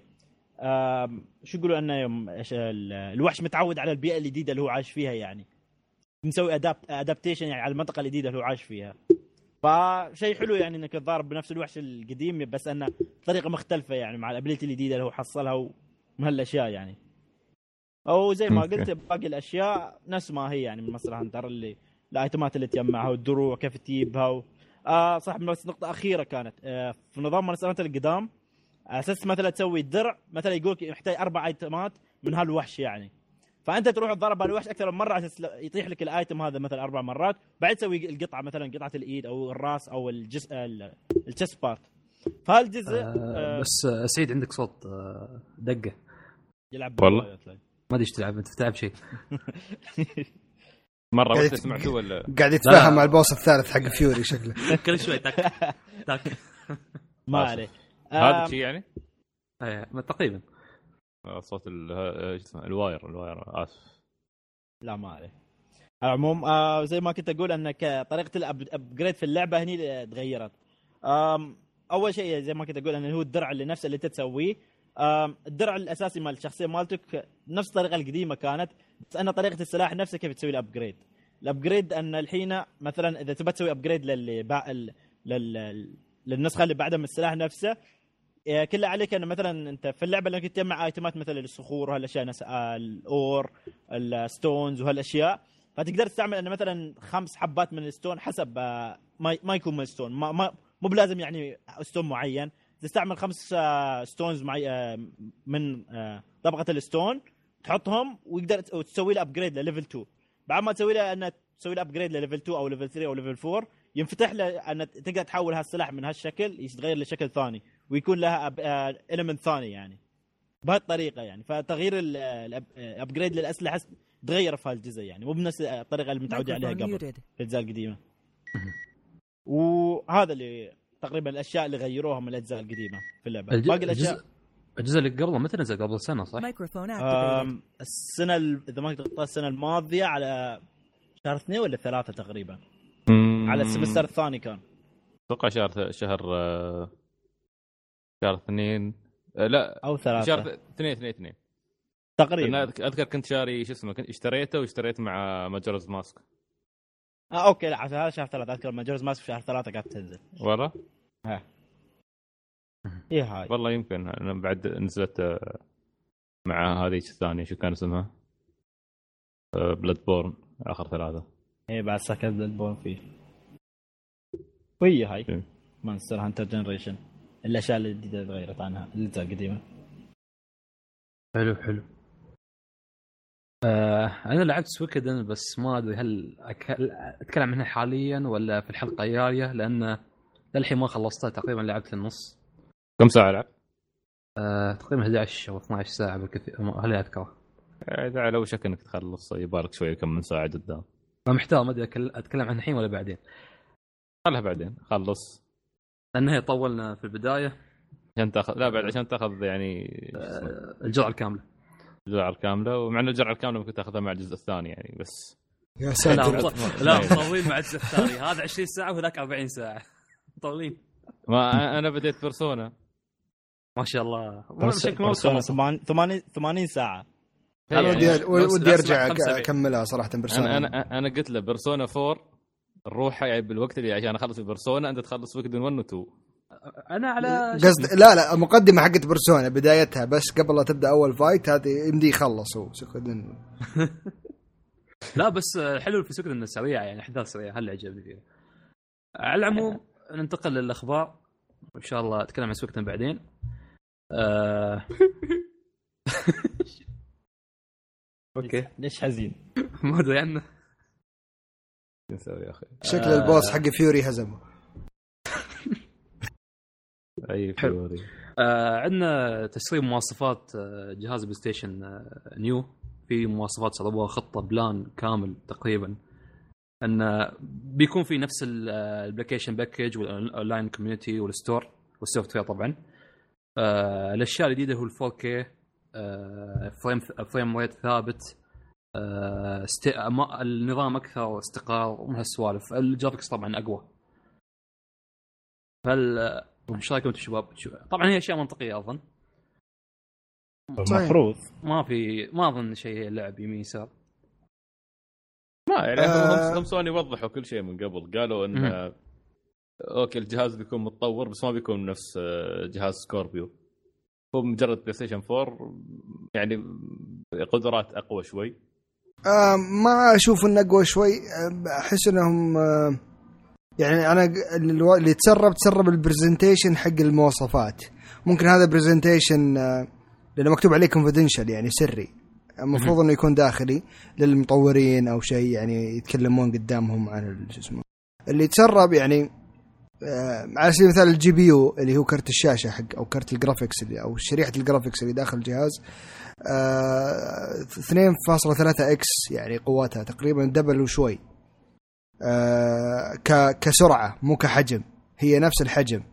شو يقولوا انه الوحش متعود على البيئه الجديده اللي هو عايش فيها يعني، مسوي ادابت ادابتيشن يعني على المنطقه الجديده اللي هو عايش فيها. فشيء حلو يعني انك تضارب بنفس الوحش القديم بس انه بطريقه مختلفه يعني مع الابيليتي الجديده اللي هو حصلها ومن هالاشياء يعني. او زي ما قلت باقي الاشياء نفس ما هي يعني من مونستر هانتر، اللي الايتمات اللي تجمعها والدروع كيف تجيبها و... آه صح. بس نقطه اخيره كانت آه في نظام مونستر هانتر القدام اساس مثلا تسوي الدرع مثلا يقولك يحتاج اربع ايتمات من هالوحش يعني، فانت تروح تضرب الوحش اكثر من مره عشان يطيح لك الايتم هذا مثلا اربع مرات، بعد تسوي القطعه مثلا قطعه الايد او الراس او الجزء التشست بارت. فهالجزء آه آه بس آه سعيد عندك صوت آه دقه يلعب والله ما ادري ايش تلعب انت تلعب شيء مره وانت سمعتوه ولا قاعد يتفاهم مع البوس الثالث حق فيوري شكله كل شوي تك تك ما عليه هذا شيء يعني ايه تقريبا صوت الواير الواير اسف لا ما عليه. العموم آه زي ما كنت اقول انك طريقه الابجريد في اللعبه هني تغيرت. اول شيء زي ما كنت اقول انه هو الدرع اللي نفسه اللي تسويه. الدرع الاساسي مال الشخصيه مالتك نفس الطريقه القديمه كانت، بس ان طريقه السلاح نفسه كيف تسوي الابجريد. الابجريد ان الحين مثلا اذا تبغى تسوي ابجريد للي بع... لل... للنسخه اللي بعدها من السلاح نفسه كله عليك ان مثلا انت في اللعبه انك تجمع ايتمات مثل الصخور وهالاشياء ناس الاور الستونز وهالاشياء، فتقدر تستعمل ان مثلا خمس حبات من الستون حسب ما ما يكون من الستون ما ما مو بلازم يعني ستون معين، تستعمل خمس ستونز معي من طبقه الستون تحطهم ويقدر تسوي له ابجريد لليفل تو. بعد ما تسوي له ان تسوي له ابجريد لليفل تو او ليفل ثري او ليفل فور ينفتح له ان تقدر تحول هالسلاح من هالشكل يتغير لشكل ثاني ويكون لها إليمنت ثاني يعني بهالطريقه يعني. فتغيير الابجريد للاسلحه تغير في هالجزء يعني مو بنفس الطريقه اللي متعودين عليها قبل في الاجزاء القديمه. وهذا اللي تقريبا الاشياء اللي غيروها من الاجزاء القديمه في اللعبه. الج... باقي الاشياء الجزء اللي قبله متى نزل؟ قبل سنه صح؟ السنه اذا ما كنت السنه الماضيه على شهر اثنين ولا ثلاثة تقريبا مم. على السمستر الثاني كان اتوقع شهر شهر شهر اثنين لا او ثلاثة شهر اثنين اثنين اثنين تقريبا. انا اذكر كنت شاري شو اسمه كنت اشتريته واشتريت مع ماجورز ماسك اه اوكي لا هذا شهر ثلاثة اذكر ماجورز ماسك شهر ثلاثة قاعد تنزل والله ها ايه هاي والله يمكن انا بعد نزلت مع هذه الثانيه شو كان اسمها بلاد بورن اخر ثلاثه ايه بعد سكت بلاد بورن فيه وهي هاي إيه. مانستر هانتر جنريشن الاشياء الجديده تغيرت عنها اللي القديمه. حلو حلو. آه انا لعبت سويكدن بس ما ادري هل أك... اتكلم عنها حاليا ولا في الحلقه الجايه لان للحين ما خلصتها تقريبا لعبت النص. كم ساعه لعب؟ آه تقريبا أحد عشر او اثنا عشر ساعه بالكثير هل اذكر. اذا لو شك انك تخلص يبارك شويه كم من ساعه قدام. ما محتاج ما ادري اتكلم عنها الحين ولا بعدين. خلها بعدين خلص لان هي طولنا في البدايه عشان تاخذ لا بعد عشان تاخذ يعني آه الجرعه الكامله. الجرعه الكامله ومع ان الجرعه الكامله ممكن تاخذها مع الجزء الثاني يعني بس يا ساتر لا مطولين مع الجزء الثاني هذا عشرين ساعه وذاك أربعين ساعه مطولين. ما انا بديت بيرسونا ما شاء الله بيرسونا ثمانين ثمانين ساعه. انا ودي ودي ارجع اكملها صراحه بيرسونا. انا انا انا قلت له بيرسونا فور نروح يعني بالوقت اللي عشان اخلص بيرسونا انت تخلص ويكدن واحد و اثنين. انا على قصد لا لا مقدمه حقت بيرسونا بدايتها بس قبل لا تبدا اول فايت هذه يمدي يخلص هو سكدن. لا بس حلو في سكدن انه سريع يعني احداث سريعه هل عجبني فيها. على العموم ننتقل للاخبار ان شاء الله اتكلم عن سكدن بعدين. آه... اوكي ليش حزين؟ ما ادري عنه نسوي يا اخي شكل البوس حق فيوري هزمه. اي فيوري. آه عندنا تسريب مواصفات جهاز بلاي ستيشن آه نيو. في مواصفات سربوها خطه بلان كامل تقريبا ان بيكون في نفس الابلكيشن باكج والاونلاين كوميونتي والستور والسوفت وير طبعا. آه الاشياء الجديده هو الفور كي آه فريم فريم ريت ثابت آه است... النظام اكثر استقرار ومن هالسوالف. الجرافيكس طبعا اقوى. فال ايش رايكم انتم شباب؟ طبعا هي اشياء منطقيه اظن المفروض ما في ما اظن شيء لعب يمين يسار ما يعني آه هم سوني وضحوا كل شيء من قبل قالوا ان م- اوكي الجهاز بيكون متطور بس ما بيكون نفس جهاز سكوربيو. هو مجرد بلاي ستيشن فور يعني قدرات اقوى شوي. آه ما اشوف انه اقوى شوي. احس انهم آه يعني انا اللي تسرب تسرب البرزنتيشن حق المواصفات. ممكن هذا برزنتيشن آه لانه مكتوب عليه كونفيدنشال يعني سري المفروض انه يكون داخلي للمطورين او شيء يعني يتكلمون قدامهم عن شو اسمه اللي تسرب يعني آه على سبيل المثال الجي بي يو اللي هو كرت الشاشه حق او كرت الجرافيكس اللي او شريحه الجرافيكس اللي داخل الجهاز آه اثنين فاصلة ثلاثة اكس يعني قواتها تقريبا دبل وشوي آه ك كسرعه مو كحجم هي نفس الحجم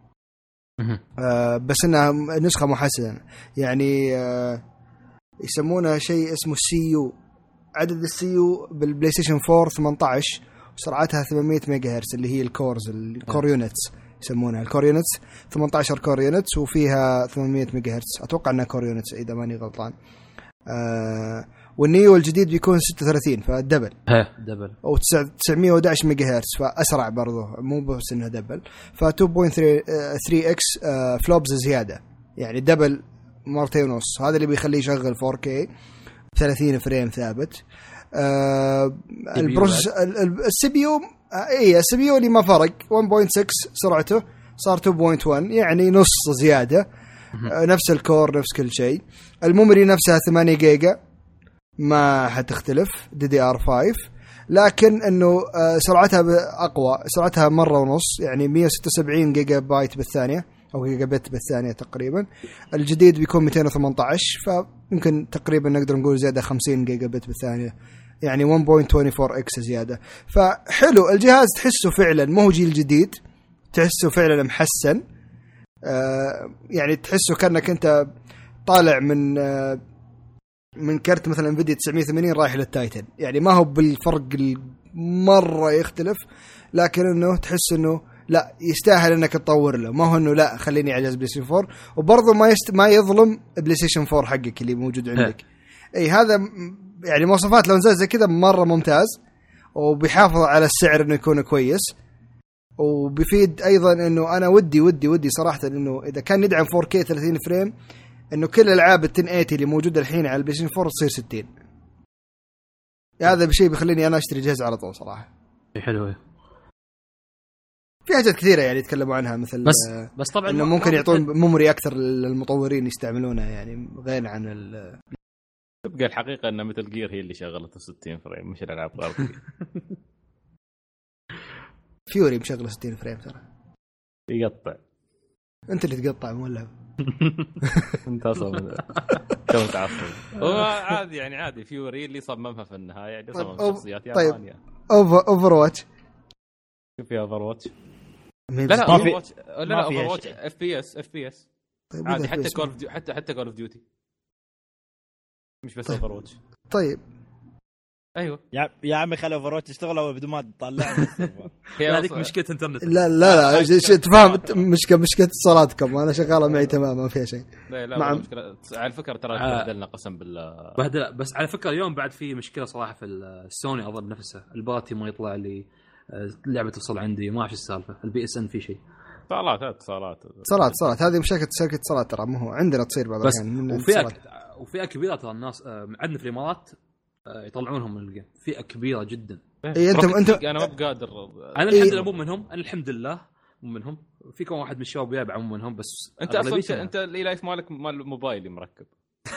آه بس انها نسخه محسنه يعني آه يسمونها شيء اسمه السي يو. عدد السي يو بالبلاي ستيشن فور ثمانية عشر وسرعتها ثمانمية ميجا هرتز اللي هي الكورز الكور يونتس يسمونها الكور يونتس ثمانية عشر كور يونتس وفيها ثمانمية ميجا هرتز اتوقع انها كور يونتس اذا ماني غلطان. آه والنيو الجديد بيكون ستة وثلاثين فدبل ها دبل او تسعمية وأحد عشر ميجا هرتز فاسرع برضه مو بس انها دبل ف اثنين فاصلة ثلاثة اكس فلوبز زياده يعني دبل مرتين ونص. هذا اللي بيخليه يشغل فور كي ثلاثين فريم ثابت. آه البروسيس السي بي يو اي السي بي يو اللي ما فرق واحد فاصلة ستة سرعته صار اثنين فاصلة واحد يعني نص زياده آه نفس الكور نفس كل شيء. الميموري نفسها ثمانية جيجا ما حتختلف دي دي ار خمسة لكن انه آه سرعتها اقوى سرعتها مره ونص يعني مية وستة وسبعين جيجا بايت بالثانيه او جيجا بت بالثانيه تقريبا. الجديد بيكون مئتين وثمانية عشر فيمكن تقريبا نقدر نقول زياده خمسين جيجا بت بالثانيه يعني واحد فاصلة أربعة وعشرين اكس زياده. فحلو الجهاز تحسه فعلا مو هو جيل جديد تحسه فعلا محسن آه يعني تحسه كأنك انت طالع من آه من كرت مثلا انفيديا تسعمية وثمانين رايح للتايتن يعني ما هو بالفرق مرة يختلف لكن انه تحس انه لا يستاهل انك تطور له ما هو انه لا خليني على بلاي ستيشن فور وبرضه ما يست... ما يظلم بلاي ستيشن فور حقك اللي موجود عندك. اي هذا يعني مواصفات لو نزل زي كذا مرة ممتاز وبيحافظ على السعر انه يكون كويس، وبيفيد ايضا انه انا ودي ودي ودي صراحه انه اذا كان يدعم فور كيه ثلاثين فريم انه كل الالعاب ال عشرة ثمانين اللي موجوده الحين على البلاي ستيشن فور تصير ستين. هذا بشيء بيخليني انا اشتري جهاز على طول صراحه. حلو. في حاجات كثيره يعني يتكلموا عنها مثل بس بس طبعا انه ممكن يعطون ميموري اكثر للمطورين يستعملونها يعني غير عن ال... تبقى الحقيقه ان مثل جير هي اللي شغلته ستين فريم مش الالعاب الغربيه. فيوري مشغله ستين فريم ترى يقطع. انت اللي تقطع مولع. انت اصلا كم تعصب. هو عادي يعني عادي فيوري اللي صممها في النهايه يعني صمم طيب شخصيات طيب يابانيه. اوفر اوفر واتش شوف يا اوفر واتش. لا لا ما في واتش لا لا اوفر واتش اف بي اس اف بي اس طيب عادي حتى كول اوف حتى حتى كول اوف ديوتي مش بس اوفر واتش. طيب ايوه يا يا عمي خلي اوفر واتش تشتغل او بدون ما تطلع. هذيك مشكله انترنت. لا لا لا شيء تفهم مشكله مشكله اتصالاتكم انا شغاله معي تمام ما فيها شيء. لا لا مع... مشكله على فكره ترى تبدلنا قسم بالله بهدله. بس على فكره اليوم بعد في مشكله صراحه في السوني اظن نفسها الباتي ما يطلع لي اللعبه توصل عندي ما اعرف السالفه. البي اس ان في شيء اتصالات اتصالات اتصالات اتصالات هذه مشاكل شركه اتصالات ترى مو هو عندنا تصير بعض الاحيان. وفئه وفئه كبيره ترى الناس عندنا في الامارات يطلعونهم من الجيم فئه كبيره جدا. إيه انت انت انا ما بقادر انا الحمد لله مو منهم. انا الحمد لله مو منهم. في كم واحد من الشباب يابع مو منهم. بس انت اصلا انت اللي لايف مالك مال موبايلي مركب.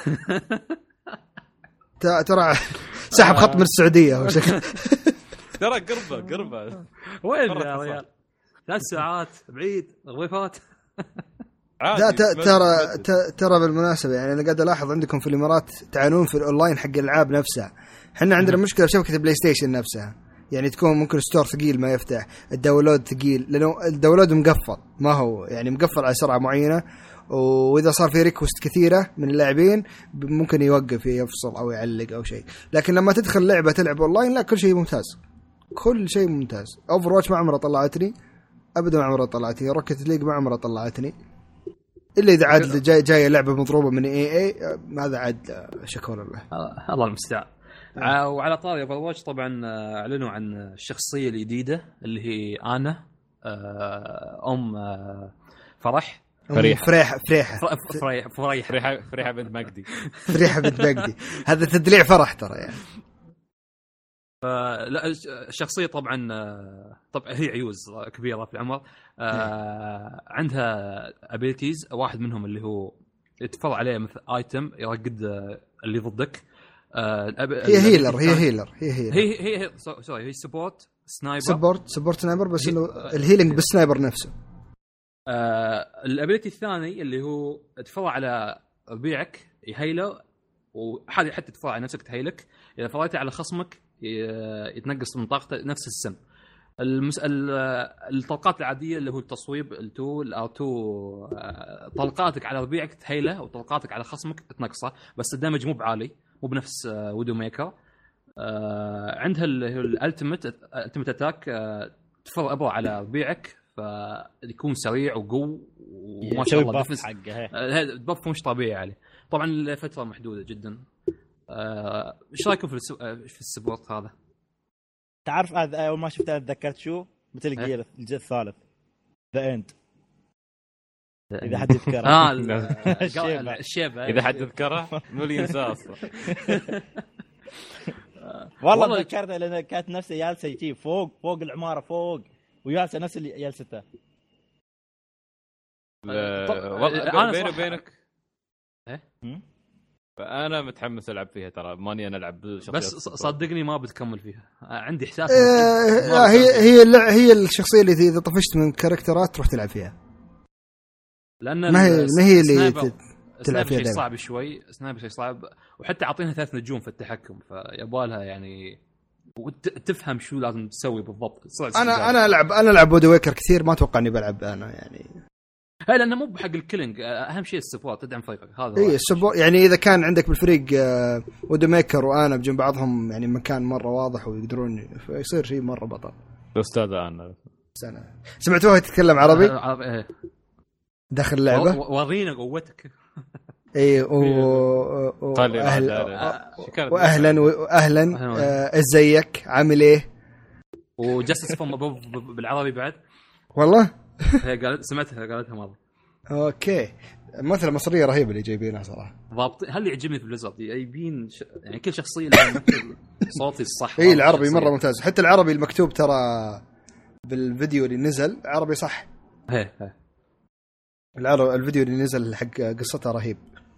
ترى سحب خط من السعوديه او شيء. ترى قربه قربه وين يا ريال ثلاث ساعات بعيد غويفات. لا ترى ترى بالمناسبه يعني انا قاعد الاحظ عندكم في الامارات تعانون في الاونلاين حق الالعاب نفسها. احنا عندنا مشكله في شبكه البلاي ستيشن نفسها يعني تكون ممكن ستور ثقيل ما يفتح الداونلود ثقيل لانه الداونلود مقفل ما هو يعني مقفل على سرعه معينه واذا صار في ريكوست كثيره من اللاعبين ممكن يوقف يفصل او يعلق او شيء. لكن لما تدخل لعبه تلعب اونلاين لا كل شيء ممتاز كل شيء ممتاز. اوفر واتش ما عمره طلعتني ابدا ما عمره طلعتني. روكيت ليج ما عمره طلعتني الا اذا عاد جاي جايه لعبه مضروبه من اي اي هذا عاد شكور الله الله المستعان. وعلى طاري اوفر واتش طبعا اعلنوا عن الشخصيه الجديده اللي هي انا ام فرح فريحه فريحه فريحه فريحه فريحه فريحه بنت مجدي فريحه بنت مجدي هذا تدليع فرح ترى يعني. لا الشخصيه طبعا طبعا هي عيوز كبيره في العمر. عندها ابيلتيز واحد منهم اللي هو يتفرع عليه مثل ايتم يرقد اللي ضدك. هي هيلر هي هيلر هي هيلر هي هي, هي سوري هي سبورت سنايبر سبورت سبورت سنايبر بس انه الهيلينج بالسنايبر نفسه. الابيلتي الثاني اللي هو تفرع على ربيعك يهيله وحتى حتى تفرع على نفسك تهيلك. اذا فرعت على خصمك يتنقص من طاقته نفس السم. المسألة الطلقات العادية اللي هو التصويب التو الار تو طلقاتك على ربيعك تهيله وطلقاتك على خصمك تنقصه بس الدمج مو بعالي مو بنفس ويدو ميكر. عندها الالتيميت الالتيميت اتاك تفر ابره على ربيعك فيكون سريع وقوي وما شاء الله دفس حقه هذا بف مش طبيعي عليه. طبعا لفترة محدودة جدا. ايش رايكم في في السبورت هذا؟ تعرف اول ما شفتها تذكرت شو مثل جير الجزء الثالث ذا اند اذا حد يذكره. اه الشيبه اذا حد يذكره مو اللي ينساه اصلا. والله تذكرتها لان كانت نفسها جالسه شيء فوق فوق العماره فوق وجالسه نفس اللي جالسته. والله بيني وبينك فأنا متحمس ألعب فيها ترى ماني أنا ألعب بس صدقني ما بتكمل فيها عندي إحساس. آه هي هي هي الشخصية اللي إذا طفشت من كاركترات تروح تلعب فيها لأن ما هي ما هي اللي تلعب فيها شيء صعب شوي. سنايبر شيء صعب وحتى عطينها ثلاث نجوم في التحكم فيبالها يعني وتفهم شو لازم تسوي بالضبط. أنا أنا ألعب أنا ألعب وودو ويكر كثير ما أتوقع إني بلعب أنا يعني هاي لانه مو بحق الكيلينج. اهم شيء السبورت تدعم فريقك هذا. اي السبورت يعني اذا كان عندك بالفريق وودو ميكر وانا بجنب بعضهم يعني مكان مره واضح ويقدرون يصير شيء مره بطل. استاذ انا سنه سمعتوها تتكلم عربي عربي داخل اللعبه ورينا قوتك. اي و واهلا واهلا ازيك عامل ايه وجاستس فور ابوف بالعربي بعد. والله هي قالت سمعتها قالتها مره. اوكي مثل مصريه رهيبه اللي جايبينها صراحه. ضابط هل يعجبني في بليزرد جايبين ش... يعني كل شخصيه لها مثل صوتي الصح. اي العربي مره ممتاز، حتى العربي المكتوب ترى بالفيديو اللي نزل عربي صح. هي هي العربي الفيديو اللي نزل حق قصتها رهيب.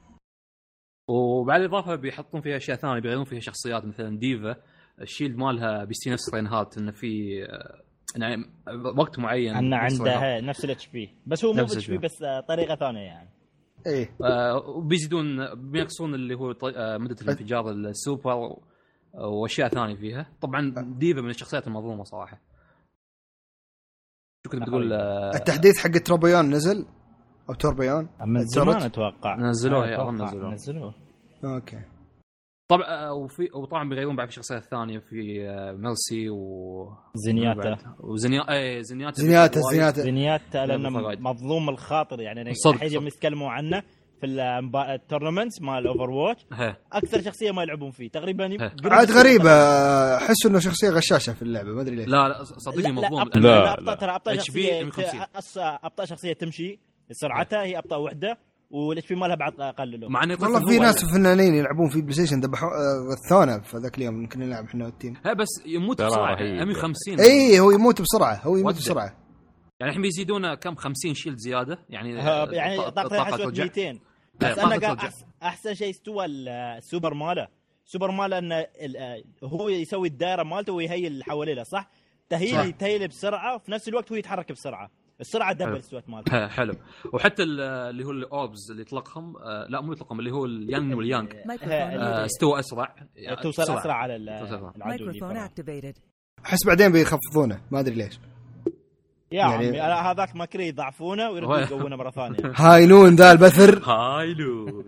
وبعد الاضافه بيحطون فيها اشياء ثانيه، بيغيرون فيها شخصيات مثلا ديفا الشيلد مالها بيستي نفس رينهارت، انه في يعني وقت معين ان عندها نفس الاتش بي بس هو مو اتش بي بس طريقه ثانيه يعني. ايه آه وبيزيدون بينقصون اللي هو طي... آه مده الانفجار السوبر واشياء ثانيه فيها. طبعا ديفا من الشخصيات المظلومه صراحه. شو كنت بتقول؟ آه التحديث حق تروبيون نزل او توربيون من زمان اتوقع نزلوه يا اظن نزلوه نزلوه اوكي. طبعا وفي وطبعا بيغيرون بعض الشخصيات الثانيه في ميرسي و زينياتا وزنيا اي زينياتا زينياتا زينياتا زينياتا لانه مظلوم الخاطر يعني الحين يوم يتكلموا عنه في التورنمنت مال اوفر واتش اكثر شخصيه ما يلعبون فيه تقريبا. عاد غريبه احس انه شخصيه غشاشه في اللعبه ما ادري ليش. لا لا صدقني مظلوم. لا لا ترى ابطا شخصيه ابطا شخصيه تمشي سرعتها هي ابطا وحده والاتش بي مالها بعد اقل له. مع انه والله في ناس فنانين يلعبون في بلاي ستيشن ذبحوا الثونه في ذاك اليوم ممكن نلعب احنا والتيم. ها بس يموت بسرعه مية وخمسين. اي هو يموت بسرعه هو يموت بسرعه يعني الحين بيزيدون كم خمسين شيلد زياده يعني يعني طاقه حسب مئتين. بس انا قال أحسن, احسن شيء استوى السوبر ماله سوبر ماله انه هو يسوي الدائره مالته ويهيل اللي حواليه صح تهيل تهيل بسرعه وفي نفس الوقت هو يتحرك بسرعه. السرعه دبل استوت مالته حلو. وحتى اللي هو الاوربز اللي يطلقهم آه لا مو يطلقهم اللي هو اليانج واليانج آه استوى اسرع توصل اسرع, أسرع على العدو. احس بعدين بيخفضونه ما ادري ليش يا يعني عمي هذاك ماكري يضعفونه ويردوا يقوونه مره ثانيه. هاي نون ذا البثر هاي نون.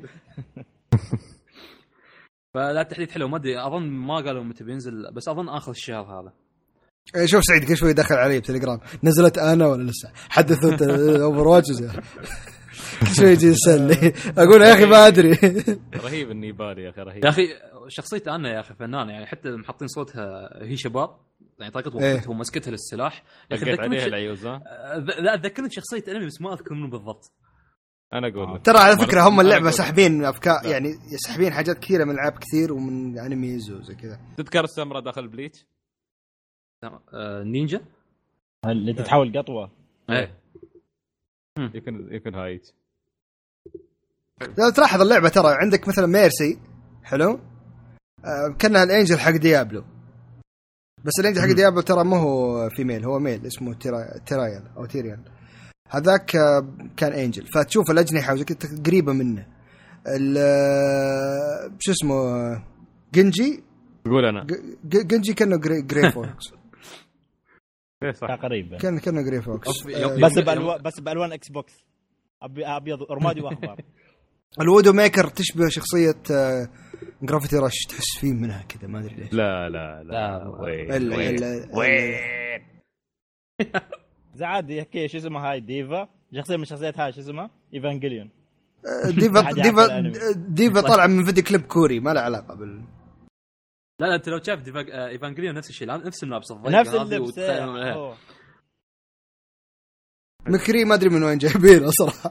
فلا التحديث حلو ما ادري اظن ما قالوا متى بينزل بس اظن اخر الشهر هذا. شوف سعيد كل شوي دخل علي بتليجرام نزلت انا ولا لسه حدثت اوفر واتش كل شوي يجي يسالني اقول يا اخي ما ادري. رهيب النيبالي يا اخي رهيب يا اخي شخصيه انا يا اخي فنانه يعني حتى محطين صوتها هي شباب يعني طريقه وقفتها ومسكتها للسلاح يا اخي عليها العيوز. لا ذكرني شخصيه انمي بس ما اذكر منه بالضبط. انا اقول ترى على فكره هم اللعبه ساحبين افكار يعني يسحبين حاجات كثيره من العاب كثير ومن انميز وزي كذا. تذكر السمره داخل بليتش نينجا اللي تتحول قطوه ايه يمكن يمكن هايج. لا تلاحظ اللعبه ترى عندك مثلا ميرسي حلو آه كانها الانجل حق ديابلو بس الانجل حق ديابلو ترى ما هو فيميل هو ميل اسمه تيرا... تيرايل او تيريال هذاك آه كان انجل فتشوف الاجنحه وزي كذا قريبه منه. شو اسمه جنجي قول انا جنجي كانه جري فوكس تقريبا كان كانه جري فوكس بس بالوان بس بالوان اكس بوكس ابيض رمادي واخضر. الودو ميكر تشبه شخصيه جرافيتي رش تحس فيه منها كذا ما ادري ليش. لا لا لا وين وين زعاد يحكي شو اسمها هاي ديفا شخصيه من شخصيات هاي شو اسمها ايفانجيليون. ديفا ديفا ديفا طالعه من فيديو كليب كوري ما له علاقه بال. لا لا انت لو شايف ديفا ايفانجيليون نفس الشيء نفس الملابس نفس اللبس مكري ما ادري من وين جايبينه صراحه.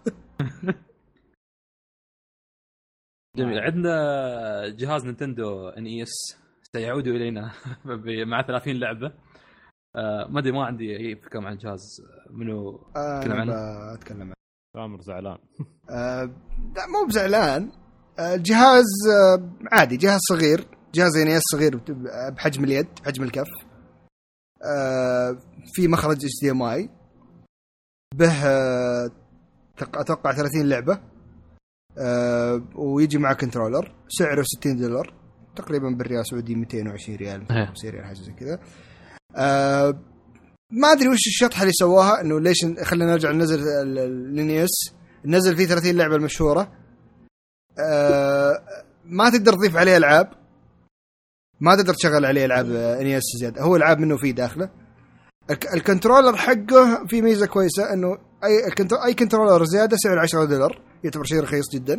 جميل. عندنا جهاز نينتندو ان اي اس سيعود الينا مع ثلاثين لعبه. آه ما ادري ما عندي اي فكره عن الجهاز منو اتكلم عنه. اتكلم عنه عامر زعلان. آه لا مو بزعلان. الجهاز آه عادي جهاز صغير جهاز ان اي اس صغير بحجم اليد بحجم الكف. آه في مخرج اتش دي ام اي به آه اتوقع ثلاثين لعبه. آه ويجي مع كنترولر سعره ستين دولار تقريبا بالريال السعودي مئتين وعشرين ريال مئتين وخمسين ريال حاجه زي كذا. آه ما ادري وش الشطحه اللي سواها انه ليش خلينا نرجع ننزل الانيس نزل فيه ثلاثين لعبه المشهوره. آه ما تقدر تضيف عليه العاب ما تقدر تشغل عليه العاب انيس زياده هو العاب منه فيه داخله. الكنترولر حقه في ميزه كويسه انه اي اي كنترولر زياده سعر عشرة دولار يعتبر شيء رخيص جدا.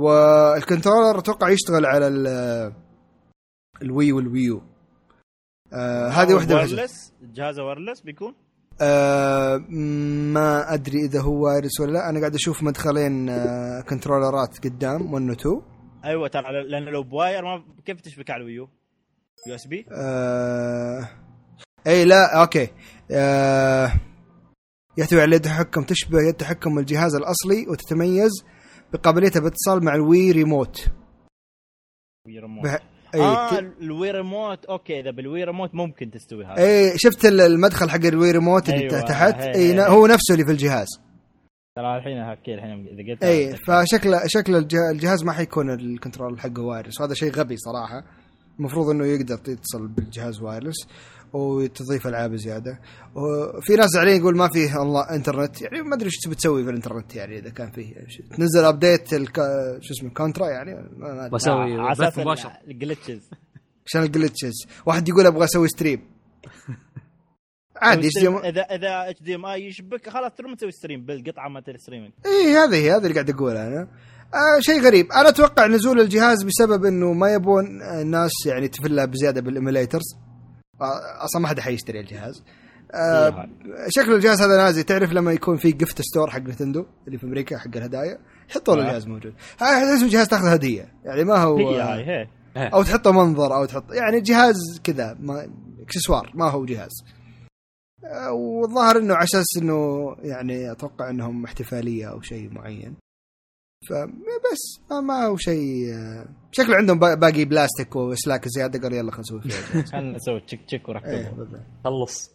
والكنترولر اتوقع يشتغل على الوي والويو. آه هذه واحده وايرلس. جهاز وايرلس بيكون آه ما ادري اذا هو وايرلس ولا لا. انا قاعد اشوف مدخلين آه كنترولرات قدام واحد و اثنين. ايوه ترى لان لو بواير ما كيف تشبك على الويو يو اس بي. آه اي لا اوكي. آه يحتوي على يد تحكم تشبه يد تحكم الجهاز الاصلي وتتميز بقابليتها باتصال مع الوي ريموت. وي ريموت بح... اه ت... الوي ريموت اوكي. اذا بالوي ريموت ممكن تستوي هذا. اي شفت المدخل حق الوي ريموت اللي أيوة. تحت هي اي هي. هو نفسه اللي في الجهاز. ترى الحين هكي الحين اذا قلت اي فشكل شكل الجهاز ما حيكون الكنترول حقه وايرلس وهذا شيء غبي صراحه. المفروض انه يقدر يتصل بالجهاز وايرلس وتضيف العاب زياده. وفي ناس زعلانين يقول ما فيه الله انترنت. يعني ما ادري ايش تبي تسوي في الانترنت يعني اذا كان فيه تنزل ابديت الك... شو اسمه كونترا يعني ما بسوي بث مباشر الجلتشز. عشان الجلتشز. واحد يقول ابغى اسوي ستريم عادي اذا اذا اتش دي ام اي يشبك خلاص تروح تسوي ستريم بالقطعه مالت الستريمينج. اي هذه هي هذا اللي قاعد اقوله انا. آه شيء غريب. انا اتوقع نزول الجهاز بسبب انه ما يبون الناس يعني تفلها بزياده بالايميليترز. آه اصلا ما حد حيشتري الجهاز. آه شكل الجهاز هذا نازل. تعرف لما يكون في جفت ستور حق نينتندو اللي في امريكا حق الهدايا يحطوا له الجهاز موجود. هذا اسمه جهاز تاخذ هديه يعني ما هو هي هي. او تحطه منظر او تحط يعني جهاز كذا ما اكسسوار ما هو جهاز. والظاهر انه على اساس انه يعني اتوقع انهم احتفاليه او شيء معين. فبس ما هو شيء. شكله عندهم باقي بلاستيك وسلاك زياده قال يلا خلينا نسوي فيها. خلينا نسوي تشيك تشيك وركبه خلص.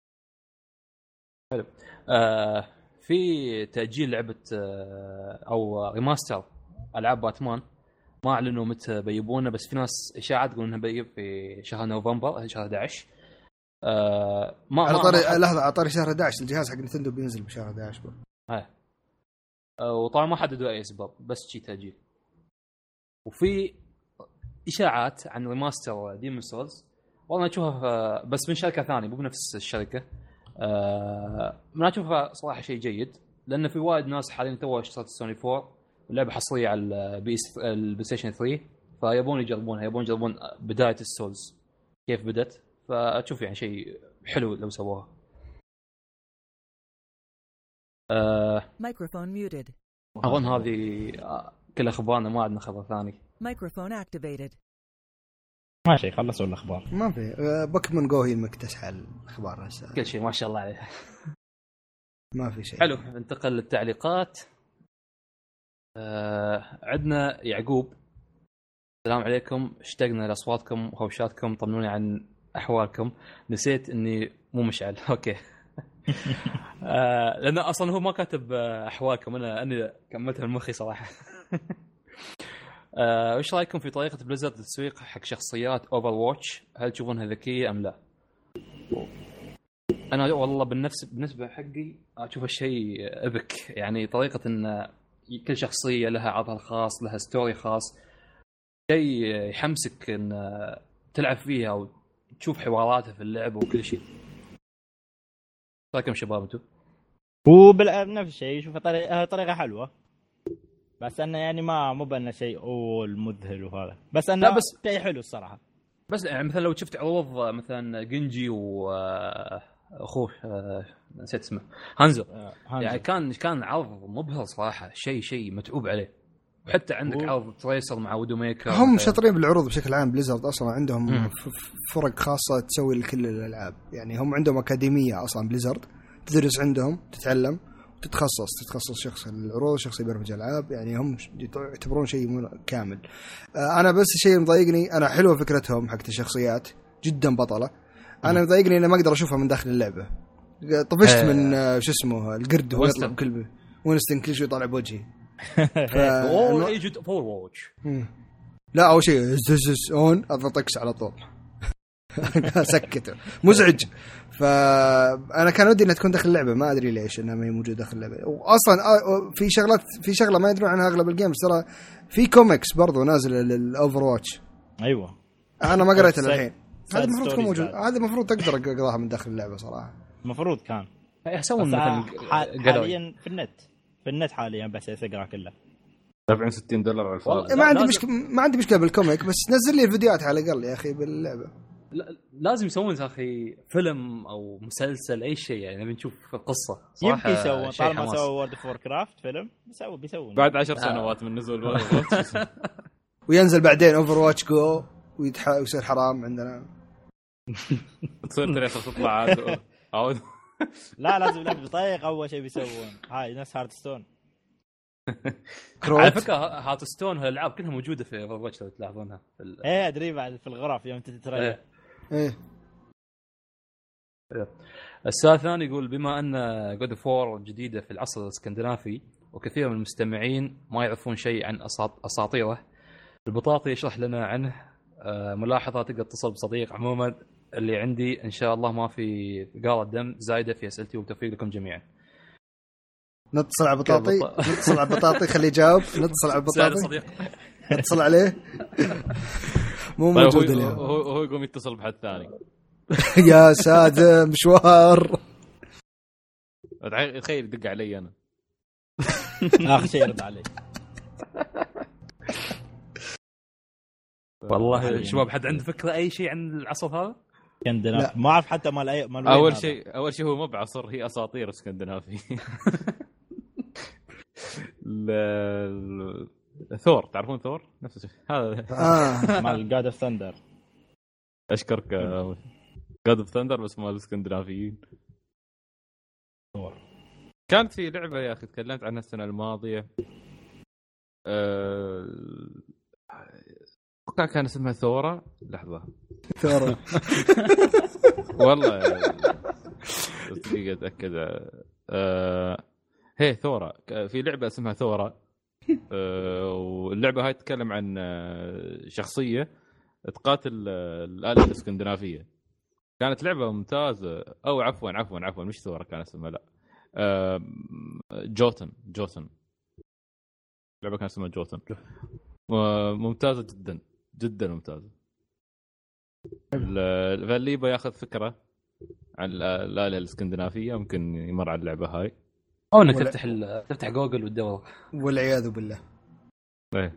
حلو. آه في تاجيل لعبه آه او ريماستر العاب باتمان. ما اعلنوا متى بيبونه بس في ناس اشاعات تقول انها بيجي في شهر نوفمبر شهر أحد عشر. آه ما على طاري لحظه على طاري شهر أحد عشر الجهاز حق نينتندو بينزل بشهر أحد عشر. ها آه وطبعا ما حددوا اي اسباب بس شيء تاجيل. وفي اشاعات عن ريماستر ديمون سولز والله اشوفها بس من شركه ثانيه مو بنفس الشركه. آه ما اشوفها صراحه شيء جيد لان في وايد ناس حاليا تو اشترت سوني فور واللعبه حصريه على البي البلاي ستيشن ثلاثة فيبون يجربونها يبون يجربون بدايه السولز كيف بدت. فأشوف يعني شيء حلو لو سووها. مايكروفون ميوتد. أظن هذه كل أخبارنا ما عندنا خبر ثاني. مايكروفون اكتيفيتد. ما شيء خلصوا الأخبار. ما في بوكيمون جو هي المكتسحة الأخبار هسه. كل شيء ما شاء الله عليه. ما في شيء. حلو ننتقل للتعليقات. أه عندنا يعقوب. السلام عليكم اشتقنا لأصواتكم وهوشاتكم طمنوني عن أحوالكم. نسيت إني مو مشعل. أوكي. آه لأن أصلاً هو ما كاتب أحوالكم أنا أنا كملتها من مخي صراحة. آه وإيش رأيكم في طريقة بليزرد التسويق حق شخصيات أوفر واتش؟ هل تشوفونها ذكية أم لا؟ أنا والله بالنفس بالنسبة حقي أشوف الشيء أبك يعني طريقة إن كل شخصية لها عرضها الخاص لها ستوري خاص شيء يحمسك إن تلعب فيها أو تشوف حواراتها في اللعب وكل شيء. رايكم شباب انتم؟ هو بنفس الشيء شوف طريقه طريقه حلوه بس انه يعني ما مو بأنه شيء اول مذهل وهذا بس انه بس شيء حلو الصراحه. بس يعني مثلا لو شفت عروض مثلا جنجي واخوه نسيت اسمه هانزو يعني كان كان عرض مبهر صراحه شيء شيء متعوب عليه. وحتى عندك عرض تريسر مع وودو ميكر هم شاطرين بالعروض بشكل عام. بليزرد اصلا عندهم مم. فرق خاصه تسوي لكل الالعاب يعني هم عندهم اكاديميه اصلا بليزرد تدرس عندهم تتعلم وتتخصص تتخصص شخص العروض شخص يبرمج العاب يعني هم يعتبرون شيء كامل. انا بس الشيء مضايقني انا حلوه فكرتهم حقت الشخصيات جدا بطله. انا مضايقني اني ما اقدر اشوفها من داخل اللعبه. طفشت من شو اسمه القرد هو يطلع بكلبه وينستن كل شيء يطلع بوجهي. اول ايجنت فور واتش لا اول شيء زز اون اضغطكس على طول سكته مزعج. فانا كان ودي انها تكون داخل اللعبه ما ادري ليش انها ما هي موجوده داخل اللعبه. واصلا في شغلات في شغله ما يدرون عنها اغلب الجيمز ترى في كوميكس برضو نازله للاوفر واتش. ايوه انا ما قريتها الحين. هذا المفروض تكون موجود هذا المفروض تقدر تقراها من داخل اللعبه صراحه. المفروض كان يسوون مثلا حاليا في النت في النت حاليا بس يقرا كله سبعين وستين دولار على الفاضي. ما عندي مشكله ما عندي مشكله بالكوميك بس نزل لي الفيديوهات على الاقل يا اخي باللعبه. لا لازم يسوون يا اخي فيلم او مسلسل اي شيء يعني نبي نشوف قصه صراحه. يمكن يسوون طالما سووا وورد اوف كرافت فيلم بيسووا بيسوون بعد عشر سنوات من نزول وورد وينزل بعدين اوفر واتش جو ويتح... ويصير حرام عندنا تصير تريسر تطلع عاد عود. لا لازم لعبة طريق اول شيء بيسوون هاي ناس هارت ستون. على فكره هارت ستون هالالعاب كلها موجوده في اوفر واتش لو تلاحظونها في ال... ايه ادري بعد في الغرف يوم تتريق. ايه السؤال الثاني يقول بما ان جود اوف وور جديده في العصر الاسكندنافي وكثير من المستمعين ما يعرفون شيء عن اساطيره البطاطي يشرح لنا عنه. ملاحظه تقدر تتصل بصديق عموما اللي عندي ان شاء الله ما في قارة دم زايده في اسئلتي وبتوفيق لكم جميعا. نتصل على بطاطي نتصل على بطاطي خليه يجاوب. نتصل على بطاطي نتصل عليه مو موجود اليوم. هو هو يقوم يتصل بحد ثاني. يا ساتر مشوار. تخيل دق علي انا اخر شيء يرد علي. والله شباب حد عنده فكره اي شيء عن العصر هذا؟ اسكندنافي ما اعرف حتى مال اي مال اول شيء اول شيء هو مو بعصر هي اساطير اسكندنافي. ال... ثور تعرفون ثور نفس الشيء هذا آه. مال جاد اوف ثاندر. اشكرك جاد اوف ثاندر بس مال الاسكندنافيين. ثور كانت في لعبه يا اخي تكلمت عنها السنه الماضيه أه... كان اسمها ثورة. لحظة ثورة والله دقيقة أتأكد. أه... هي ثورة في لعبة اسمها ثورة. أه... واللعبة هاي تتكلم عن شخصية تقاتل الآلة الاسكندنافية. كانت لعبة ممتازة أو عفوا عفوا عفوا مش ثورة كان اسمها لا أه... جوتن جوتن لعبة كان اسمها جوتن. ممتازة جدا جدا ممتازة. فاللي يبغى ياخذ فكرة عن الآلة الاسكندنافية ممكن يمر على اللعبة هاي أو إنك ولا... تفتح ال... تفتح جوجل وتدور. والعياذ بالله. إيه.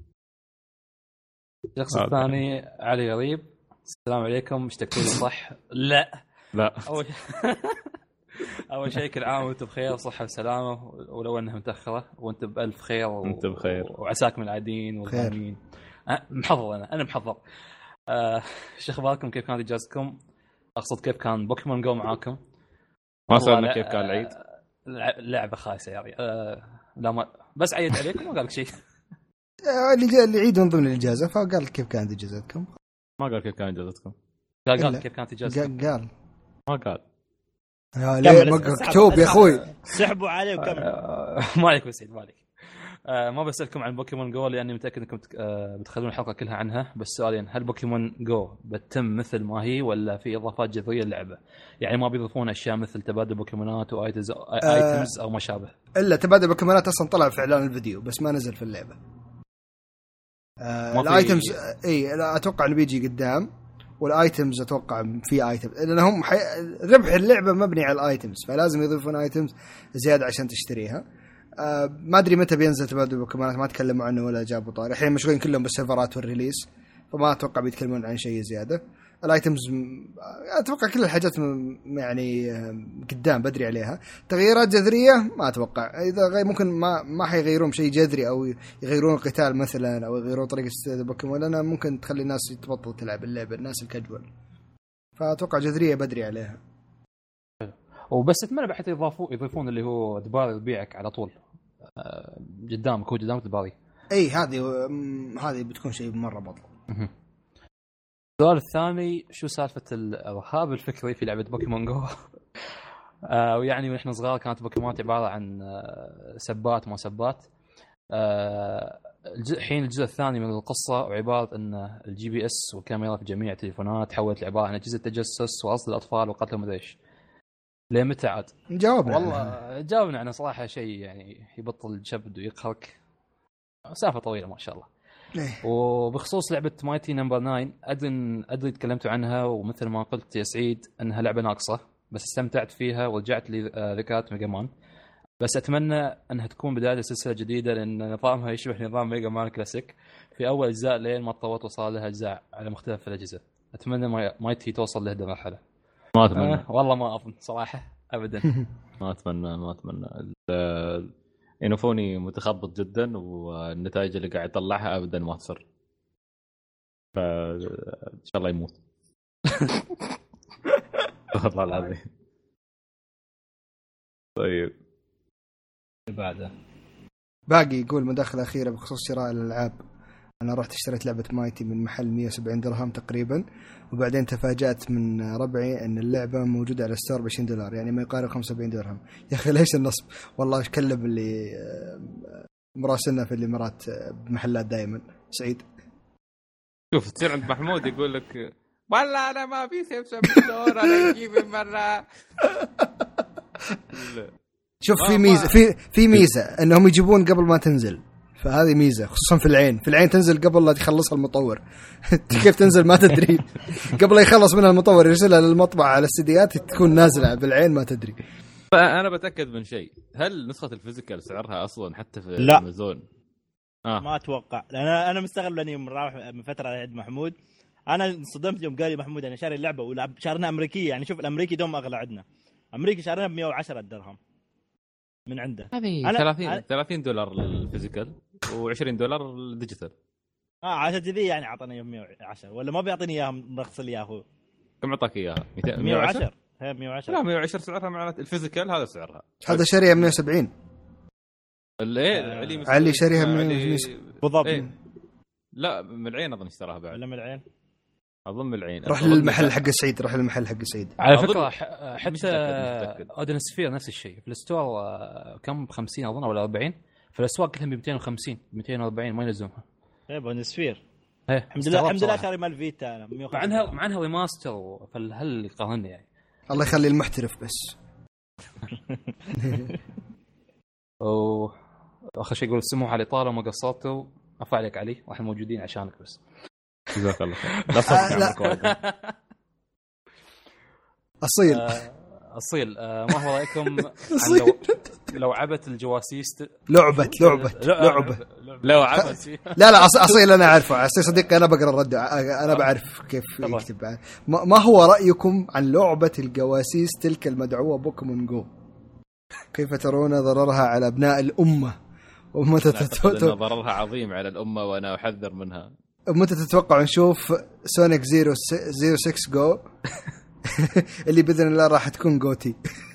الشخص الثاني علي غريب. السلام عليكم مشتكون صح؟ لا لا أول أول شيء كل عام وأنت بخير وصحة وسلامة ولو أنها متأخرة وأنت بألف خير و... أنت بخير وعساكم العاديين والغامين. محضر أنا أنا محضر. آه... شو أخباركم كيف كانت إجازتكم؟ أقصد كيف كان بوكيمون جو معاكم؟ ما سألنا كيف كان العيد. لعبة خايسة يعني آه... لا ما بس عيد عليكم ما قالك شيء. اللي اللي عيد من ضمن الإجازة فقال كيف كانت إجازتكم. ما قال كيف كانت إجازتكم. قال قال كيف كانت إجازتكم. قال ما قال. يا ليه مكتوب يا اخوي سحبوا عليه وكمل. ما عليك سعيد ما عليك. آه ما بسألكم عن بوكيمون جو لاني متاكد انكم آه بتخلون الحلقه كلها عنها بس سؤالين هل بوكيمون جو بتتم مثل ما هي ولا في اضافات جذريه للعبه يعني ما بيضيفون اشياء مثل تبادل بوكيمونات وايتمز ايتمز او ما شابه الا تبادل بوكيمونات اصلا طلع في اعلان الفيديو بس ما نزل في اللعبه. آه الايتمز اي لا اتوقع انه بيجي قدام والايتمز اتوقع في ايتم لانهم حي... ربح اللعبه مبني على الايتمز فلازم يضيفون ايتمز زياده عشان تشتريها. آه ما ادري متى بينزل تبادل بوكيمونات ما تكلموا عنه ولا جابوا طاري. الحين مشغولين كلهم بالسيرفرات والريليس فما اتوقع بيتكلمون عن شيء زياده. الايتمز اتوقع كل الحاجات م... يعني قدام بدري عليها. تغييرات جذريه ما اتوقع اذا غير ممكن ما ما حيغيرون شيء جذري او يغيرون القتال مثلا او يغيرون طريقه استخدام البوكيمون لأنها ممكن تخلي الناس تبطل تلعب اللعبه الناس الكاجوال فاتوقع جذريه بدري عليها. وبس اتمنى بحيث يضافوا يضيفون اللي هو دباري يبيعك على طول قدامك هو قدامك دباري. اي هذه هذه بتكون شيء مره بطل. السؤال الثاني شو سالفه الرهاب الفكري في لعبه بوكيمون جو؟ آه ويعني ونحن صغار كانت بوكيمونات عباره عن سبات وما سبات. آه الحين الجزء الثاني من القصه وعباره ان الجي بي اس والكاميرا في جميع التليفونات تحولت لعباره عن اجهزه تجسس وقصد الاطفال وقتل مدري ايش. ليه متى عاد؟ جاوبنا والله جاوبنا عن صراحه شيء يعني يبطل الجبد ويقهرك. مسافه طويله ما شاء الله. وبخصوص لعبه مايتي نمبر تسعة ادري ادري تكلمتوا عنها ومثل ما قلت يا سعيد انها لعبه ناقصه بس استمتعت فيها ورجعت لي ذكريات ميجا مان بس اتمنى انها تكون بدايه سلسله جديده لان نظامها يشبه نظام ميجا مان كلاسيك في اول اجزاء لين ما تطورت وصار لها اجزاء على مختلف الاجهزه. اتمنى ما مايتي توصل لهذه المرحله. ما اتمنى أه والله ما اظن صراحه ابدا. ما اتمنى ما اتمنى انوفوني متخبط جدا، والنتائج اللي قاعد يطلعها ابدا ما تصير، فان شاء الله يموت. والله العظيم. طيب بعده باقي يقول مداخله اخيره بخصوص شراء الالعاب. انا رحت اشتريت لعبه مايتي من محل مية وسبعين درهم تقريبا، وبعدين تفاجأت من ربعي ان اللعبه موجوده على الستور ب عشرين دولار، يعني ما يقارب خمسة وسبعين درهم. يا اخي ليش النصب؟ والله كلم اللي مراسلنا في الامارات بمحلات دائما سعيد. شوف تصير عند محمود يقول لك والله انا ما في خمسة دولار انا اجيب مره. شوف في ميزه في في ميزه انهم يجيبون قبل ما تنزل، فهذه ميزه خصوصا في العين. في العين تنزل قبل لا تخلصها المطور. كيف تنزل ما تدري، قبل لا يخلص منها المطور يرسلها للمطبعه على السيديات تكون نازله بالعين ما تدري. فانا بتاكد من شيء، هل نسخه الفيزيكال سعرها اصلا حتى في لا. امازون؟ آه. ما اتوقع، انا انا مستغرب لاني مراوح من فتره عند محمود. انا انصدمت يوم قال لي محمود انا شاري اللعبه ولعب شارنا امريكيه. يعني شوف الامريكي دوم اغلى عندنا، امريكي شارنا ب مية وعشرة درهم من عنده. هذه ثلاثين ثلاثين دولار الفيزيكال و20 دولار الديجيتال. اه عشان كذي يعني اعطاني مية وعشرة ولا ما بيعطيني اياها مرخص لي اياه. كم اعطاك اياها؟ مية وعشرة. هي مية وعشرة. لا مية وعشرة سعرها معناته الفيزيكال هذا سعرها. هذا شاريها مية وسبعين. ايه آه. علي علي شاريها من بالضبط. إيه. لا من العين اظن اشتراها بعد. ولا من العين؟ اظن من العين. روح للمحل حق سعيد، روح للمحل حق سعيد. على فكره حتى اودن سفير نفس الشيء في الستور كم ب خمسين اظن ولا أربعين، في الاسواق كلهم ب مئتين وخمسين مئتين وأربعين ما يلزمها. ايه اودن سفير ايه الحمد لله الحمد لله شاري مال فيتا انا مية وخمسين. معناها معناها ريماستر، فهل يقارنني يعني. الله يخلي المحترف بس. او اخر شيء يقول سموح على الاطاله وما قصرتوا، افا عليك علي واحنا موجودين عشانك بس. جزاك الله خير. لا صدق اصيل اصيل. ما هو رايكم لو لو عبت الجواسيس لعبه لعبه لعبه لو عبت لا لا اصيل انا عارفه اصيل صديقي انا بقرا الرد انا بعرف كيف يكتب. ما هو رايكم عن لعبه الجواسيس تلك المدعوه بوكيمون جو؟ كيف ترون ضررها على ابناء الامه ومتى تتوقع ضررها عظيم على الامه وانا احذر منها؟ متى تتوقع نشوف سونيك زيرو زيرو ستة جو اللي باذن الله راح تكون جوتي؟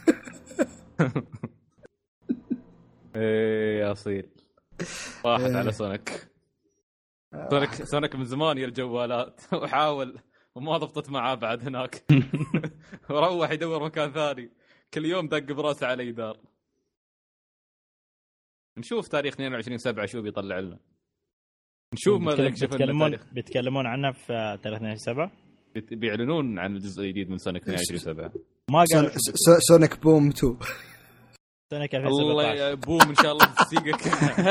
ايه يا اصيل واحد على سونيك. سونيك سونيك من زمان يا الجوالات وحاول وما ضبطت معاه بعد هناك. وروح يدور مكان ثاني، كل يوم دق براسه على يدار. نشوف تاريخ اثنين وعشرين سبعة شو بيطلع لنا، نشوف ما بيتكلمون بيتكلمون عنه في تاريخ اثنين وعشرين سبعة. بيعلنون عن الجزء الجديد من سونيك اثنين وعشرين سبعة. ما قال سونيك بوم تو. سونيك الله يا بوم ان شاء الله تسيقك.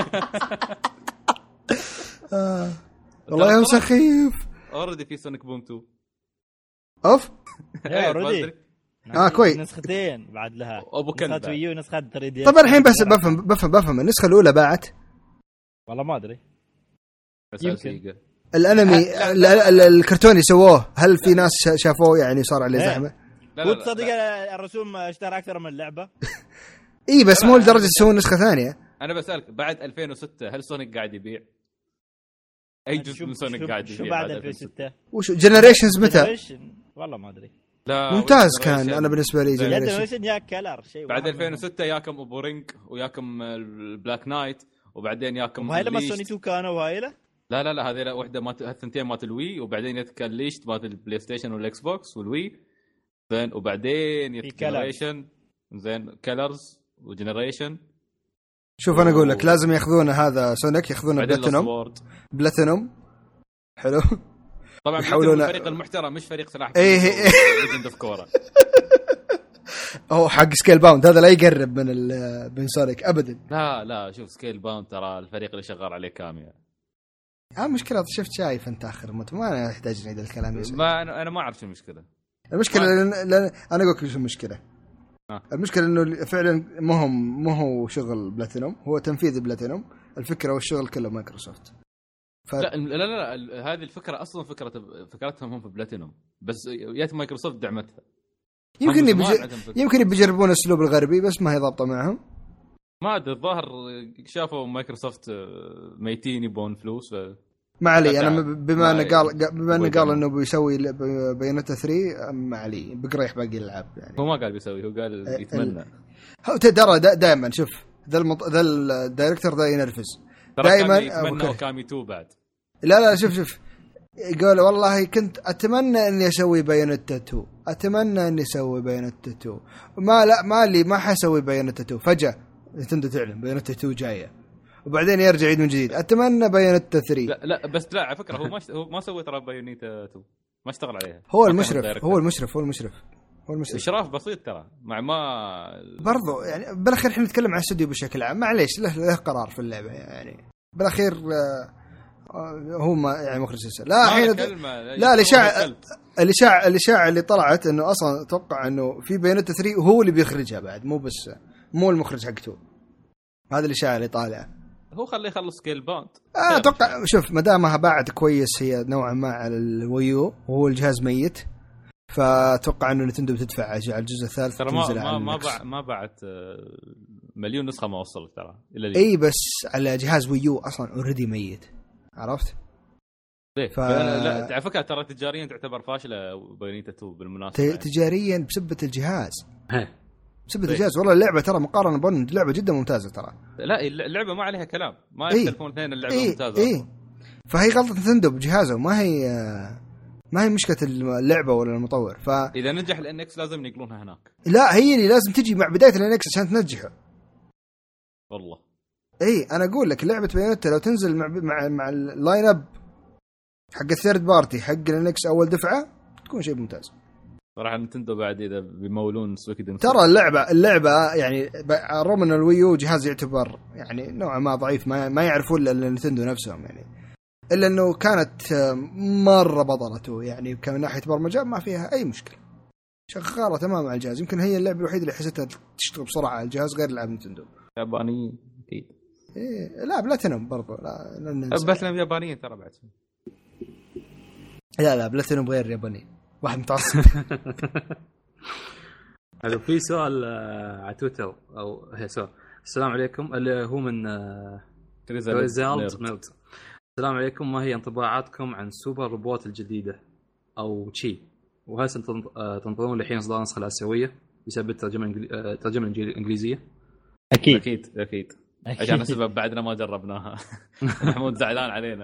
والله يا سخيف. اوريدي في سونيك بوم تو. اوف اوريدي اه كويس. نسختين بعد لها ابو كلب نسخه ويو ونسخه ثري دي. طبعا الحين بس بفهم بفهم بفهم النسخه الاولى باعت والله ما ادري. يمكن الانمي الكرتوني سووه، هل في ناس شافوه يعني صار عليه زحمه؟ وتصدق الرسوم اشترى اكثر من اللعبه. اي بس مو لدرجه يسوون نسخه ثانيه. انا بسالك بعد ألفين وستة هل سونيك قاعد يبيع اي جزء من سونيك قاعد يبيع؟ شو بعد ألفين وستة وش جنريشنز متى؟ والله ما ادري. لا ممتاز كان انا بالنسبه لي جنريشن يا كلر شيء بعد ألفين وستة ياكم ابو رينج وياكم البلاك نايت وبعدين ياكم وهاي لما سوني تو كانوا وهاي لا لا لا لا هذه واحده مات الثنتين مات الوي، وبعدين يتكلم ليش مات البلاي ستيشن والاكس بوكس والوي زين، وبعدين يتكلم زين كلرز وجنريشن. شوف انا اقول لك لازم ياخذون هذا سونيك ياخذونه بلاتينوم بلاتينوم حلو. طبعا يحولون فريق المحترم مش فريق سلاح ايه ليجند اوف كورا. هو حق سكيل باوند هذا لا يقرب من من سونيك ابدا. لا لا شوف سكيل باوند ترى الفريق اللي شغال عليه كاميا. اه مشكلة شفت شايف انت اخر مت ما يحتاج نعيد الكلام يا ما انا انا ما اعرف شو المشكلة. المشكلة لأن... لأن... انا اقول لك شو المشكلة. آه. المشكلة انه فعلا ما هو ما هو شغل بلاتينوم، هو تنفيذ بلاتينوم، الفكرة والشغل كله مايكروسوفت. ف... لا لا لا, لا هذه الفكره اصلا فكره فكرتهم هم في بلاتينوم بس يات مايكروسوفت دعمتها. يمكن يبج... يمكن بيجربون الاسلوب الغربي بس ما هي ضابطه معهم. ما ادري الظاهر شافوا مايكروسوفت ميتين يبون فلوس ف... ما علي انا بما انه قال بما انه قال انه بيسوي بياناتا ثلاثة ما علي بقريح باقي الالعاب يعني. هو ما قال بيسوي هو قال يتمنى. هو ترى دائما شوف ذا المط... ذا الدايركتور ذا ينرفز دائما يتمنى كامي تو بعد. لا لا شوف شوف يقول والله كنت اتمنى اني اسوي بياناتا تو اتمنى اني اسوي بياناتا تو ما لا ما لي ما حسوي بياناتا تو فجأة نتندو تعلن بياناتا تو جايه وبعدين يرجع يعيد من جديد اتمنى بياناتا ثلاثة. لا لا بس لا على فكره هو ما هو ما سوى ترى بياناتا تو ما اشتغل عليها. هو المشرف هو المشرف هو المشرف هو المشرف اشراف بسيط ترى مع ما برضو يعني بالاخير احنا نتكلم عن استوديو بشكل عام معليش له له قرار في اللعبه يعني بالاخير هو ما يعني مخرج السلسله لا الحين لا الاشاعه الاشاعه الاشاعه اللي طلعت انه اصلا اتوقع انه في بياناتا ثلاثة هو اللي بيخرجها بعد مو بس مو المخرج حقته. هذا الاشاعه اللي طالعه هو خليه يخلص سكيل باوند. آه اتوقع شوف ما دامها باعت كويس هي نوعا ما على الويو وهو الجهاز ميت فاتوقع انه نتندو بتدفع على الجزء الثالث تنزل على ما باع ما باعت مليون نسخه ما وصلت ترى الا اي بس على جهاز ويو اصلا اوريدي ميت عرفت. ف... لا على فكره ترى تجاريا تعتبر فاشله بياناتا تو بالمناسبه. تجاريا بسبه الجهاز بسبب الجهاز والله اللعبه ترى مقارنه بون اللعبه جدا ممتازه ترى. لا اللعبه ما عليها كلام ما يختلفون إيه؟ اثنين اللعبه إيه؟ ممتازه إيه؟ فهي غلطه نتندو بجهازه ما هي ما هي مشكله اللعبه ولا المطور. ف اذا نجح الان اكس لازم ينقلونها هناك. لا هي اللي لازم تجي مع بدايه الان اكس عشان تنجحه والله. اي انا اقول لك لعبه بياناتا لو تنزل مع مع, مع اللاين اب حق الثيرد بارتي حق الان اكس اول دفعه تكون شيء ممتاز صراحه. نتندو بعد اذا بيمولون سويكيدن ترى اللعبه اللعبه يعني رغم ان الويو جهاز يعتبر يعني نوعا ما ضعيف ما ما يعرفون الا نتندو نفسهم يعني الا انه كانت مره بطلته يعني كان من ناحيه برمجه ما فيها اي مشكله شغاله تمام على الجهاز. يمكن هي اللعبه الوحيده اللي حسيتها تشتغل بسرعه على الجهاز غير لعب نتندو. يابانيين اكيد. إيه لا بلاتينوم برضو لا بلاتينوم يابانيين ترى بعد. لا لا بلاتينوم غير ياباني واحد متعصب. هذا في سؤال على تويتر او هي سؤال. السلام عليكم اللي هو من ريزالت ميلت. السلام عليكم ما هي انطباعاتكم عن سوبر روبوت الجديده او تشي وهل تنتظرون لحين اصدار النسخه الاسيويه بسبب الترجمه الترجمه الانجليزيه؟ اكيد اكيد اكيد عشان السبب بعدنا ما جربناها. محمود زعلان علينا.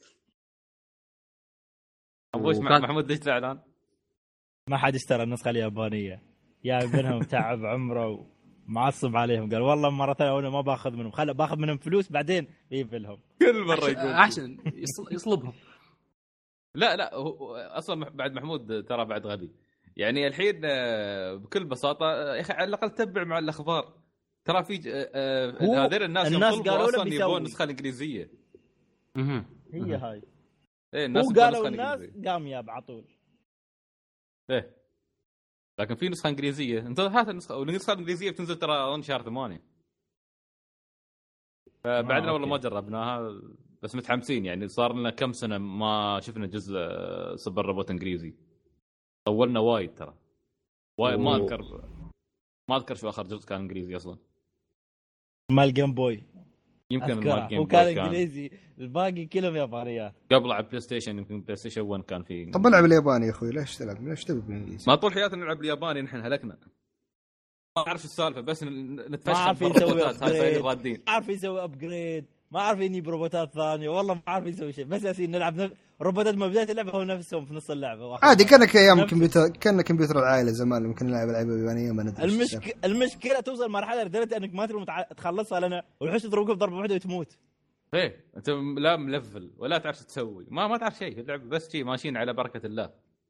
ابوش مع محمود ليش زعلان؟ ما حد اشترى النسخه اليابانيه يا ابنهم تعب عمره ومعصب عليهم قال والله مره ثانيه انا ما باخذ منهم خل باخذ منهم فلوس بعدين يبلهم كل مره يقول احسن يصلبهم. لا لا هو اصلا بعد محمود ترى بعد غبي يعني الحين بكل بساطه يا اخي على الاقل تتبع مع الاخبار ترى في هذول الناس الناس قالوا اصلا يبون النسخه الانجليزيه. اها هي هاي ايه الناس قالوا الناس قام ياب على طول ايه لكن في نسخه انجليزيه انت هات النسخه والنسخه الانجليزيه بتنزل ترى اظن شهر ثمانية فبعدنا آه والله ما جربناها بس متحمسين يعني صار لنا كم سنه ما شفنا جزء سوبر روبوت انجليزي طولنا وايد ترى وايد ما اذكر ما اذكر شو اخر جزء كان انجليزي اصلا مال جيم بوي يمكن مال جيم بوي كان انجليزي الباقي كلهم يابانيات قبل على بلاي ستيشن يمكن بلاي ستيشن واحد كان في. طب نلعب الياباني يا اخوي ليش تلعب ليش تبي بالانجليزي؟ ما طول حياتنا نلعب الياباني نحن هلكنا ما اعرف السالفه بس نتفشخ بروبوتات هاي رادين ما عارف يسوي ابجريد ما عارف يجيب روبوتات ثانيه والله ما عارف يسوي شيء بس ياسين نلعب نف... روبوتات ما بدايه اللعبه هو نفسهم في نص اللعبه عادي كانك ايام الكمبيوتر كان كمبيوتر العائله زمان ممكن نلعب العاب يابانيه ما ندري. المشك... المشكله توصل مرحله لدرجه انك ما تقدر متع... تخلصها لنا والحش تضربك بضربه واحده وتموت. ايه انت لا ملفل ولا تعرف تسوي ما ما تعرف شيء اللعبه بس شيء ماشيين على بركه الله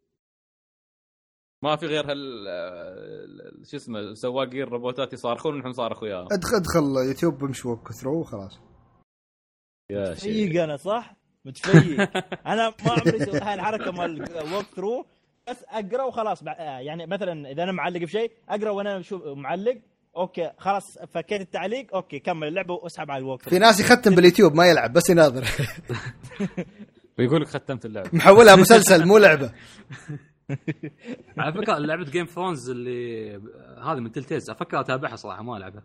ما في غير هال شو اسمه سواقين روبوتات يصارخون ونحن نصارخ وياهم. ادخل ادخل يوتيوب بمشي وك ثرو وخلاص يا شيخ انا صح متفيق. انا ما عمري سويت هاي الحركه مال وك ثرو بس اقرا وخلاص يعني مثلا اذا انا معلق بشيء اقرا وانا شو معلق اوكي خلاص فكيت التعليق اوكي كمل اللعبه واسحب على الوقت. في ناس يختم باليوتيوب ما يلعب بس يناظر ويقول لك ختمت اللعبه محولها مسلسل مو لعبه. على فكره لعبه جيم ثرونز اللي هذه من تلتيز افكر اتابعها صراحه ما العبها.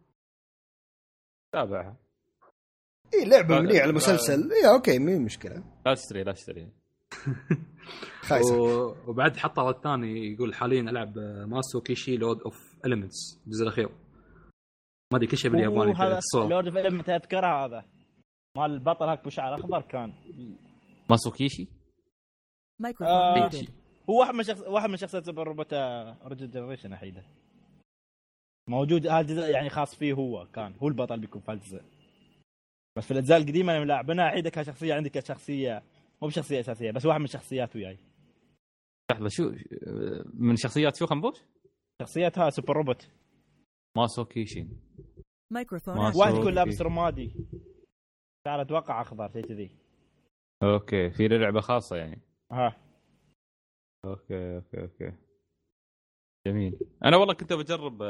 تابعها اي لعبه مليئه على المسلسل اي اوكي مين مشكله لا تشتري لا تشتري خايسه. وبعد حط على الثاني يقول حاليا العب ماسو كيشي لورد اوف اليمنتس الجزء الاخير ما ادري كل شيء بالياباني هذا الصور. لورد اوف اليمنت اذكرها هذا مال البطل هاك بشعر اخضر كان ماسوكيشي آه هو واحد من شخص واحد من شخصيات الروبوت اوريجن جنريشن احيده موجود هذا الجزء يعني خاص فيه هو كان هو البطل بيكون في الجزء. بس في الاجزاء القديمه انا لاعبنا احيده كشخصيه عندك كشخصيه مو بشخصيه اساسيه بس واحد من شخصيات وياي. لحظه شو من شخصيات شو خنبوش شخصيتها سوبر روبوت ماسوكيشي مايكروفون واحد يكون لابس رمادي شعره اتوقع اخضر شيء كذي. اوكي في لعبه خاصه يعني ها اوكي اوكي اوكي جميل. انا والله كنت بجرب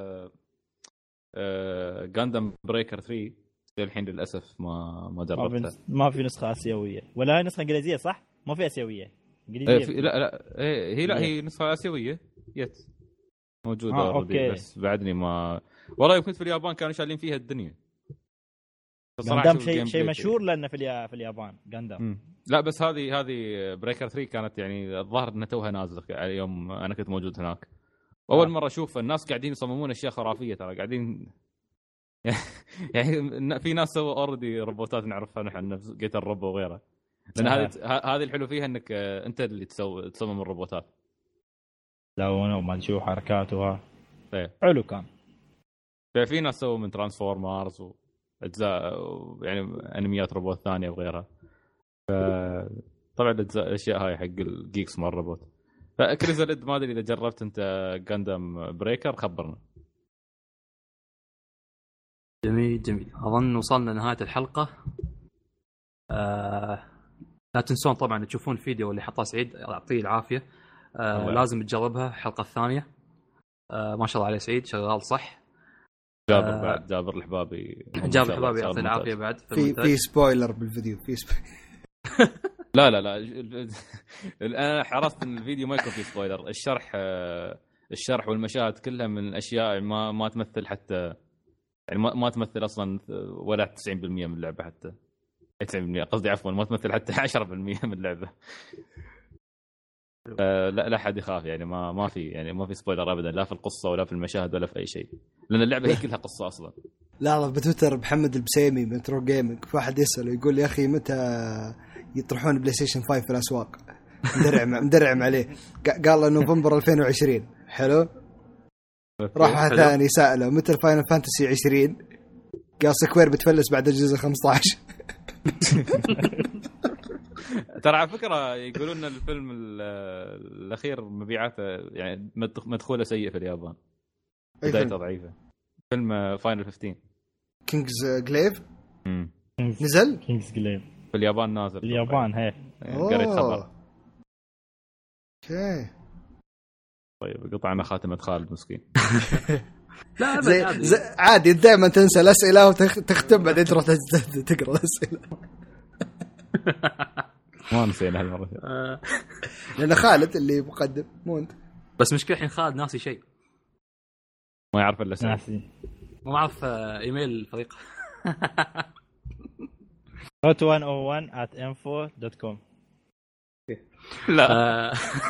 غاندام بريكر ثلاثة الحين للاسف ما ما جربتها. ما في نسخه اسيويه ولا نسخه انجليزيه صح ما في اسيويه انجليزيه في... لا لا إيه هي لا هي نسخه اسيويه يت موجوده آه أوكي. بس بعدني ما والله كنت في اليابان كانوا شايلين فيها الدنيا. غاندام شيء شيء مشهور لنا في اليا... في اليابان غاندام. لا بس هذه هذه بريكر ثلاثة كانت يعني الظاهر انها توها نازله على يوم انا كنت موجود هناك. اول مره اشوف الناس قاعدين يصممون اشياء خرافيه ترى قاعدين يعني في ناس سووا اوريدي روبوتات نعرفها نحن نفس جيت الروبو وغيره. لان هذه هذه الحلو فيها انك انت اللي تسوي تصمم الروبوتات لونه وما نشوف حركاتها ايه حلو كان. في ناس سووا من ترانسفورمرز واجزاء يعني انميات روبوت ثانيه وغيرها. طبعا الاشياء هاي حق الجيكس مال الروبوت. فكريزاليد ما ادري اذا جربت انت غاندام بريكر خبرنا. جميل جميل اظن وصلنا لنهايه الحلقه. آه لا تنسون طبعا تشوفون الفيديو اللي حطاه سعيد يعطيه العافيه. آه لازم تجربها الحلقه الثانيه. آه ما شاء الله عليه سعيد شغال صح. جابر آه بعد جابر الحبابي جابر الحبابي يعطيه العافيه بعد في في سبويلر بالفيديو في سبويلر. لا لا لا انا حرصت ان الفيديو ما يكون فيه سبويلر. الشرح الشرح والمشاهد كلها من الاشياء ما ما تمثل حتى يعني ما, ما تمثل اصلا ولا تسعين بالمئة من اللعبه حتى تسعين بالمئة قصدي عفوا ما تمثل حتى عشرة بالمئة من اللعبه. آه لا لا حد يخاف يعني ما ما في يعني ما في سبويلر ابدا لا في القصه ولا في المشاهد ولا في اي شيء لان اللعبه هي كلها قصه اصلا. لا لا بتويتر محمد البسيمي مترو جيمنج في واحد يسأله يقول يا اخي متى يطرحون بلاي ستيشن خمسة في الاسواق مدرعم مدرعم عليه قال له نوفمبر ألفين وعشرين حلو. راح واحد ثاني سأله متى الفاينل فانتسي عشرين قال سكوير بتفلس بعد الجزء خمسة عشر. ترى على فكره يقولون ان الفيلم الاخير مبيعاته يعني مدخوله سيء في اليابان بدايته ضعيفه. فيلم فاينل خمسة عشر كينجز جليف نزل كينجز جليف في اليابان نازل اليابان هي قريت خبر. اوكي طيب قطعنا خاتمه خالد مسكين. لا زي عادي, عادي دائما تنسى الاسئله وتختم بعدين تروح تقرا الاسئله. ما نسينا هالمره لان خالد اللي مقدم مو انت. بس مشكله الحين خالد ناسي شيء ما يعرف الا ناسي ما اعرف ايميل الفريق. hot one oh one at info dot com. لا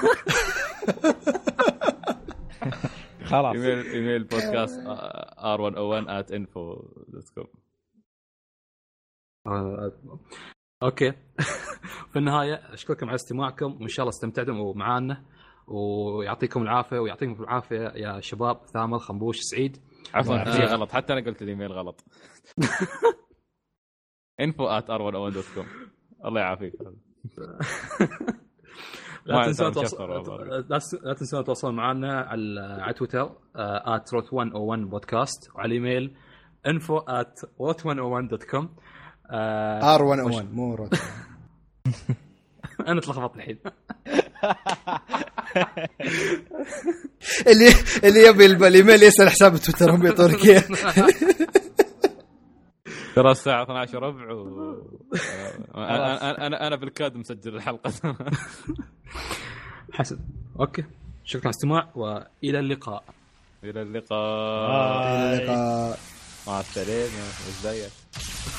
خلاص ايميل ايميل بودكاست آر ون أو ون at info dot com. اوكي في النهايه اشكركم على استماعكم وان شاء الله استمتعتم معانا ويعطيكم العافيه ويعطيكم العافيه يا شباب ثامر خنبوش سعيد. عفوا شيء غلط حتى انا قلت الايميل غلط. info at آر ون أو ون dot com. الله يعافيك. لا تنسون لا تنسون تتواصلون معنا على على تويتر at روت ون أو ون بودكاست وعلى الايميل info at روت ون أو ون dot com. آر ون أو ون مو روت. انا تلخبطت الحين. اللي اللي يبي الايميل يسال حساب تويتر هم يعطونك اياه. ترى الساعة اثنا عشر ربع و... انا انا انا بالكاد مسجل الحلقة. حسن اوكي، شكرا على الاستماع والى اللقاء. الى اللقاء. الى اللقاء. مع السلامة. ازيك؟